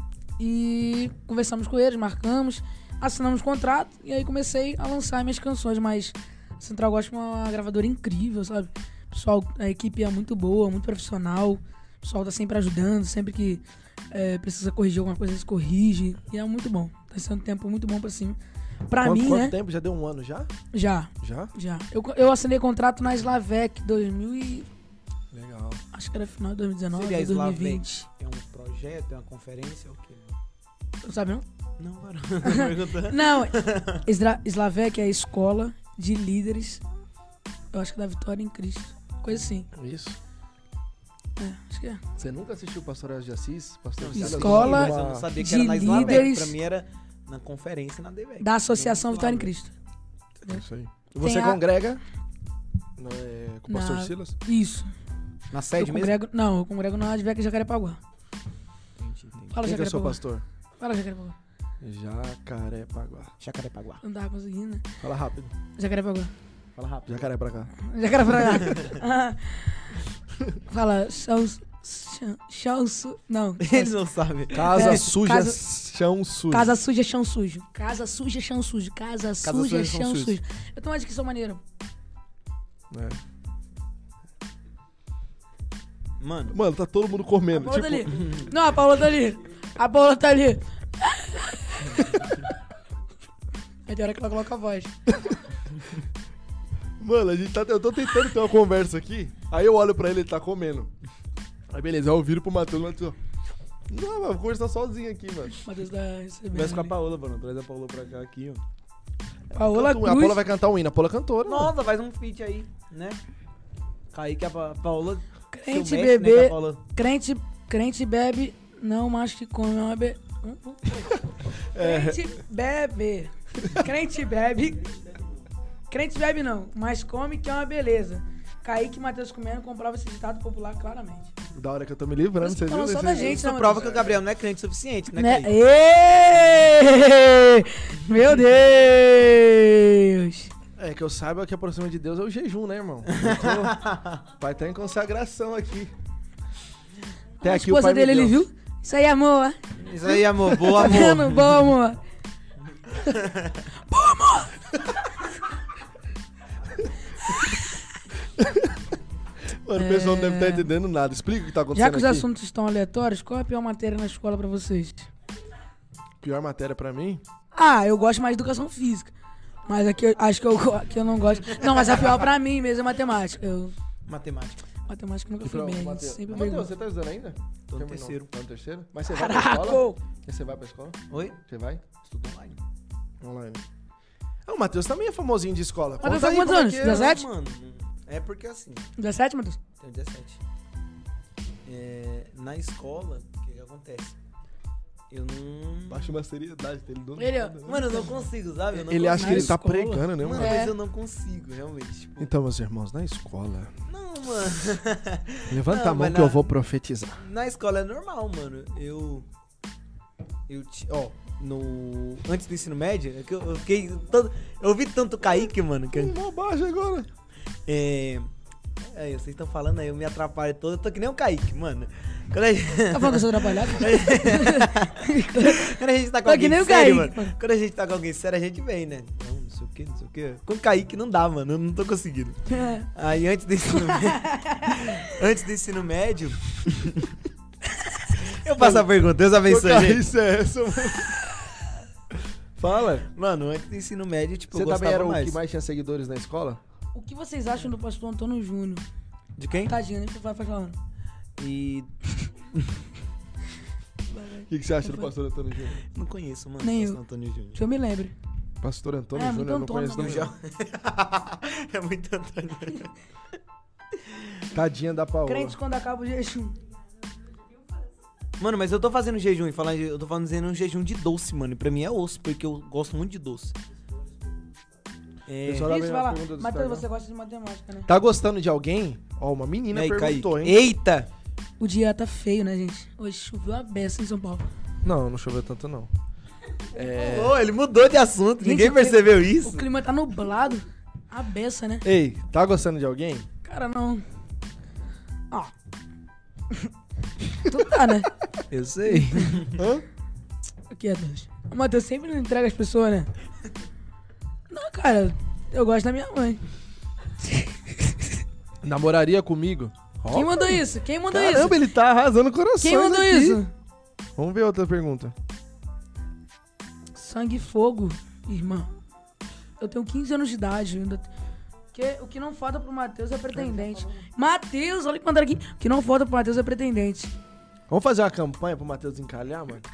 e conversamos com eles, marcamos, assinamos o contrato e aí comecei a lançar minhas canções, mas a Central Gospel é uma gravadora incrível, sabe? Pessoal, a equipe é muito boa, muito profissional, o pessoal tá sempre ajudando, sempre que é, precisa corrigir alguma coisa, eles corrigem, e é muito bom, tá sendo um tempo muito bom pra cima. Pra Quanto, mim, quanto né? tempo? Já deu um ano já? Já, Já? já. Eu, eu assinei contrato na Slavec dois mil e... Legal. acho que era final de dois mil e dezenove, Seria a dois mil e Slavec? vinte. É um projeto, é uma conferência, é o quê? Não sabe não? Não, varão. Perguntando. Não, Isra- Slavec é a escola de líderes, eu acho que da Vitória em Cristo. Coisa assim. Isso. É, acho que é. Você nunca assistiu o Pastor Elcio de Assis? Pastor Não, Silas? Escola mas eu não sabia que de era na Slavec. líderes- Pra mim era na conferência na D V E C. Da Associação Não, Vitória em Slavec. Cristo. É isso aí. Você a- congrega não, é, com o Pastor Na- Silas? Isso. Na Eu sede mesmo? congrego, não, eu congrego na Advec Jacarepaguá. Entendi, entendi. Fala Quem que é o seu Jacarepaguá. pastor? Fala Jacarepaguá. Jacarepaguá. Jacarepaguá. Não tava conseguindo, né? Fala rápido. Jacarepaguá. Fala rápido. Jacaré pra cá. Jacarepaguá. Ah. Fala, chão... Chão... chão su... Não. Eles não sabem. Casa É, suja, casa- chão sujo. Casa suja, chão sujo. Casa suja, chão sujo. Casa, suja, suja, chão chão sujo. sujo. Eu tenho uma descrição maneira. É. Mano, Mano, tá todo mundo A comendo. Paula Tipo, tá ali. Não, a Paula tá ali. A Paula tá ali. Aí tem hora que ela coloca a voz. mano, a gente tá, eu tô tentando ter uma conversa aqui. Aí eu olho pra ele, ele tá comendo. Aí beleza, eu viro pro Matheus, o Matheus, ó. Não, mas vou conversar sozinho aqui, mano. Matheus tá recebendo. conversa com a ali. Paola, mano. Traz a Paola pra cá aqui, ó. Paola Canta um- A Cruz. Paula vai cantar um hino, a Paula cantora. mano. Nossa, faz um feat aí, né? Kaique, a Pa- Paola. Crente seu mestre, né, bebê. que a Paola- Crente, crente bebe, não macho que come, é uma be... Hum, hum. Crente bebe. Crente bebe. Crente bebe não, mas come que é uma beleza. Kaique e Matheus comendo comprova esse ditado popular claramente. Da hora que eu tô me livrando, Mas vocês falando viram? só Vocês- da gente, Isso né, prova Matheus? que o Gabriel não é crente o suficiente, né, Né? Kaique? Ê! Meu Deus! É, que eu saiba que a aproxima de Deus é o jejum, né, irmão? Eu tô... Pai tá em consagração aqui. Até A aqui o esposa pai dele, me ele deu. viu? Isso aí, amor. Isso aí, amor. Boa, Tá vendo? amor. Boa, amor. Mano, o pessoal não deve estar entendendo nada. Explica o que tá acontecendo Já que os aqui. assuntos estão aleatórios, qual é a pior matéria na escola pra vocês? Pior matéria pra mim? Ah, eu gosto mais de educação física. Mas aqui eu acho que eu, go- que eu não gosto. Não, mas a pior pra mim mesmo é matemática. Eu, Matemática. matemática nunca E fui pra bem, a gente Mateus? sempre Ô, brigou. Mateus, você tá estudando ainda? Tô no Terminou. terceiro. Tá no terceiro? Mas você vai pra Caraca! escola? E você vai pra escola? Oi? Você vai? Estudo online. Online. Ah, o Matheus também é famosinho de escola. Matheus Conta tá aí quantos como é anos? que é. dezessete? Mano, é porque assim, dezessete, meu Deus? tenho dezessete. É, na escola, o que, que acontece? Eu não... Baixa uma seriedade dele. Não Ele, ó, Mano, eu não consigo, sabe? Eu não Ele consigo. acha que ele Na tá escola. pregando, né, Mano, mano? É. mas eu não consigo, realmente. Tipo, Então, meus irmãos, na escola... não, mano. Levanta Não, a mão mas que eu na- vou profetizar. Na escola é normal, mano. Eu. Eu. ti- Ó, no. Antes do ensino médio, é que eu, eu fiquei. Todo, eu ouvi tanto Kaique, mano. Que, Mó baixa agora. é. É, vocês estão falando aí, eu me atrapalho todo. Eu tô que nem o Kaique, mano. Quando a gente, Tá falando que eu sou atrapalhado? quando a gente tá com Tô que alguém nem o sério, Kaique, mano. Quando a gente tá com alguém sério, a gente vem, né? Não, não sei o que, não sei o que. Com o Kaique não dá, mano. Eu não tô conseguindo. Aí antes do ensino médio. Antes do ensino médio. Eu faço a pergunta, Deus abençoe, gente. Isso é essa, mano. Fala. Mano, antes do ensino médio, tipo, Você eu também gostava era o mais. que mais tinha seguidores na escola? O que vocês acham do pastor Antônio Júnior? De quem? Tadinho, nem vai falando. E. O que, que você acha do pastor Antônio Júnior? Não conheço, mano. Nem pastor eu. Antônio Júnior. Que eu me lembre. Pastor Antônio É, Júnior, muito eu não Antônio, conheço não. também. É muito Antônio. Tadinha da Paola. Crente quando acaba o jejum. Mano, mas eu tô fazendo jejum e falando, eu tô fazendo um jejum de doce, mano. E pra mim é osso, porque eu gosto muito de doce. É. Pessoal, Olha Isso, bem vai a lá. pergunta do Matheus, Instagram. você gosta de matemática, né? Tá gostando de alguém? Ó, uma menina E aí, perguntou, Kaique? hein? Eita! O dia tá feio, né, gente? Hoje choveu a beça em São Paulo. Não, não choveu tanto, não. É... Ô, ele mudou de assunto, Gente, ninguém o clima- percebeu O isso. clima tá nublado. A beça, né? Ei, tá gostando de alguém? Cara, não. Ó. Tu tá, né? Eu sei. Hã? Aqui é Deus. O Matheus sempre não entrega as pessoas, né? Não, cara. Eu gosto da minha mãe. Namoraria comigo? Ó, Quem mandou isso? Quem mandou Caramba, isso? ele tá arrasando o coração. Quem mandou isso? Vamos ver outra pergunta. Sangue e fogo, irmã. Eu tenho quinze anos de idade. Eu ainda... que, o que não falta pro Matheus é pretendente. Matheus, olha que mandaram aqui. O que não falta pro Matheus é pretendente. Vamos fazer uma campanha pro Matheus encalhar, mano?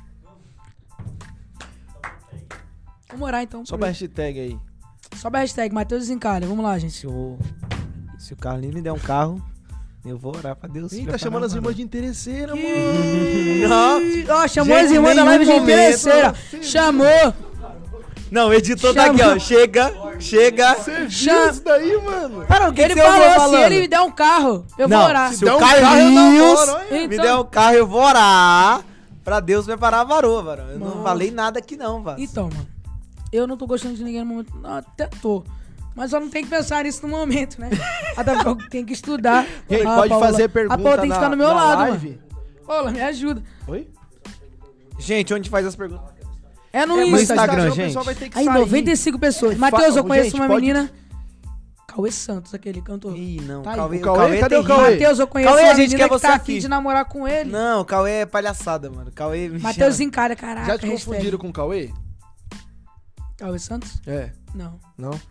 Vamos orar então. Só por pra ele. hashtag aí. Sobe a hashtag Matheus desencalha. Vamos lá, gente. Se o, se o Carlinhos me der um carro, eu vou orar pra Deus. Ih, tá chamando as irmãs de interesseira, mano. Não, Ó, chamou Gente, as irmãs da nenhum live de momento. interesseira. Chamou. não, o editor tá aqui, ó. Chega, chega. Você viu Chama- isso daí, mano? Cara, o que Ele que você ouviu falou, se falando? ele me der um carro, eu Não, vou orar. se der o um carro, eu Carlinhos namoro, hein? me Então- der um carro, eu vou orar pra Deus preparar a varoa, varão. Eu não Nossa. falei nada aqui não, Vaz. Então, mano, eu não tô gostando de ninguém no momento. Não, até tô. Mas eu não tenho que pensar nisso no momento, né? Até porque eu tenho que estudar. Quem Ah, pode Paula, fazer pergunta A Paula tem que na, ficar no meu na lado, live? mano. Paula, me ajuda. Oi? Gente, onde faz as perguntas? É no É, Insta. mas Instagram, o gente. pessoal vai ter que Aí, sair. noventa e cinco pessoas. Matheus, eu Fa- conheço gente, uma pode- menina. Cauê Santos, aquele cantor. Ih, não, Tá aí. Cauê, O Cauê, cadê o terrível. Cauê? Matheus, eu conheço Cauê, uma a gente menina quer que você tá aqui. afim de namorar com ele. Não, Cauê é palhaçada, mano. Cauê me Matheus chama. encalha, caraca. Já te hashtag. confundiram com o Cauê? Cauê Santos? É. Não. Não?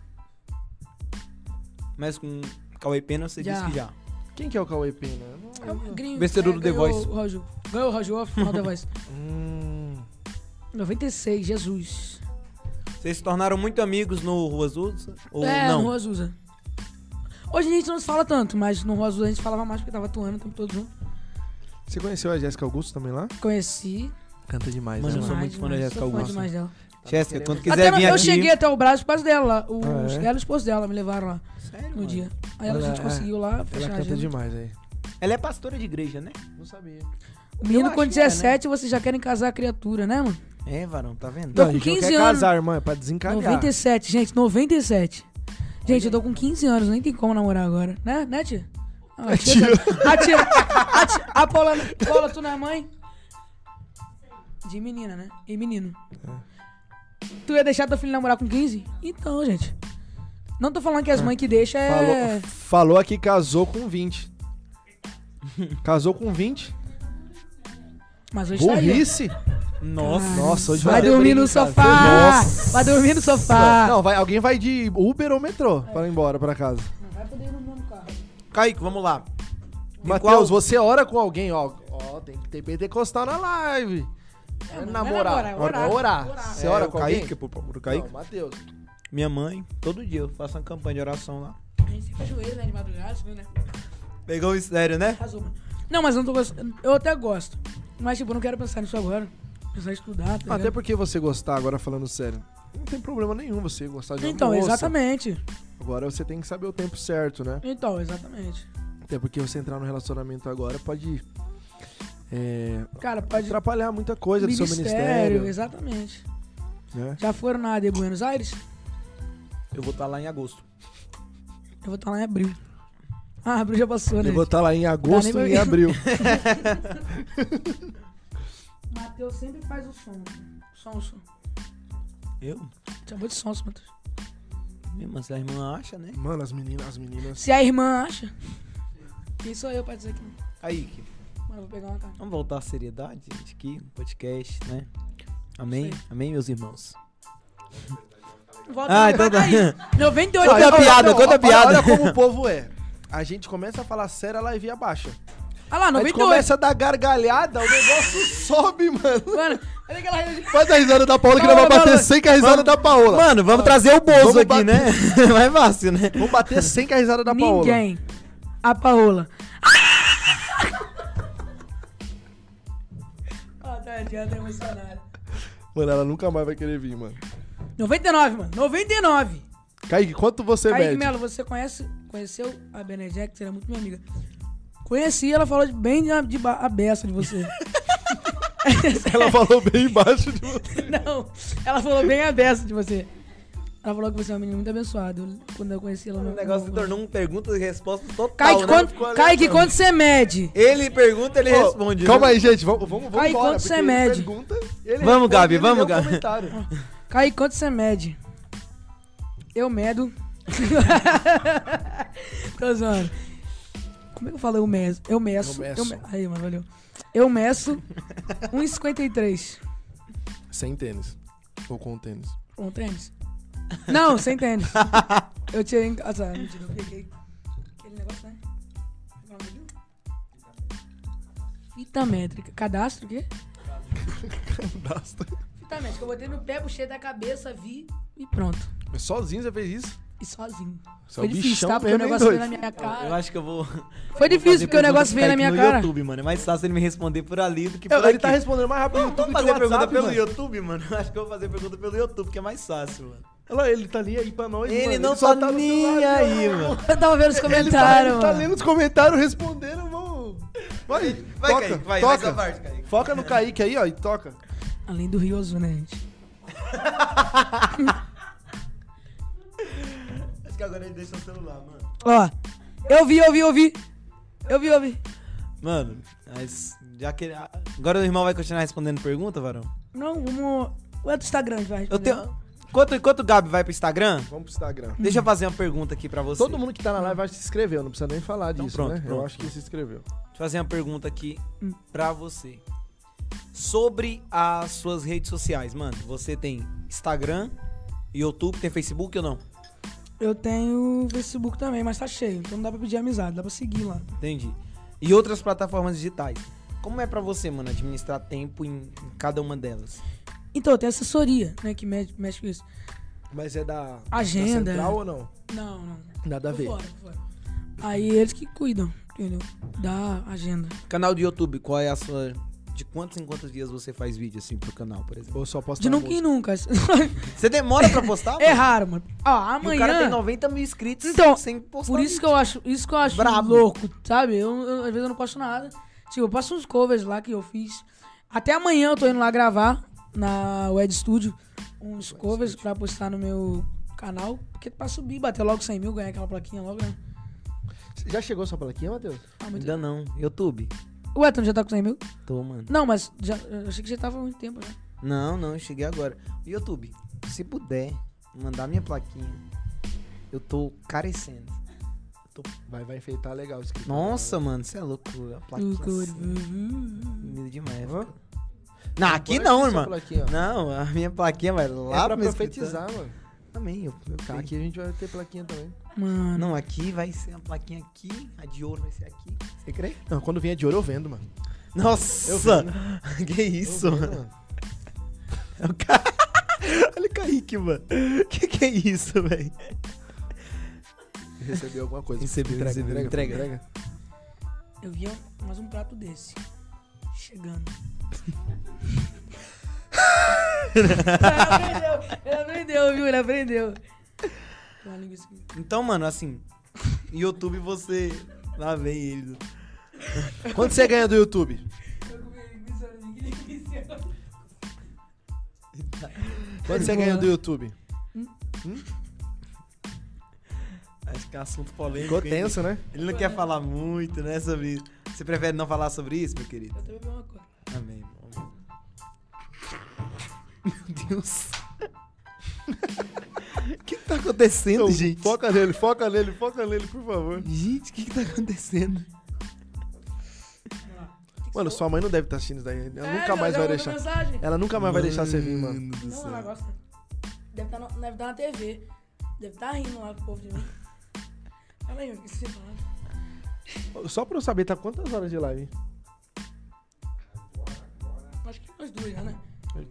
Mas com Cauê Pena você Já. disse que já. Quem que é o Cauê Pena? É um gringo. Vencedor do The ganhou Voice. o Rojo. Ganhou o Rojo Off, final The Voice. Hum... noventa e seis, Jesus. Vocês se tornaram muito amigos no Rua Azusa? Ou é, não? no Rua Azusa. Hoje a gente não se fala tanto, mas no Rua Azusa a gente falava mais porque tava atuando o tempo todo junto. Você conheceu a Jéssica Augusto também lá? Conheci. Canta demais, Mano, né, eu sou mano? muito fã da demais, Jéssica sou fã Augusto. demais dela. Jéssica, quando Até quiser no- vir eu aqui... cheguei até o Brasil por causa dela lá. Os, Ah, é? Ela e o esposo dela me levaram lá Sério, no mano? dia. Aí ela, a gente Ela- conseguiu lá fechar Ela a canta agenda. demais aí. Ela é pastora de igreja, né? Não sabia. O menino Eu com acho que é, né? dezessete, vocês já querem casar a criatura, né, mano? É, varão, tá vendo? Tô Não, a com gente não quinze quer anos. casar, irmã, é pra desencalhar. noventa e sete, gente, noventa e sete. Gente, eu tô com quinze anos, nem tem como namorar agora. Né, né tia? Ah, a tia. A tia. A, tia, a Paula, Paula, tu não é mãe? De menina, né? E menino. É. Tu ia deixar teu filho namorar com quinze? Então, gente. Não tô falando que as mães que deixam é... Falou, falou aqui que casou com vinte. Casou com vinte. Mas hoje tá aí. Burrice. Nossa, Ah, Nossa, hoje vai vai dormir no brincar. sofá. Nossa. Vai dormir no sofá. Não, vai, alguém vai de Uber ou metrô para ir embora pra casa. Não vai poder ir no mesmo carro. Kaique, vamos lá. Em Matheus, qual- você ora com alguém, ó. Ó, tem que ter pentecostal na live. É, É, mano, namorar. é É orar, orar. orar. orar. Você É, ora o com Kaique, alguém? pro, pro Kaique. Não, Matheus. Minha mãe, todo dia eu faço uma campanha de oração lá. A gente sempre ajoelha, né, de madrugada, você viu, né? Pegou o sério, né? Arrasou, mano. Não, mas eu não tô gostando. Eu até gosto. Mas, tipo, eu não quero pensar nisso agora. Pensar em estudar, tá ligado? Até porque você gostar, agora falando sério, não tem problema nenhum você gostar de uma Então, moça. exatamente. Agora você tem que saber o tempo certo, né? Então, exatamente. Até porque você entrar no relacionamento agora pode é, Cara, pode... atrapalhar muita coisa do seu ministério. Exatamente. Né? Já foram na A D Buenos Aires? Eu vou estar lá em agosto. Eu vou estar lá em abril. Ah, abril já passou, né? Eu vou estar lá em agosto nem pra e em mim. abril. Matheus sempre faz o som. Som, som. Eu? Chamou de som, Matheus. Mesmo se a irmã acha, né? Mano, as meninas, as meninas. Se a irmã acha. Quem sou eu pra dizer que não? Kaique, Mano, eu vou pegar uma cara. vamos voltar à seriedade, gente, aqui, no podcast, né? Amém? Sei. Amém, meus irmãos. Volta Ah, aí, então vai tá. cair. noventa e oito Conta a graus. piada, conta a olha, piada. olha como o povo é. A gente começa a falar sério, a live abaixa. Ah lá, A gente noventa e oito. começa a dar gargalhada, o negócio sobe, mano. Mano, olha aquela rede. Faz a risada da Paola que não vai Paola, bater Paola. cem com a risada da Paola. Mano, vamos trazer o Bozo Vamos aqui, bater- né? Mais fácil, né? Vamos bater cem com a risada da Paola. Ninguém. A Paola. Ah, tá, já tá emocionada. Mano, ela nunca mais vai querer vir, mano. noventa e nove, mano. noventa e nove. Kaique, quanto você Kaique mede? Melo, você conhece, conheceu a Benedete, você era muito minha amiga. Conheci, ela falou de- bem de, de ba- a beça de você. Ela falou bem embaixo de você. Não, ela falou bem a beça de você. Ela falou que você é uma menina muito abençoada. Eu- quando eu conheci ela no O negócio se no- tornou um pergunta e resposta total, Kaique, né? quanto, Ficou Kaique, aleatório. quanto você mede? Ele pergunta, ele Ô, responde. Calma né? aí, gente. Vamos, vamos, vamos Kaique, embora. quanto porque você ele mede? pergunta, ele Vamos, responde, Gabi, ele vamos, lê o Gabi. comentário. Kaique, quanto você mede? Eu medo. Tô zoando. Como é que eu falo eu meço? Eu meço. Eu Eu meço. me... Aí, mano, valeu. Eu meço um e cinquenta e três. Sem tênis. Ou com tênis. Com tênis? Não, sem tênis. Eu tirei em casa. Ah, mentira, eu peguei aquele negócio, né? Qual é o nome daquilo? Fita métrica. Cadastro o quê? Basta. Fita métrica. Eu botei no pé, puxei da cabeça, vi e pronto. Mas sozinho você fez isso? E sozinho. Você é Foi o difícil, bichão tá? Porque o mesmo, hein, negócio veio doido? na minha cara. Eu acho que eu vou. Foi vou difícil, fazer porque o negócio pergunta veio na pro minha Kaique cara. no YouTube, mano. É mais fácil ele me responder por ali do que por Ele aqui. tá respondendo mais rápido no Vamos YouTube fazer que o pergunta WhatsApp, pelo mano. YouTube, mano. Eu acho que eu vou fazer pergunta pelo YouTube, que é mais fácil, mano. Olha lá, ele tá ali aí pra nós, Ele mano. não só tá no nem celular, aí, mano. mano. Eu tava vendo os Ele tá, comentários, ele tá mano. lendo os comentários, respondendo, vamos. Vai, Vai, toca, Kaique, vai, toca. vai essa parte, Kaique. Foca no Kaique aí, ó, e toca. Além do Rio Azul, né, gente? Acho que agora ele deixa o celular, mano. Ó, eu vi, eu vi, eu vi. Eu vi, eu vi. Mano, mas já que. Agora o irmão vai continuar respondendo pergunta, varão? Não, vamos... O é do Instagram, a gente vai Eu responder. tenho. Enquanto, enquanto o Gabi vai pro Instagram, Vamos pro Instagram. deixa eu fazer uma pergunta aqui pra você. Todo mundo que tá na live vai se inscreveu, não precisa nem falar Então disso, pronto, né? pronto. Eu acho que se inscreveu. Deixa eu fazer uma pergunta aqui Hum. pra você. Sobre as suas redes sociais, mano. Você tem Instagram, YouTube, tem Facebook ou não? Eu tenho Facebook também, mas tá cheio. Então não dá pra pedir amizade, dá pra seguir lá. Entendi. E outras plataformas digitais. Como é pra você, mano, administrar tempo em, em cada uma delas? Então, tem assessoria, né, que mexe, mexe com isso. Mas é da, Agenda. da central ou não? Não, não. Nada a Por ver. fora, por fora. Aí eles que cuidam, entendeu? Da agenda. Canal do YouTube, qual é a sua... De quantos em quantos dias você faz vídeo, assim, pro canal, por exemplo? Ou só posso De nunca em nunca. Você demora pra postar, mano? É raro, mano. Ó, E amanhã... o cara tem noventa mil inscritos Então, sem postar Por isso vídeo. que eu acho, isso que eu acho Brabo. louco, sabe? Eu, eu- às vezes eu não posto nada. Tipo, eu passo uns covers lá que eu fiz. Até amanhã eu tô indo lá gravar na Wed Studio uns covers pra postar no meu canal, porque pra subir, bater logo cem mil, ganhar aquela plaquinha logo, né? Já chegou sua plaquinha, Matheus? Ah, muito Ainda não. YouTube. O Ethan já tá com cem mil? Tô, mano. Não, mas já, eu achei que já tava há muito tempo, né? Não, não, eu cheguei agora. YouTube, se puder mandar minha plaquinha, eu tô carecendo. Eu tô... Vai, vai enfeitar legal isso aqui. Nossa, mano, você é louco. A plaquinha Loucura. assim, lindo demais. Hã? Não, aqui Põe não, sua irmão. plaquinha, ó. Não, a minha plaquinha vai É lá pra pro meu profetizar, escritório. mano. Também, eu, eu Tá, aqui. aqui a gente vai ter plaquinha também. Mano. Não, aqui vai ser a plaquinha aqui, a de ouro vai ser aqui. Você crê? Não, quando vier de ouro eu vendo, mano. Nossa! Eu vendo. Que isso, Eu vendo, mano? É o ca... Olha o Kaique, mano. Que que é isso, velho? Recebeu alguma coisa. Recebeu, entrega, recebeu, entrega, entrega. entrega. Eu vi mais um prato desse. Chegando. Ele aprendeu, ele aprendeu, viu? Ele aprendeu. Uma linguiça aqui. Então, mano, assim, YouTube você... Lá vem ele. Quanto você ganha do YouTube? Eu comi linguiça, linguiça. Quanto você ganha do YouTube? Acho que é assunto polêmico. Ficou hein? tenso, né? Ele não quer falar muito, né, sobre isso. Você prefere não falar sobre isso, meu querido? Eu também bebi uma coisa. Amém, irmão. Meu Deus. O que que tá acontecendo, Então, gente? Foca nele, foca nele, foca nele, por favor. Gente, o que que tá acontecendo? Mano, sua mãe não deve estar assistindo isso daí. Ela É, nunca mais já vai mandou deixar. mensagem. Ela nunca mais vai deixar você vir, mano. do Não, céu. ela gosta. Deve estar deve tá na T V. Deve estar rindo lá com o povo de mim. Fala aí, o que você fala? Só pra eu saber, tá quantas horas de live? Acho que umas duas já, né?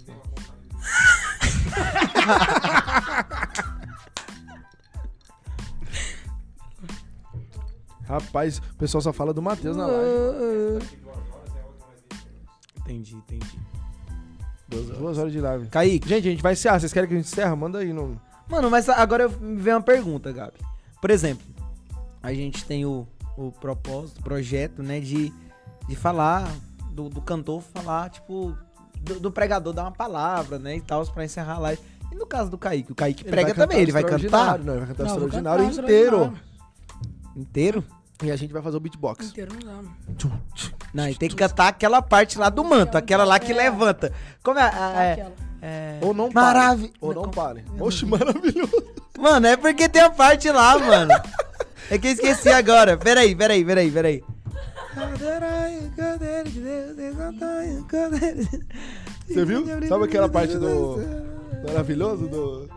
Rapaz, o pessoal só fala do Matheus na live. Entendi, entendi. Duas horas de live. Kaique. Gente, a gente vai encerrar. Vocês querem que a gente encerra? Manda aí no... Mano, mas agora eu- me vem uma pergunta, Gabi. Por exemplo, a gente tem o, o propósito, o projeto, né, de, de falar, do, do cantor falar, tipo, do, do pregador dar uma palavra, né, e tal, pra encerrar a live. E no caso do Kaique? O Kaique Ele prega vai cantar também, ele vai cantar extraordinário, Não, ele vai cantar Não, vou extraordinário cantar inteiro. extraordinário. inteiro? E a gente vai fazer o beatbox. Inteiro não dá, mano. Não, e tem que cantar aquela parte lá do manto, aquela lá que É. levanta. Como é? a- é, Aquela. é... Ou não pare. Maravi... Ou não como- pare. Oxe, maravilhoso. Mano, é porque tem a parte lá, mano. É que eu esqueci agora. Peraí, peraí, peraí, peraí. Você viu? Sabe aquela parte do... Maravilhoso? Do...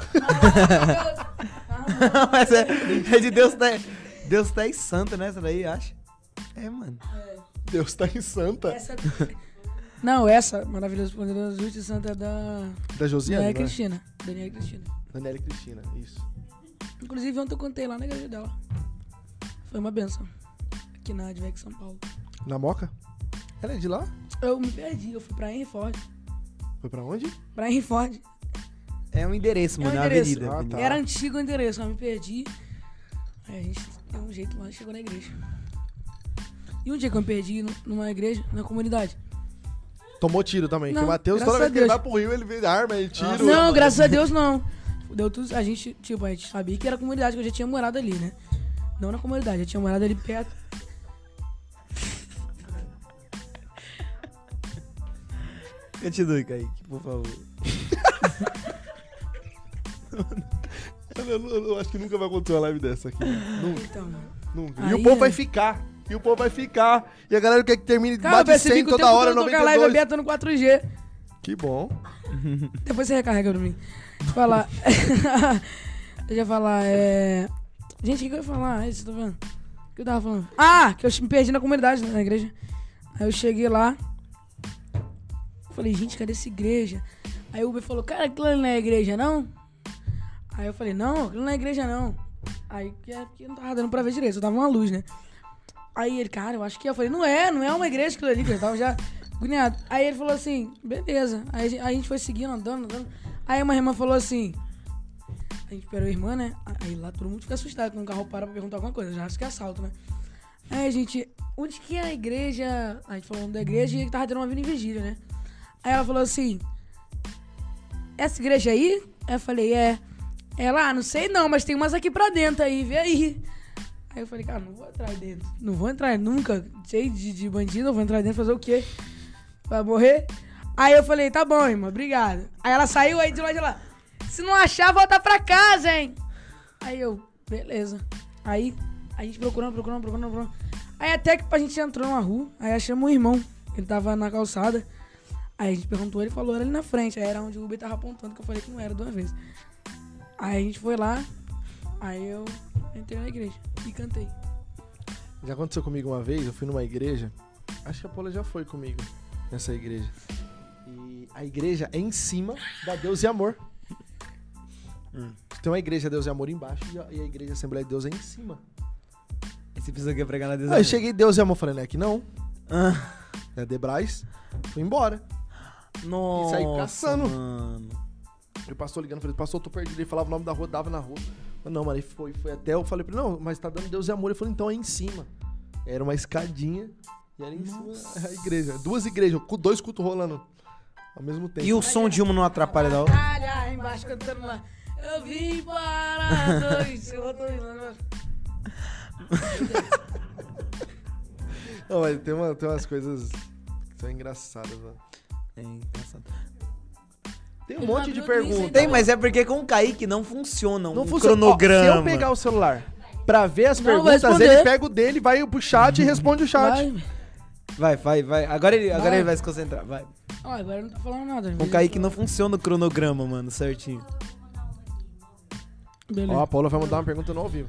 Não, mas é, é de Deus tá, Deus tá em santo, né? Essa daí, acho. É, mano. Deus tá em santa. Essa... Não, essa, maravilhoso, poderoso, justo e santa é da Da Josiane, Daniela né? Cristina. Daniela Cristina. Daniela e Cristina, isso. Inclusive, ontem eu contei lá na igreja dela. Foi uma benção. Aqui na Advec São Paulo. Na Moca? Ela é de lá? Eu me perdi, eu fui pra Henry Ford. Foi pra onde? Pra Henry Ford. É um endereço, É um mano. É uma endereço. avenida. Ah, avenida. tá. Era antigo o endereço, eu me perdi. Aí a gente deu um jeito lá e chegou na igreja. E um dia que eu me perdi no- numa igreja, na comunidade. Tomou tiro também. Não, Porque o Matheus, graças toda vez a que ele Deus. vai pro Rio, ele vê arma, ele tira. Não, graças a Deus não. Deu tudo. A gente, tipo, a gente sabia que era a comunidade, que eu já tinha morado ali, né? Não na comunidade, eu tinha morado ali perto. Continue, Kaique, por favor. Eu, eu- eu acho que nunca vai acontecer uma live dessa aqui. Nunca, Então, mano. nunca. Aí, e o povo né? vai ficar. E o povo vai ficar. E a galera quer que termine Cara, eu bate percebi cem que o toda tempo hora, todo eu tô com a noventa e live dois. aberta no quatro G. Que bom. Depois você recarrega pra mim. Deixa eu falar. Deixa eu falar, é... Gente, o que, que eu ia falar? Aí, você tá vendo? O que eu tava falando? Ah, que eu me perdi na comunidade, na igreja. Aí eu cheguei lá. Falei, gente, cadê essa igreja? Aí o Uber falou, cara, aquilo ali não é igreja, não? Aí eu falei, não, aquilo não é igreja, não. Aí, que é porque não tava dando pra ver direito, só tava uma luz, né? Aí ele, cara, eu acho que é. Eu falei, não é, não é uma igreja aquilo ali, que eu tava já agoniado. Aí ele falou assim, beleza. Aí a gente- aí a gente foi seguindo, andando, andando. Aí uma irmã falou assim, a gente esperou a irmã, né? Aí lá todo mundo fica assustado quando o carro para pra perguntar alguma coisa, já acha que é assalto, né? Aí a gente, onde que é a igreja? A gente falando da igreja e tava tendo uma vida em vigília, né? Aí ela falou assim, essa igreja aí? Aí eu falei, é. Ela, ah, não sei não, mas tem umas aqui pra dentro aí, vê aí. Aí eu falei, cara, não vou entrar aí dentro. Não vou entrar nunca. Cheio de, de bandido, eu vou entrar aí dentro fazer o quê? Vai morrer? Aí eu falei, tá bom, irmã, obrigado. Aí ela saiu aí de lá de lá. Se não achar, volta pra casa, hein? Aí eu, beleza. Aí a gente procurando, procurando, procurando, procurando. Aí até que a gente entrou numa rua, aí achamos um irmão. Ele tava na calçada. Aí a gente perguntou, ele falou, era ali na frente. Aí era onde o Uber tava apontando, que eu falei que não era de uma vez. Aí a gente foi lá, aí eu entrei na igreja e cantei. Já aconteceu comigo uma vez, eu fui numa igreja, acho que a Paula já foi comigo nessa igreja. E a igreja é em cima da Deus e Amor. Hum. Tem uma igreja Deus e Amor embaixo e a, e a igreja Assembleia de Deus é em cima. E você precisa que pregar na Deus e Aí eu Amor? cheguei Deus e Amor, falei, né, que não. Ah. É Debrais, fui embora. Nossa, E saí caçando. mano. E o pastor ligando, falei, pastor, eu tô perdido. Ele falava o nome da rua, dava na rua. Eu, não, mano, ele foi, foi até, eu falei pra ele, não, mas tá dando Deus e Amor. Ele falou, então é em cima. Era uma escadinha e era em Nossa. cima a igreja. Duas igrejas, com dois cultos rolando ao mesmo tempo. E o som de uma não atrapalha da outra? Olha, embaixo cantando lá. Eu vim para dois. Eu tô indo. Não, mas tem, uma, tem umas coisas que são engraçadas, mano. É engraçado. Tem um monte de Tem, perguntas. Tem, mas é porque com o Kaique não funciona um Não funciona. cronograma. Ó, se eu pegar o celular pra ver as Não, vai perguntas, responder. ele pega o dele, vai pro chat e responde o chat. Vai. Vai, vai, vai. Agora ele, agora Vai. ele vai se concentrar, vai. Ah, agora eu não tô falando nada. Com o Kaique não funciona o cronograma, mano, certinho. Beleza. Ó, a Paula vai mandar uma pergunta no ao vivo.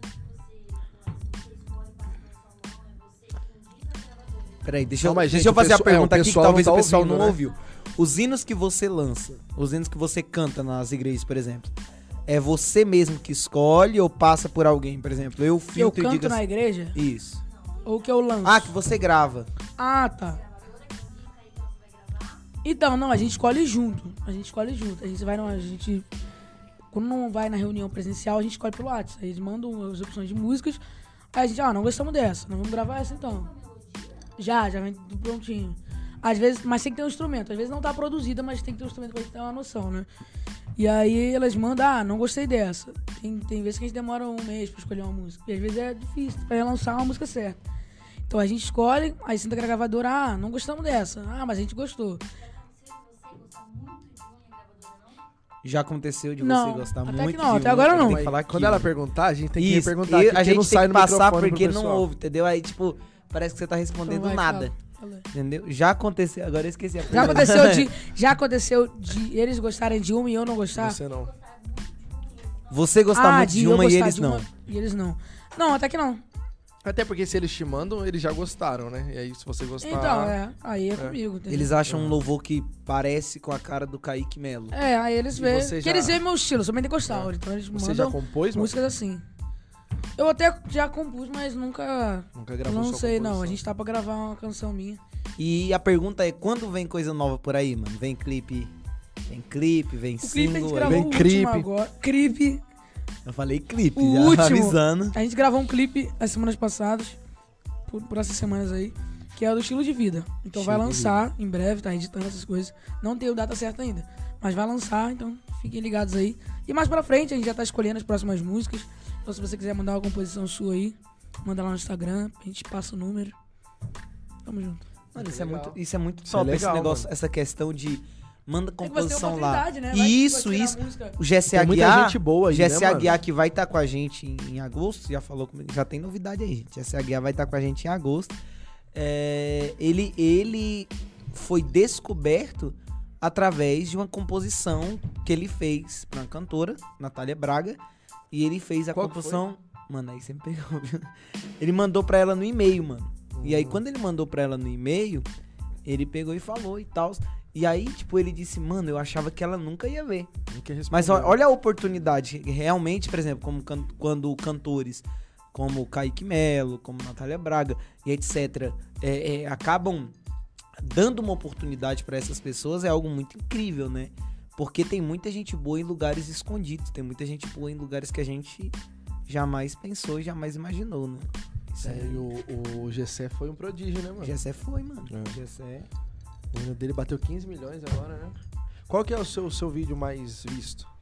Peraí, deixa eu, Não, mas, deixa gente, eu fazer o a pessoal- pergunta é, o aqui que pessoal talvez não tá o pessoal ouvindo, não né? ouviu. Os hinos que você lança, os hinos que você canta nas igrejas, por exemplo, é você mesmo que escolhe ou passa por alguém, por exemplo? Eu Eu filtro e canto digo na assim, igreja? isso. Ou que eu lanço? Ah, que você grava. Ah, tá. Então, não, a gente escolhe junto. A gente escolhe junto. A gente vai numa, a gente quando não vai na reunião presencial, a gente escolhe pelo WhatsApp. Aí eles mandam as opções de músicas. Aí a gente, ah, não gostamos dessa, não vamos gravar essa então. Já, já vem tudo prontinho. Às vezes, mas tem que ter um instrumento. Às vezes não tá produzida, mas tem que ter um instrumento pra gente ter uma noção, né? E aí elas mandam, ah, não gostei dessa. Tem, tem vezes que a gente demora um mês pra escolher uma música. E às vezes é difícil pra lançar uma música certa. Então a gente escolhe, aí senta a gravadora, ah, não gostamos dessa. Ah, mas a gente gostou. Já aconteceu de Não, você gostar até muito que não, de até uma, agora tem não. que Mas falar quando aquilo. ela perguntar, a gente tem que Isso, perguntar e aqui, a gente não tem sai que no passar microfone pro porque não pessoal. ouve, entendeu? Aí, tipo, parece que você tá respondendo Então vai, nada. fala, fala. Entendeu? Já aconteceu, agora eu esqueci a Já pergunta. aconteceu de, já aconteceu de eles gostarem de uma e eu não gostar? Você não. Você gostar ah, muito de eu uma e gostar eles de não. uma E eles não. Não, até que não. Até porque se eles te mandam, eles já gostaram, né? E aí se você gostar... Então, é. Aí é comigo. Entendeu? Eles acham um louvor que parece com a cara do Kaique Melo. É, aí eles E veem. você Que já- eles veem meu estilo, sou pentecostal. Então eles Você já mandam compôs, mano? músicas assim. Eu até já compus, mas nunca. Nunca gravou Não sua sei, não. A composição. gente tá pra gravar uma canção minha. E a pergunta é, quando vem coisa nova por aí, mano? Vem clipe, vem clipe, vem O clipe a gente single, gravou aí o vem último clipe. agora. Clipe. eu falei clipe, O já último. avisando. A gente gravou um clipe as semanas passadas, por, por essas semanas aí, que é o do estilo de vida. Então vai Estilo de lançar em breve, tá editando essas coisas. Não tem o data certa ainda, mas vai lançar, então fiquem ligados aí. E mais pra frente a gente já tá escolhendo as próximas músicas. Então se você quiser mandar uma composição sua aí, manda lá no Instagram, a gente passa o número. Tamo junto. Mano, isso é Legal. muito, isso é muito Isso é top, esse legal, negócio, mano. essa questão de manda Tem que você ter composição lá. oportunidade, né? Vai que Isso, vai tirar isso. a música. O G C Tem muita Aguiar, gente boa aí, G C né, mano? Aguiar que vai estar com a gente em, em agosto, já falou comigo, já tem novidade aí, gente. G C Aguiar vai estar com a gente em agosto. É, ele, ele foi descoberto através de uma composição que ele fez pra uma cantora, Natália Braga, e ele fez a Qual que composição... Mano, aí você me pegou, viu? Ele mandou pra ela no e-mail, mano. E aí, quando ele mandou pra ela no e-mail, ele pegou e falou e tal. E aí, tipo, ele disse, mano, eu achava que ela nunca ia ver. Nunca respondeu. Mas ó, olha a oportunidade. Realmente, por exemplo, como can- quando cantores como Kaique Melo, como Natália Braga e etcétera, é, é, acabam dando uma oportunidade pra essas pessoas, é algo muito incrível, né? Porque tem muita gente boa em lugares escondidos. Tem muita gente boa em lugares que a gente jamais pensou e jamais imaginou, né? Isso É, aí. e o, o G C foi um prodígio, né, mano? O Gessé foi, mano. É. O Gessé... O hino dele bateu quinze milhões agora, né? Qual que é o seu, o seu vídeo mais visto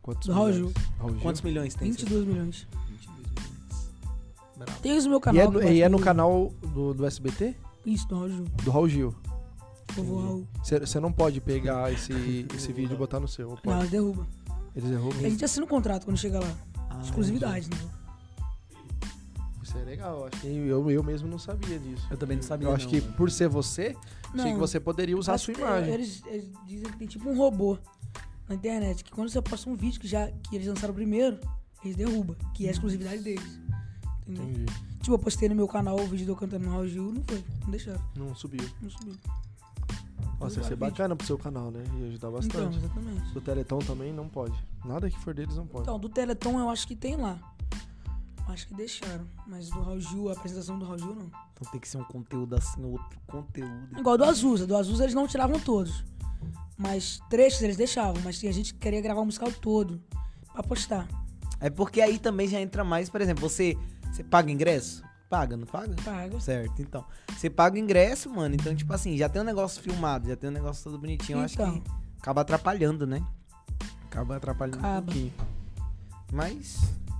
Quantos Do Raul milhões? Gil. Raul Gil? Quantos milhões tem? vinte e dois milhões. vinte e dois milhões. Bravo. Tem isso no meu E canal. é, que no, eu e é no gosto canal do, do S B T? do- Isso, do Raul Gil. Do Raul Gil. Povo Raul. Você não pode pegar esse, esse vídeo e botar no seu. ou Não, pode? derruba. Eles derrubam. A gente assina um contrato quando chega lá. Ah, Exclusividade, né? Isso é legal. Eu, acho que eu, eu mesmo não sabia disso. Eu também não sabia. Eu acho não, que mano. por ser você, achei que Não. você poderia usar a Acho sua que, imagem. é, Eles, eles dizem que tem tipo um robô na internet, que quando você posta um vídeo que, já, que eles lançaram primeiro, eles derrubam, que é a exclusividade deles. Entendeu? Entendi. Tipo, eu postei no meu canal o vídeo de eu cantando no Raul Gil, não foi, não deixaram, Não subiu. não subiu. Nossa, ia ser bacana pro seu canal, né? Ia ajudar Então, bastante. exatamente. Do Teleton também não pode. Nada que for deles não pode. Então, do Teleton eu acho que tem lá. Acho que deixaram, mas do Raul Gil, a apresentação do Raul Gil, não. Então tem que ser um conteúdo assim, outro conteúdo. Igual do Azusa, do Azusa eles não tiravam todos. Mas trechos eles deixavam, mas tinha gente que queria gravar o musical todo pra postar. É porque aí também já entra mais, por exemplo, você, você paga ingresso? Paga, não paga? Paga. Certo, então. Você paga o ingresso, mano. Então, tipo assim, já tem um negócio filmado, já tem um negócio todo bonitinho. Eu Então. acho que acaba atrapalhando, né? Acaba atrapalhando um Acaba. pouquinho. Mas.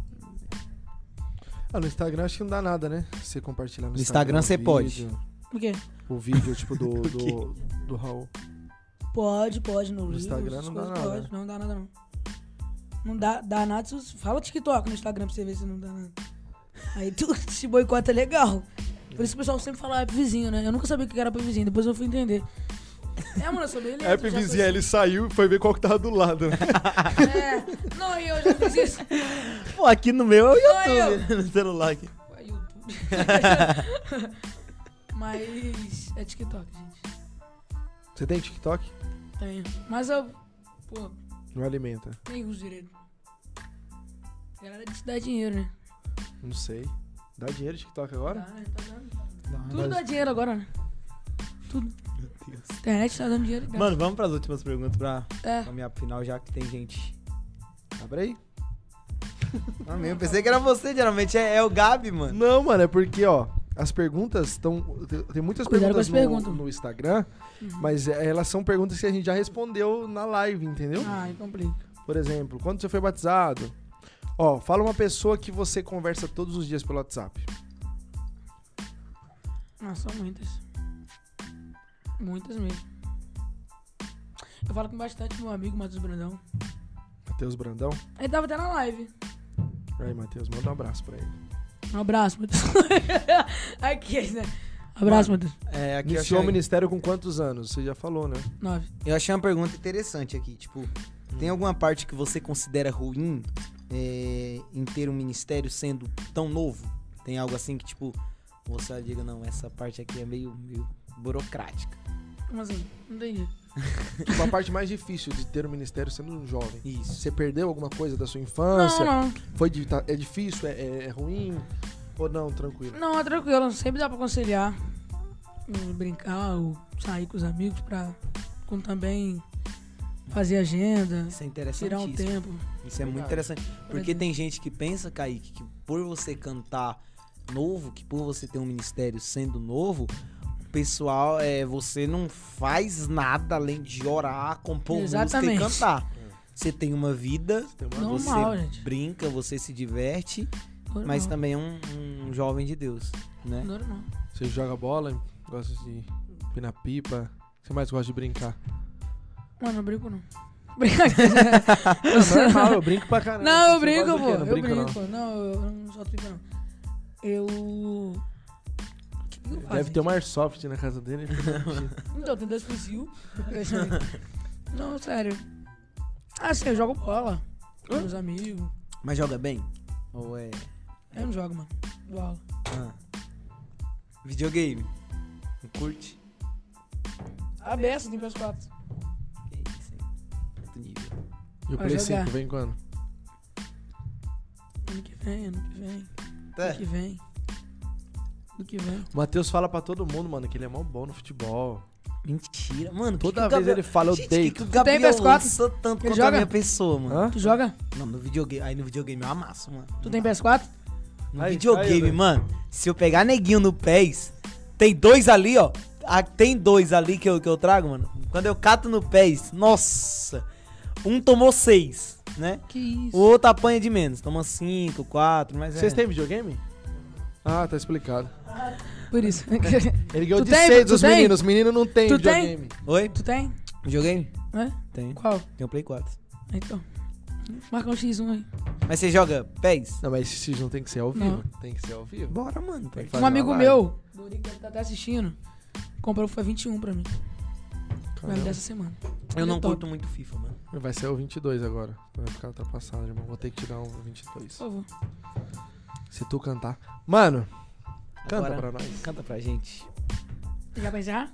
Ah, no Instagram acho que não dá nada, né? Você compartilhar no, No Instagram o você vídeo, pode. O quê? O vídeo, tipo, do, O quê? do, do Raul. Pode, pode. No, No Reels, Instagram essas não dá coisas nada. Pode, não dá nada não. Não dá, dá nada. Se você- Fala TikTok no Instagram pra você ver se não dá nada. Aí tu se boicota é legal. Por isso que o pessoal sempre fala app vizinho, né? Eu nunca sabia o que era app vizinho, depois eu fui entender. É, mano, eu sou bem lento. App já vizinha, tô- ele saiu e foi ver qual que tava do lado, né? É, não, e eu já fiz isso. Pô, aqui no meu é o Não, YouTube, no celular aqui. Ué, YouTube. Mas é TikTok, gente. Você tem TikTok? Tenho. Mas eu, pô, Não alimenta. nem uso direito. A galera diz que dá dinheiro, né? Não sei. Dá dinheiro TikTok agora? Dá, né? Tá dando. Não, Tudo mas- dá dinheiro agora, né? Tudo. Meu Deus. A internet tá dando dinheiro. cara. Mano, vamos pras últimas perguntas pra É. caminhar pro final, já que tem gente. Abre aí. Amém. Eu pensei que era você, geralmente é, é o Gabi, mano. Não, mano, é porque, ó, as perguntas estão. Tem, tem muitas Cuidado com perguntas as no, perguntas. no Instagram, mas é, elas são perguntas que a gente já respondeu na live, entendeu? Ah, aí complica. Por exemplo, quando você foi batizado? Ó, fala uma pessoa que você conversa todos os dias pelo WhatsApp. Ah, são muitas. Muitas mesmo. Eu falo com bastante meu amigo, Matheus Brandão. Matheus Brandão. Ele tava até na live. Aí, Matheus, manda um abraço pra ele. Um abraço, Matheus. Aqui, né? Abraço, Matheus. É, aqui eu Iniciou o achei, ministério com quantos anos? Você já falou, né? Nove. eu achei uma pergunta interessante aqui. Tipo, tem alguma parte que você considera ruim é, em ter um ministério sendo tão novo? Tem algo assim que, tipo, você diga, não, essa parte aqui é meio, meio burocrática. Como assim? Não entendi. Tipo, a parte mais difícil de ter um ministério sendo um jovem. Isso. Você perdeu alguma coisa da sua infância? Não, não. Foi de- tá- é difícil? É, é- é ruim? Ou não? Tranquilo? Não, é tranquilo. Sempre dá pra conciliar. Hum, Brincar ou sair com os amigos pra com também fazer agenda, Isso é tirar um interessantíssimo. tempo. Isso é muito Verdade. interessante. Porque exemplo. tem gente que pensa, Kaique, que por você cantar novo, que por você ter um ministério sendo novo, o pessoal, é, você não faz nada além de orar, compor Exatamente. música e cantar. Você tem uma vida, Tem uma- Normal, você gente. brinca, você se diverte, Normal. mas também é um, um jovem de Deus, né? Normal. Você joga bola, gosta de pinar pipa. O que você mais gosta de brincar? Mano, não brinco não. Brincadeira. É normal, eu brinco pra caramba. Não, eu Você brinco, gosta do pô. quê? Não Eu brinca, não? brinco. Não, eu não solto pipa, não. Eu... O que que eu faço, Deve ter gente? uma airsoft na casa dele. Então, tem dois fuzil. Não, sério. Ah, sim, eu jogo bola. Com meus amigos. Mas joga bem? Ou é... Eu não jogo, mano. Dou aula. Ah. Videogame? Não curte? A beça tem P S quatro. Que isso, hein? Outro nível. E o Vai Play jogar. cinco vem quando? Ano que vem, ano que vem. Tá. Ano que vem. Ano que vem. O Matheus fala pra todo mundo, mano, que ele é mó bom no futebol. Mentira. Mano, Toda que que o vez Gabriel... ele fala, eu Gente, deito. que, que o Tu tem Gabriel P S quatro? lança tanto Ele contra a joga? minha pessoa, mano. Hã? Tu joga? Não, no videogame... Aí no videogame eu amasso, mano. Tu tem P S quatro? No Aí, videogame, aí, velho. mano, se eu pegar neguinho no pés, tem dois ali, ó. Ah, tem dois ali que eu, que eu trago, mano. Quando eu cato no pés, nossa. Um tomou seis. né? Que isso. O outro apanha de menos, toma cinco, quatro, mas Vocês é... têm videogame? Ah, tá explicado. Por isso. Ele ganhou Tu de tem? seis Tu dos tem? meninos. Os meninos não tem Tu tem? videogame. Oi? Tu tem? Videogame? É? Tem. Qual? Tem o Play quatro. Então. Marca um xis um aí. Mas você joga P E S? Não, mas esse X não tem que ser ao vivo. Não. Tem que ser ao vivo. Bora, mano. Tem que Um fazer amigo uma live. meu, Dorico deve estar até assistindo, comprou o FIFA vinte e um pra mim. Vai Caramba. dessa semana. Eu Ele não é top. curto muito FIFA, mano. Vai ser o vinte e dois agora. Vai ficar ultrapassado, irmão. Vou ter que tirar um vinte e dois. Por favor. Se tu cantar. Mano, canta Agora, pra nós. Canta pra gente. Já vai encerrar?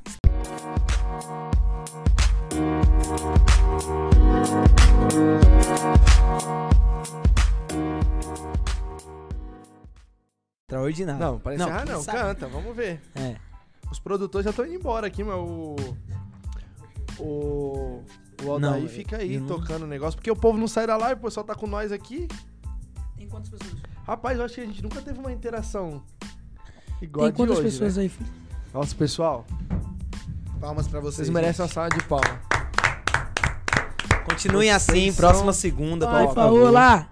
Extraordinário. Não, para encerrar não. sabe? Canta, vamos ver. É. Os produtores já estão indo embora aqui, mas o... O... O Aldair Não, fica aí eu não- tocando o negócio. Porque o povo não sai da live, o pessoal tá com nós aqui. Tem quantas pessoas? Rapaz, eu acho que a gente nunca teve uma interação igual Tem a de quantas hoje, pessoas né? aí, filho? Nossa, pessoal, Palmas pra vocês. vocês merecem uma salva de palmas. Continuem assim, Vocês próxima são- segunda, Vai, por favor. Paola!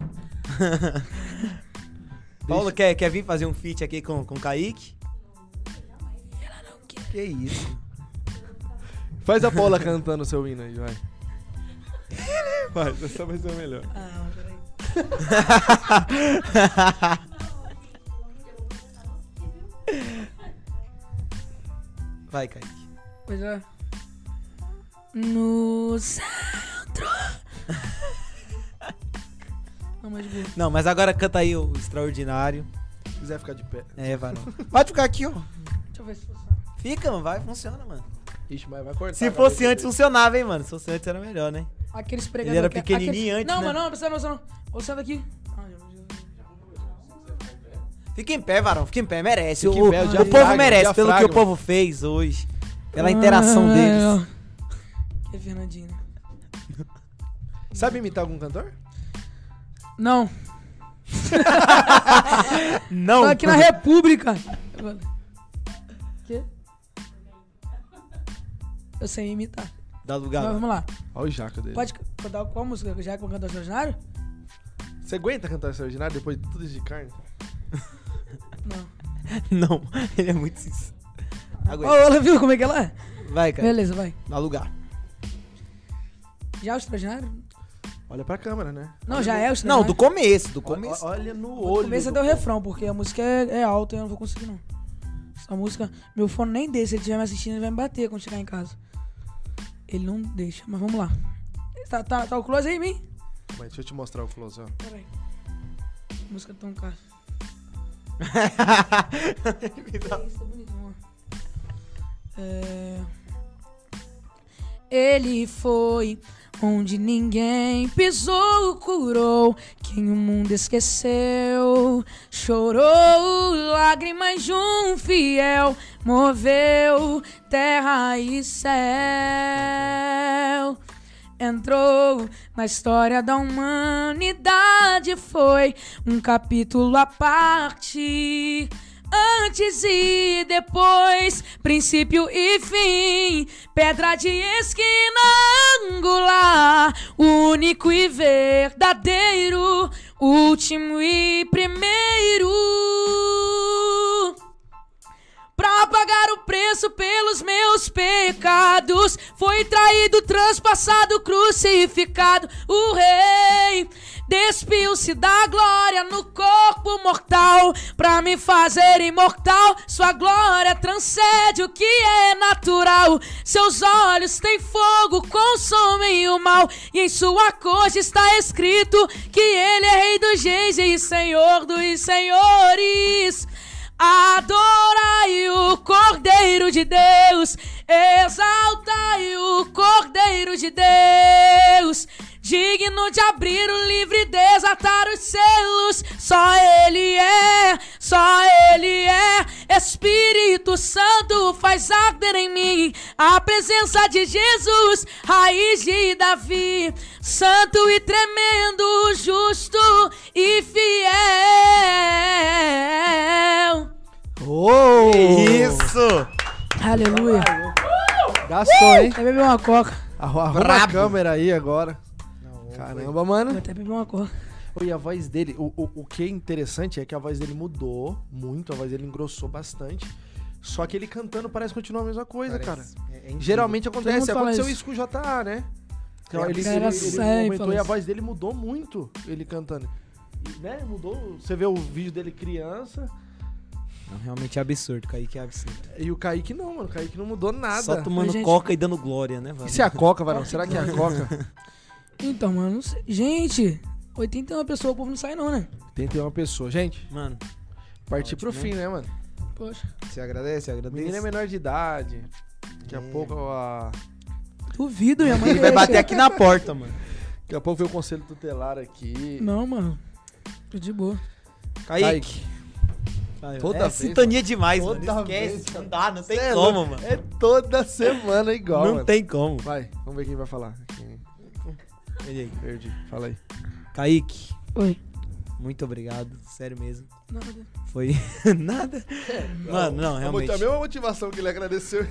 Paulo, quer, quer vir fazer um feat aqui com, com o Kaique? Ela não quer. Que isso? Faz a Paula cantando o seu hino aí, vai. Vai, essa vai ser a melhor. Ah, peraí. Vai, Kaique. Pois é. No centro. Não, mas boa. Não, mas agora canta aí o Extraordinário. Se quiser ficar de pé. É, vai não. Pode ficar aqui, ó. Deixa eu ver se funciona. Fica, mano, vai, funciona, mano. Ixi, mas vai cortar. Se a fosse cabeça antes, dele. funcionava, hein, mano. Se fosse antes, era melhor, né? Aqueles pregadores. Ele era que- pequenininho aqueles- antes, Não, né? mas não, não precisa não, precisa não. Ô, senta aqui. Ah, já- já- Fica em pé, varão, fica em pé, merece. Fica o em pé, o o diafragma, povo merece, pelo que o diafragma. povo fez hoje. Pela interação Ah, deles. Que é Fernandinho, né? Sabe imitar algum cantor? Não. Não. Tô aqui na República. Quê? Eu sei imitar. Dá lugar. Mas vamos lá. Olha o jaca dele. Pode cantar qual música? Já que eu canto extraordinário? Você aguenta cantar extraordinário depois de tudo isso de carne? Não. Não, ele é muito sincero. Ó, Aguenta. ela viu como é que ela é? Vai, cara. Beleza, vai. Dá lugar. Já é o extraordinário? Olha pra câmera, né? Não, já é o Não, extraordinário. do começo, do Olha, começo. olha no No olho. começo do até o povo. refrão, porque a música é, é alta e eu não vou conseguir, não. Essa música, meu fone nem deixa. Se ele estiver me assistindo, ele vai me bater quando chegar em casa. Ele não deixa, mas vamos lá. Tá, tá, tá o close aí em mim? Mas deixa eu te mostrar o close, ó. Pera aí. Música Tom Carlos. Isso, tá bonito, vamos lá. É... Ele foi onde ninguém pisou, curou quem o mundo esqueceu, chorou lágrimas de um fiel, moveu terra e céu. Entrou na história da humanidade, foi um capítulo à parte. Antes e depois, princípio e fim, pedra de esquina angular, único e verdadeiro, último e primeiro. Pra pagar o preço pelos meus pecados, foi traído, transpassado, crucificado. O rei despiu-se da glória no corpo mortal, pra me fazer imortal. Sua glória transcende o que é natural. Seus olhos têm fogo, consomem o mal, e em sua coxa está escrito que ele é rei dos reis e senhor dos senhores. Adorai o Cordeiro de Deus, exaltai o Cordeiro de Deus, digno de abrir o livro e desatar os selos. Só Ele é, só Ele é. Espírito Santo faz arder em mim a presença de Jesus, raiz de Davi, santo e tremendo, justo e fiel. Oh! Isso! Aleluia. Gastou, hein? Vai beber uma coca. Arru- Arruma a Brabo. câmera aí agora. Não, Caramba, mano. Eu até bebi uma cor. E a voz dele, o, o, o que é interessante é que a voz dele mudou muito, a voz dele engrossou bastante. Só que ele cantando parece continuar a mesma coisa, Parece. cara. É, é incrível. Geralmente Todo acontece, mundo fala aconteceu isso. isso com o J A, né? Então, É, ele, cara, ele, ele sempre aumentou fala e a isso. voz dele mudou muito, ele cantando. E, né, mudou, você vê o vídeo dele criança, Não, realmente é absurdo, Kaique é absurdo. e o Kaique não, mano, o Kaique não mudou nada. Só tomando Mas, gente- coca e dando glória, né, Varão? E se é a Coca, Varão? Será que é a Coca? Então, mano, não sei. Gente, oitenta e uma pessoas, o povo não sai não, né? Tem que ter uma pessoa. Gente, Mano, partir Ótimo, pro fim, né, mano? Poxa, você agradece, O agradece. menino é menor de idade. Daqui a É. pouco a... duvido, minha mãe. Ele vai deixa. bater aqui na porta, mano. Daqui a pouco vem o conselho tutelar aqui. Não, mano. Tô de boa. Kaique. Vai, Toda é vez, sintonia demais, Toda mano. Esquece. vez, cara. Não dá, não tem Cê é como, louco. mano. É toda semana igual, Não mano. tem como. Vai, vamos ver quem vai falar. Quem... Olha aí. Perdi, fala aí. Kaique, Oi. muito obrigado. Sério mesmo. Nada. Foi nada. Mano, não, realmente. A mesma motivação que ele agradeceu.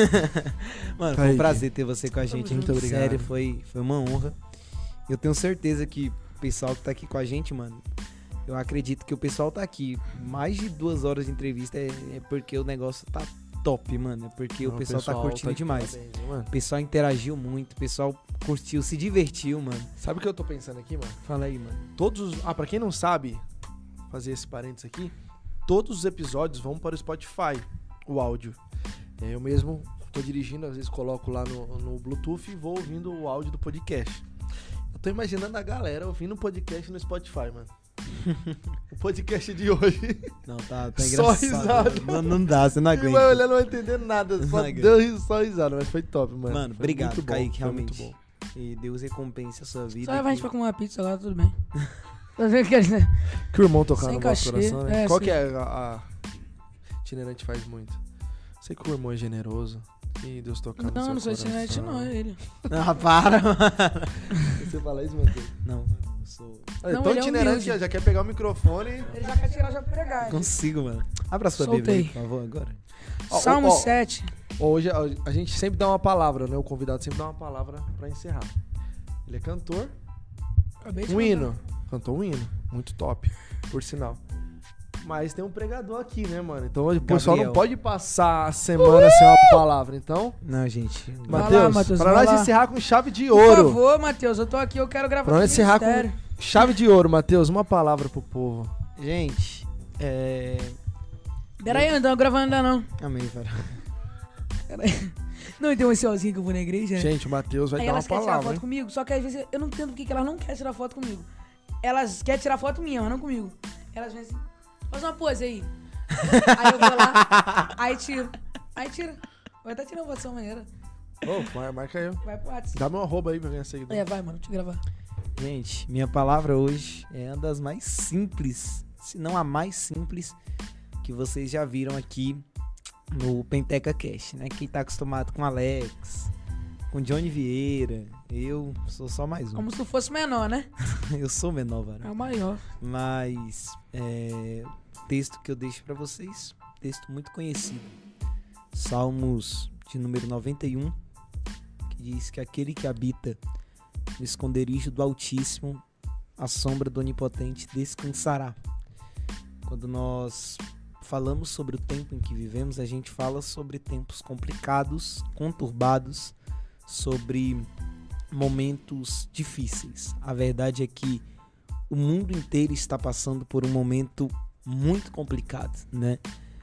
Mano, foi um Kaique. prazer ter você com a gente. Muito obrigado. Sério, foi, foi uma honra. Eu tenho certeza que o pessoal que tá aqui com a gente, mano, eu acredito que o pessoal tá aqui. Mais de duas horas de entrevista é, é porque o negócio tá top, mano. É porque o pessoal, tá curtindo de demais. parabéns, hein, mano. O pessoal interagiu muito, o pessoal curtiu, se divertiu, mano. Sabe o que eu tô pensando aqui, mano? Fala aí, mano. Todos os... Ah, pra quem não sabe, fazer esse parênteses aqui, todos os episódios vão para o Spotify, o áudio. É, eu mesmo tô dirigindo, às vezes coloco lá no, no Bluetooth e vou ouvindo o áudio do podcast. Eu tô imaginando a galera ouvindo o podcast no Spotify, mano. O podcast de hoje. Não, tá, tá Só engraçado. risada. Não, não dá, você não Quem aguenta. vai olhar não vai entender nada, só Não aguenta. deu ri- só risada, mas foi top, mano. Mano, Foi obrigado, muito bom, Kaique, foi muito realmente. bom. E Deus recompense a sua vida. Só leva a gente que- pra comer uma pizza agora, tudo bem. Tá vendo que eles- Que o irmão tocar Sem no vosso cachê, coração, né? é, Qual sim. que é a, a... Itinerante faz muito. Sei que o irmão é generoso. Que Deus tocar no Não, seu não sou coração. itinerante, não, é ele. Ah, para, mano. Você fala isso, Matheus? Não, eu sou... Olha, Não, tão ele é itinerante, humilde. já, já quer pegar o microfone. Ele já quer tirar, já pregar. Consigo, mano. Abra sua Soltei. Bíblia aí, por favor, agora. Ó, Salmo ó, ó. sete. Hoje a, a gente sempre dá uma palavra, né? O convidado sempre dá uma palavra pra encerrar. Ele é cantor. Acabei de Um contar. hino. Cantou um hino. Muito top, por sinal. Mas tem um pregador aqui, né, mano? Então o pessoal não Gabriel. pode passar a semana sem uma palavra. Então, Não, gente. Vai lá, Matheus, Matheus, pra vai nós lá. encerrar com chave de Por ouro. favor, Matheus, eu tô aqui, eu quero gravar Pra nós esse encerrar ministério. com chave de ouro, Matheus. Uma palavra pro povo. Gente, é... Pera aí, eu não tô gravando ainda não. Amém, cara. Pera aí. Não, tem um ansiosinho que eu vou na igreja. Gente, o Matheus vai Aí dar uma elas querem tirar palavra, foto hein? comigo, só que às vezes eu não entendo porque que elas não querem tirar foto comigo. Elas querem tirar foto minha, mas não comigo. Elas vêm assim, faz uma pose aí. Aí eu vou lá, aí tiro. Aí tira. Vai estar tirando foto dessa maneira. Ô, mar- marca eu. Vai pro WhatsApp. Dá meu arroba aí pra ganhar seguidor. É, vai, mano, deixa eu gravar. Gente, minha palavra hoje é uma das mais simples, se não a mais simples, que vocês já viram aqui no Penteca Cash, né? Quem tá acostumado com Alex, com Johnny Vieira, eu sou só mais um. Como se tu fosse menor, né? Eu sou menor, É varão. o maior. Mas é, o texto que eu deixo pra vocês, texto muito conhecido. Salmos de número noventa e um, que diz que aquele que habita no esconderijo do Altíssimo, a sombra do Onipotente descansará. Quando nós falamos sobre o tempo em que vivemos, a gente fala sobre tempos complicados, conturbados, sobre momentos difíceis. A verdade é que o mundo inteiro está passando por um momento muito complicado, né?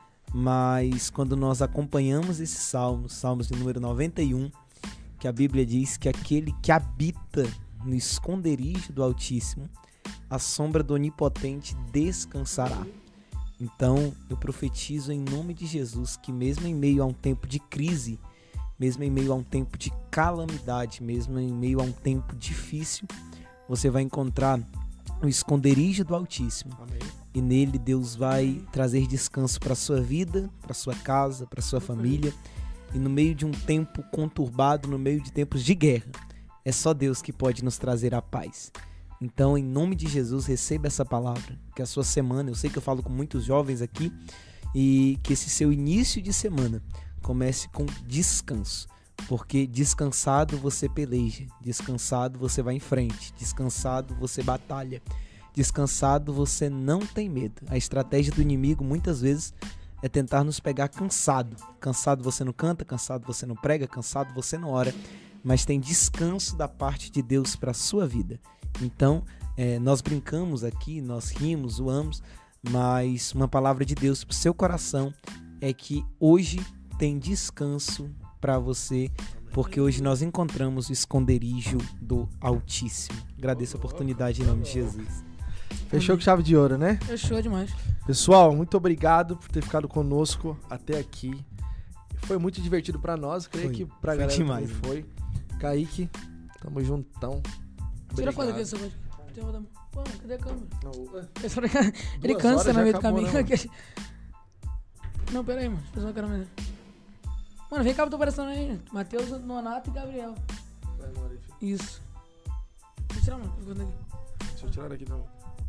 Mas quando nós acompanhamos esse salmo, salmos de número noventa e um, que a Bíblia diz que aquele que habita no esconderijo do Altíssimo, a sombra do Onipotente descansará. Então, eu profetizo em nome de Jesus que mesmo em meio a um tempo de crise, mesmo em meio a um tempo de calamidade, mesmo em meio a um tempo difícil, você vai encontrar o esconderijo do Altíssimo. Amém. E nele Deus vai trazer descanso para sua vida, para sua casa, para sua família. E no meio de um tempo conturbado, no meio de tempos de guerra, é só Deus que pode nos trazer a paz. Então, em nome de Jesus, receba essa palavra. Que a sua semana, eu sei que eu falo com muitos jovens aqui, e que esse seu início de semana comece com descanso. Porque descansado você peleja, descansado você vai em frente, descansado você batalha, descansado você não tem medo. A estratégia do inimigo muitas vezes é tentar nos pegar cansado. Cansado você não canta, cansado você não prega, cansado você não ora. Mas tem descanso da parte de Deus para a sua vida. Então, é, nós brincamos aqui, nós rimos, zoamos, mas uma palavra de Deus para o seu coração é que hoje tem descanso para você, porque hoje nós encontramos o esconderijo do Altíssimo. Agradeço a oportunidade em nome de Jesus. Fechou com chave de ouro, né? Fechou demais. Pessoal, muito obrigado por ter ficado conosco até aqui. Foi muito divertido pra nós, creio Foi. que pra Foi galera demais, também foi. Kaique, tamo juntão. Tira a foto Obrigado. aqui, essa coisa. Tem outra- Pô, cadê a câmera? Não, É só pra- Ele Duas cansa horas no já meio do acabou, caminho. né, Não, pera aí, mano. Deixa eu fazer uma câmera. Mano, vem cá, eu tô aparecendo aí. Matheus, Nonato e Gabriel. Vai, Maurício. Isso. Deixa eu tirar, mano. Deixa eu ver. Deixa eu tirar daqui não.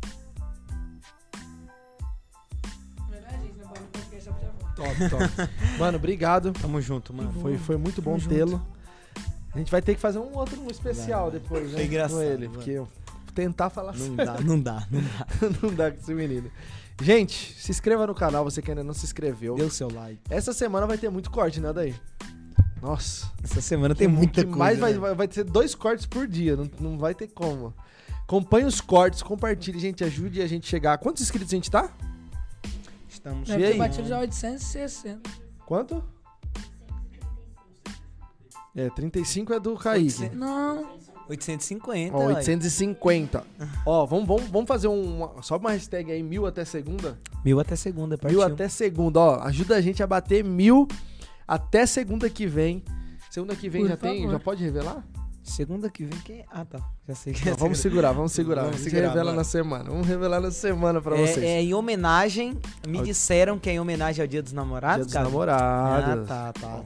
Verdade, gente, né? Bagulho podcast, só pra tirar foto. Top, top. Mano, obrigado. Tamo junto, mano. Foi, foi muito bom Tamo tê-lo. A gente vai ter que fazer um outro um especial Vai, vai. depois, né? Foi engraçado, Com ele, vai. porque eu tentar falar Não dá, não dá, não dá. não dá com esse menino. Gente, se inscreva no canal, você que ainda não se inscreveu. Dê o seu like. Essa semana vai ter muito corte, né, daí? Nossa. Essa semana tem Que- muita que coisa. mais vai, né? vai, vai ter dois cortes por dia, não, não vai ter como. Acompanhe os cortes, compartilhe, gente, ajude a gente a chegar. Quantos inscritos a gente tá? Estamos E Deve aí? ter batido já oitocentos e sessenta. Quanto? É, trinta e cinco é do Kaique. Não. oitocentos e cinquenta. Ó, ué. oitocentos e cinquenta. Ó, vamos, vamos, vamos fazer um. Sobe uma hashtag aí, mil até segunda. Mil até segunda, partiu. Mil até segunda, ó. Ajuda a gente a bater mil até segunda que vem. Segunda que vem Por já tem. favor. Já pode revelar? Segunda que vem quem? Ah, tá. Já sei que Não, vamos segurar, vamos segurar. Vamos a gente segurar, revela bora. na semana. Vamos revelar na semana pra vocês. É, é em homenagem. Me Ao- disseram que é em homenagem ao Dia dos Namorados, Dia dos cara. Namorados. Ah, tá, tá.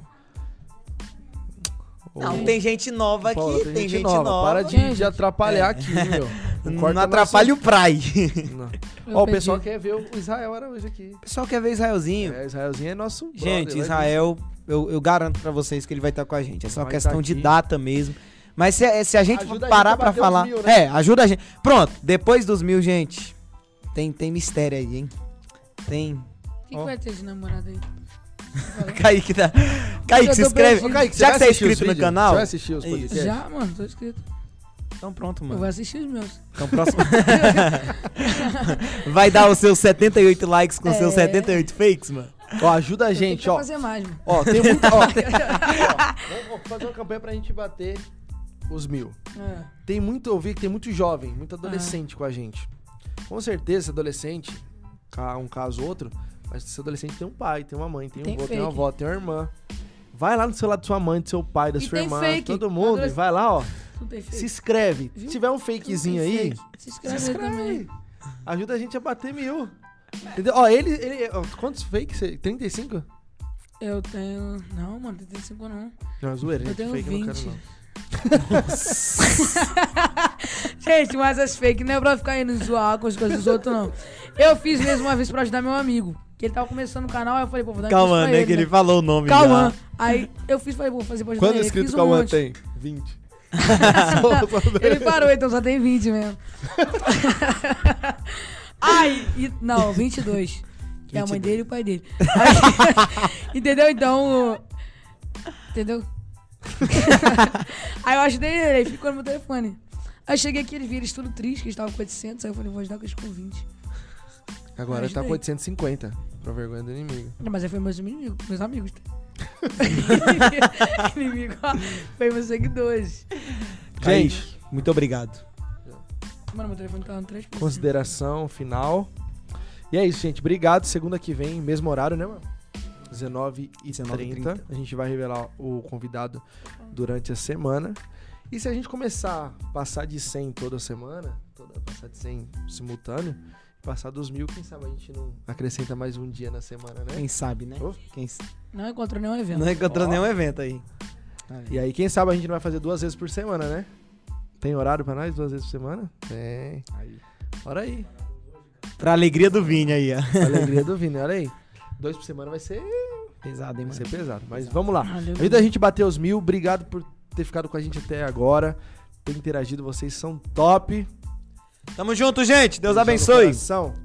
Ô, Não, tem gente nova aqui, Paula, tem, gente nova. Para de, de atrapalhar aqui, meu. Não, corta atrapalha o Pride. Não. Eu Ó, o perdi. pessoal quer ver o Israel era hoje aqui. O pessoal quer ver Israelzinho. É, Israelzinho é nosso brother, Gente, vai Israel, eu, eu garanto pra vocês que ele vai estar com a gente. É só Vai questão tá de aqui. data mesmo. Mas se, se a gente Ajuda a parar gente a pra bater os falar... mil, né? É, ajuda a gente. Pronto, depois dos mil, gente, tem, tem mistério aí, hein? Tem... O que, que Ó. vai ter de namorada aí? Kaique, tá... Kaique, Eu se tô inscreve. perdido. Ô, Kaique, Já vai que você é assistir os inscrito no vídeos? canal... Você vai assistir os Isso. podcasts? Já, mano, tô inscrito. Então pronto, Eu mano. vou assistir os meus. Então próximo... Vai dar os seus setenta e oito likes com os seus É. setenta e oito fakes, mano? Ó, ajuda a Eu tenho gente, que ó. fazer mais, mano. Ó, tem muita. Ó, ó, vamos fazer uma campanha pra gente bater os mil. É. Tem muito, eu vi que tem muito jovem, muito adolescente com a gente. Com certeza, esse adolescente, ca- um caso ou outro, mas esse adolescente tem um pai, tem uma mãe, tem um Tem avô, tem uma fake. avó, tem uma irmã. Vai lá no celular da sua mãe, do seu pai, da E sua tem irmã, fake. todo mundo, e Adolesc- vai lá, ó. Tudo tem fake. Se inscreve. Viu? Se tiver um Tudo fakezinho tem aí, fake. Se se inscreve, inscreve. também. Ajuda a gente a bater mil. Entendeu? Ó, ele. ele ó, quantos fakes? você- trinta e cinco? Eu tenho... Não, mano, trinta e cinco não. Não, zoeira, Eu gente. tenho Fake eu não quero, vinte. não. Gente, mas as fake não é pra ficar indo zoar com as coisas dos outros, não. Eu fiz mesmo uma vez pra ajudar meu amigo. Que ele tava começando o canal, aí eu falei, pô, vou dar Calma, uma né? ele, Que ele falou o nome Calma. já. Aí eu fiz, falei, vou fazer pra ajudar Quanto ele. inscritos Fiz o um Cauã monte. tem? vinte. Ele parou, então só tem vinte mesmo. Ai, e, não, vinte e dois. Que é a mãe dele e o pai dele. Aí, entendeu? Então. o- Entendeu? Aí eu ajudei ele, aí ficou no meu telefone. Aí eu cheguei aqui, eles viram eles tudo triste, que eles estavam com oitocentos. Aí eu falei, vou ajudar com eles com vinte. Agora Ajudei. tá com oitocentos e cinquenta. Pra vergonha do inimigo. Não, mas aí foi meus amigos, meus amigos. Inimigo, ó, foi meus seguidores. Gente, Muito obrigado. Mano, meu telefone tá no três por cento. consideração final. E é isso, gente. Obrigado. Segunda que vem, mesmo horário, né, mano? dezenove e trinta. A gente vai revelar o convidado durante a semana. E se a gente começar a passar de cem toda semana, toda, passar de cem simultâneo, passar dos mil, quem sabe a gente não acrescenta mais um dia na semana, né? Quem sabe, né? Oh. Quem s- Não encontrou nenhum evento. Não encontrou Ó. nenhum evento aí. E aí, quem sabe a gente não vai fazer duas vezes por semana, né? Tem horário pra nós duas vezes por semana? Tem. Bora aí. Pra alegria do Vini aí, ó. A alegria do Vini, olha aí. Dois por semana vai ser Pesado, hein, Vai mano? ser pesado. Mas vamos lá. Aleluia. Antes da gente bater os mil, obrigado por ter ficado com a gente até agora. Ter interagido, vocês são top. Tamo junto, gente. Deus Beijão no abençoe. coração.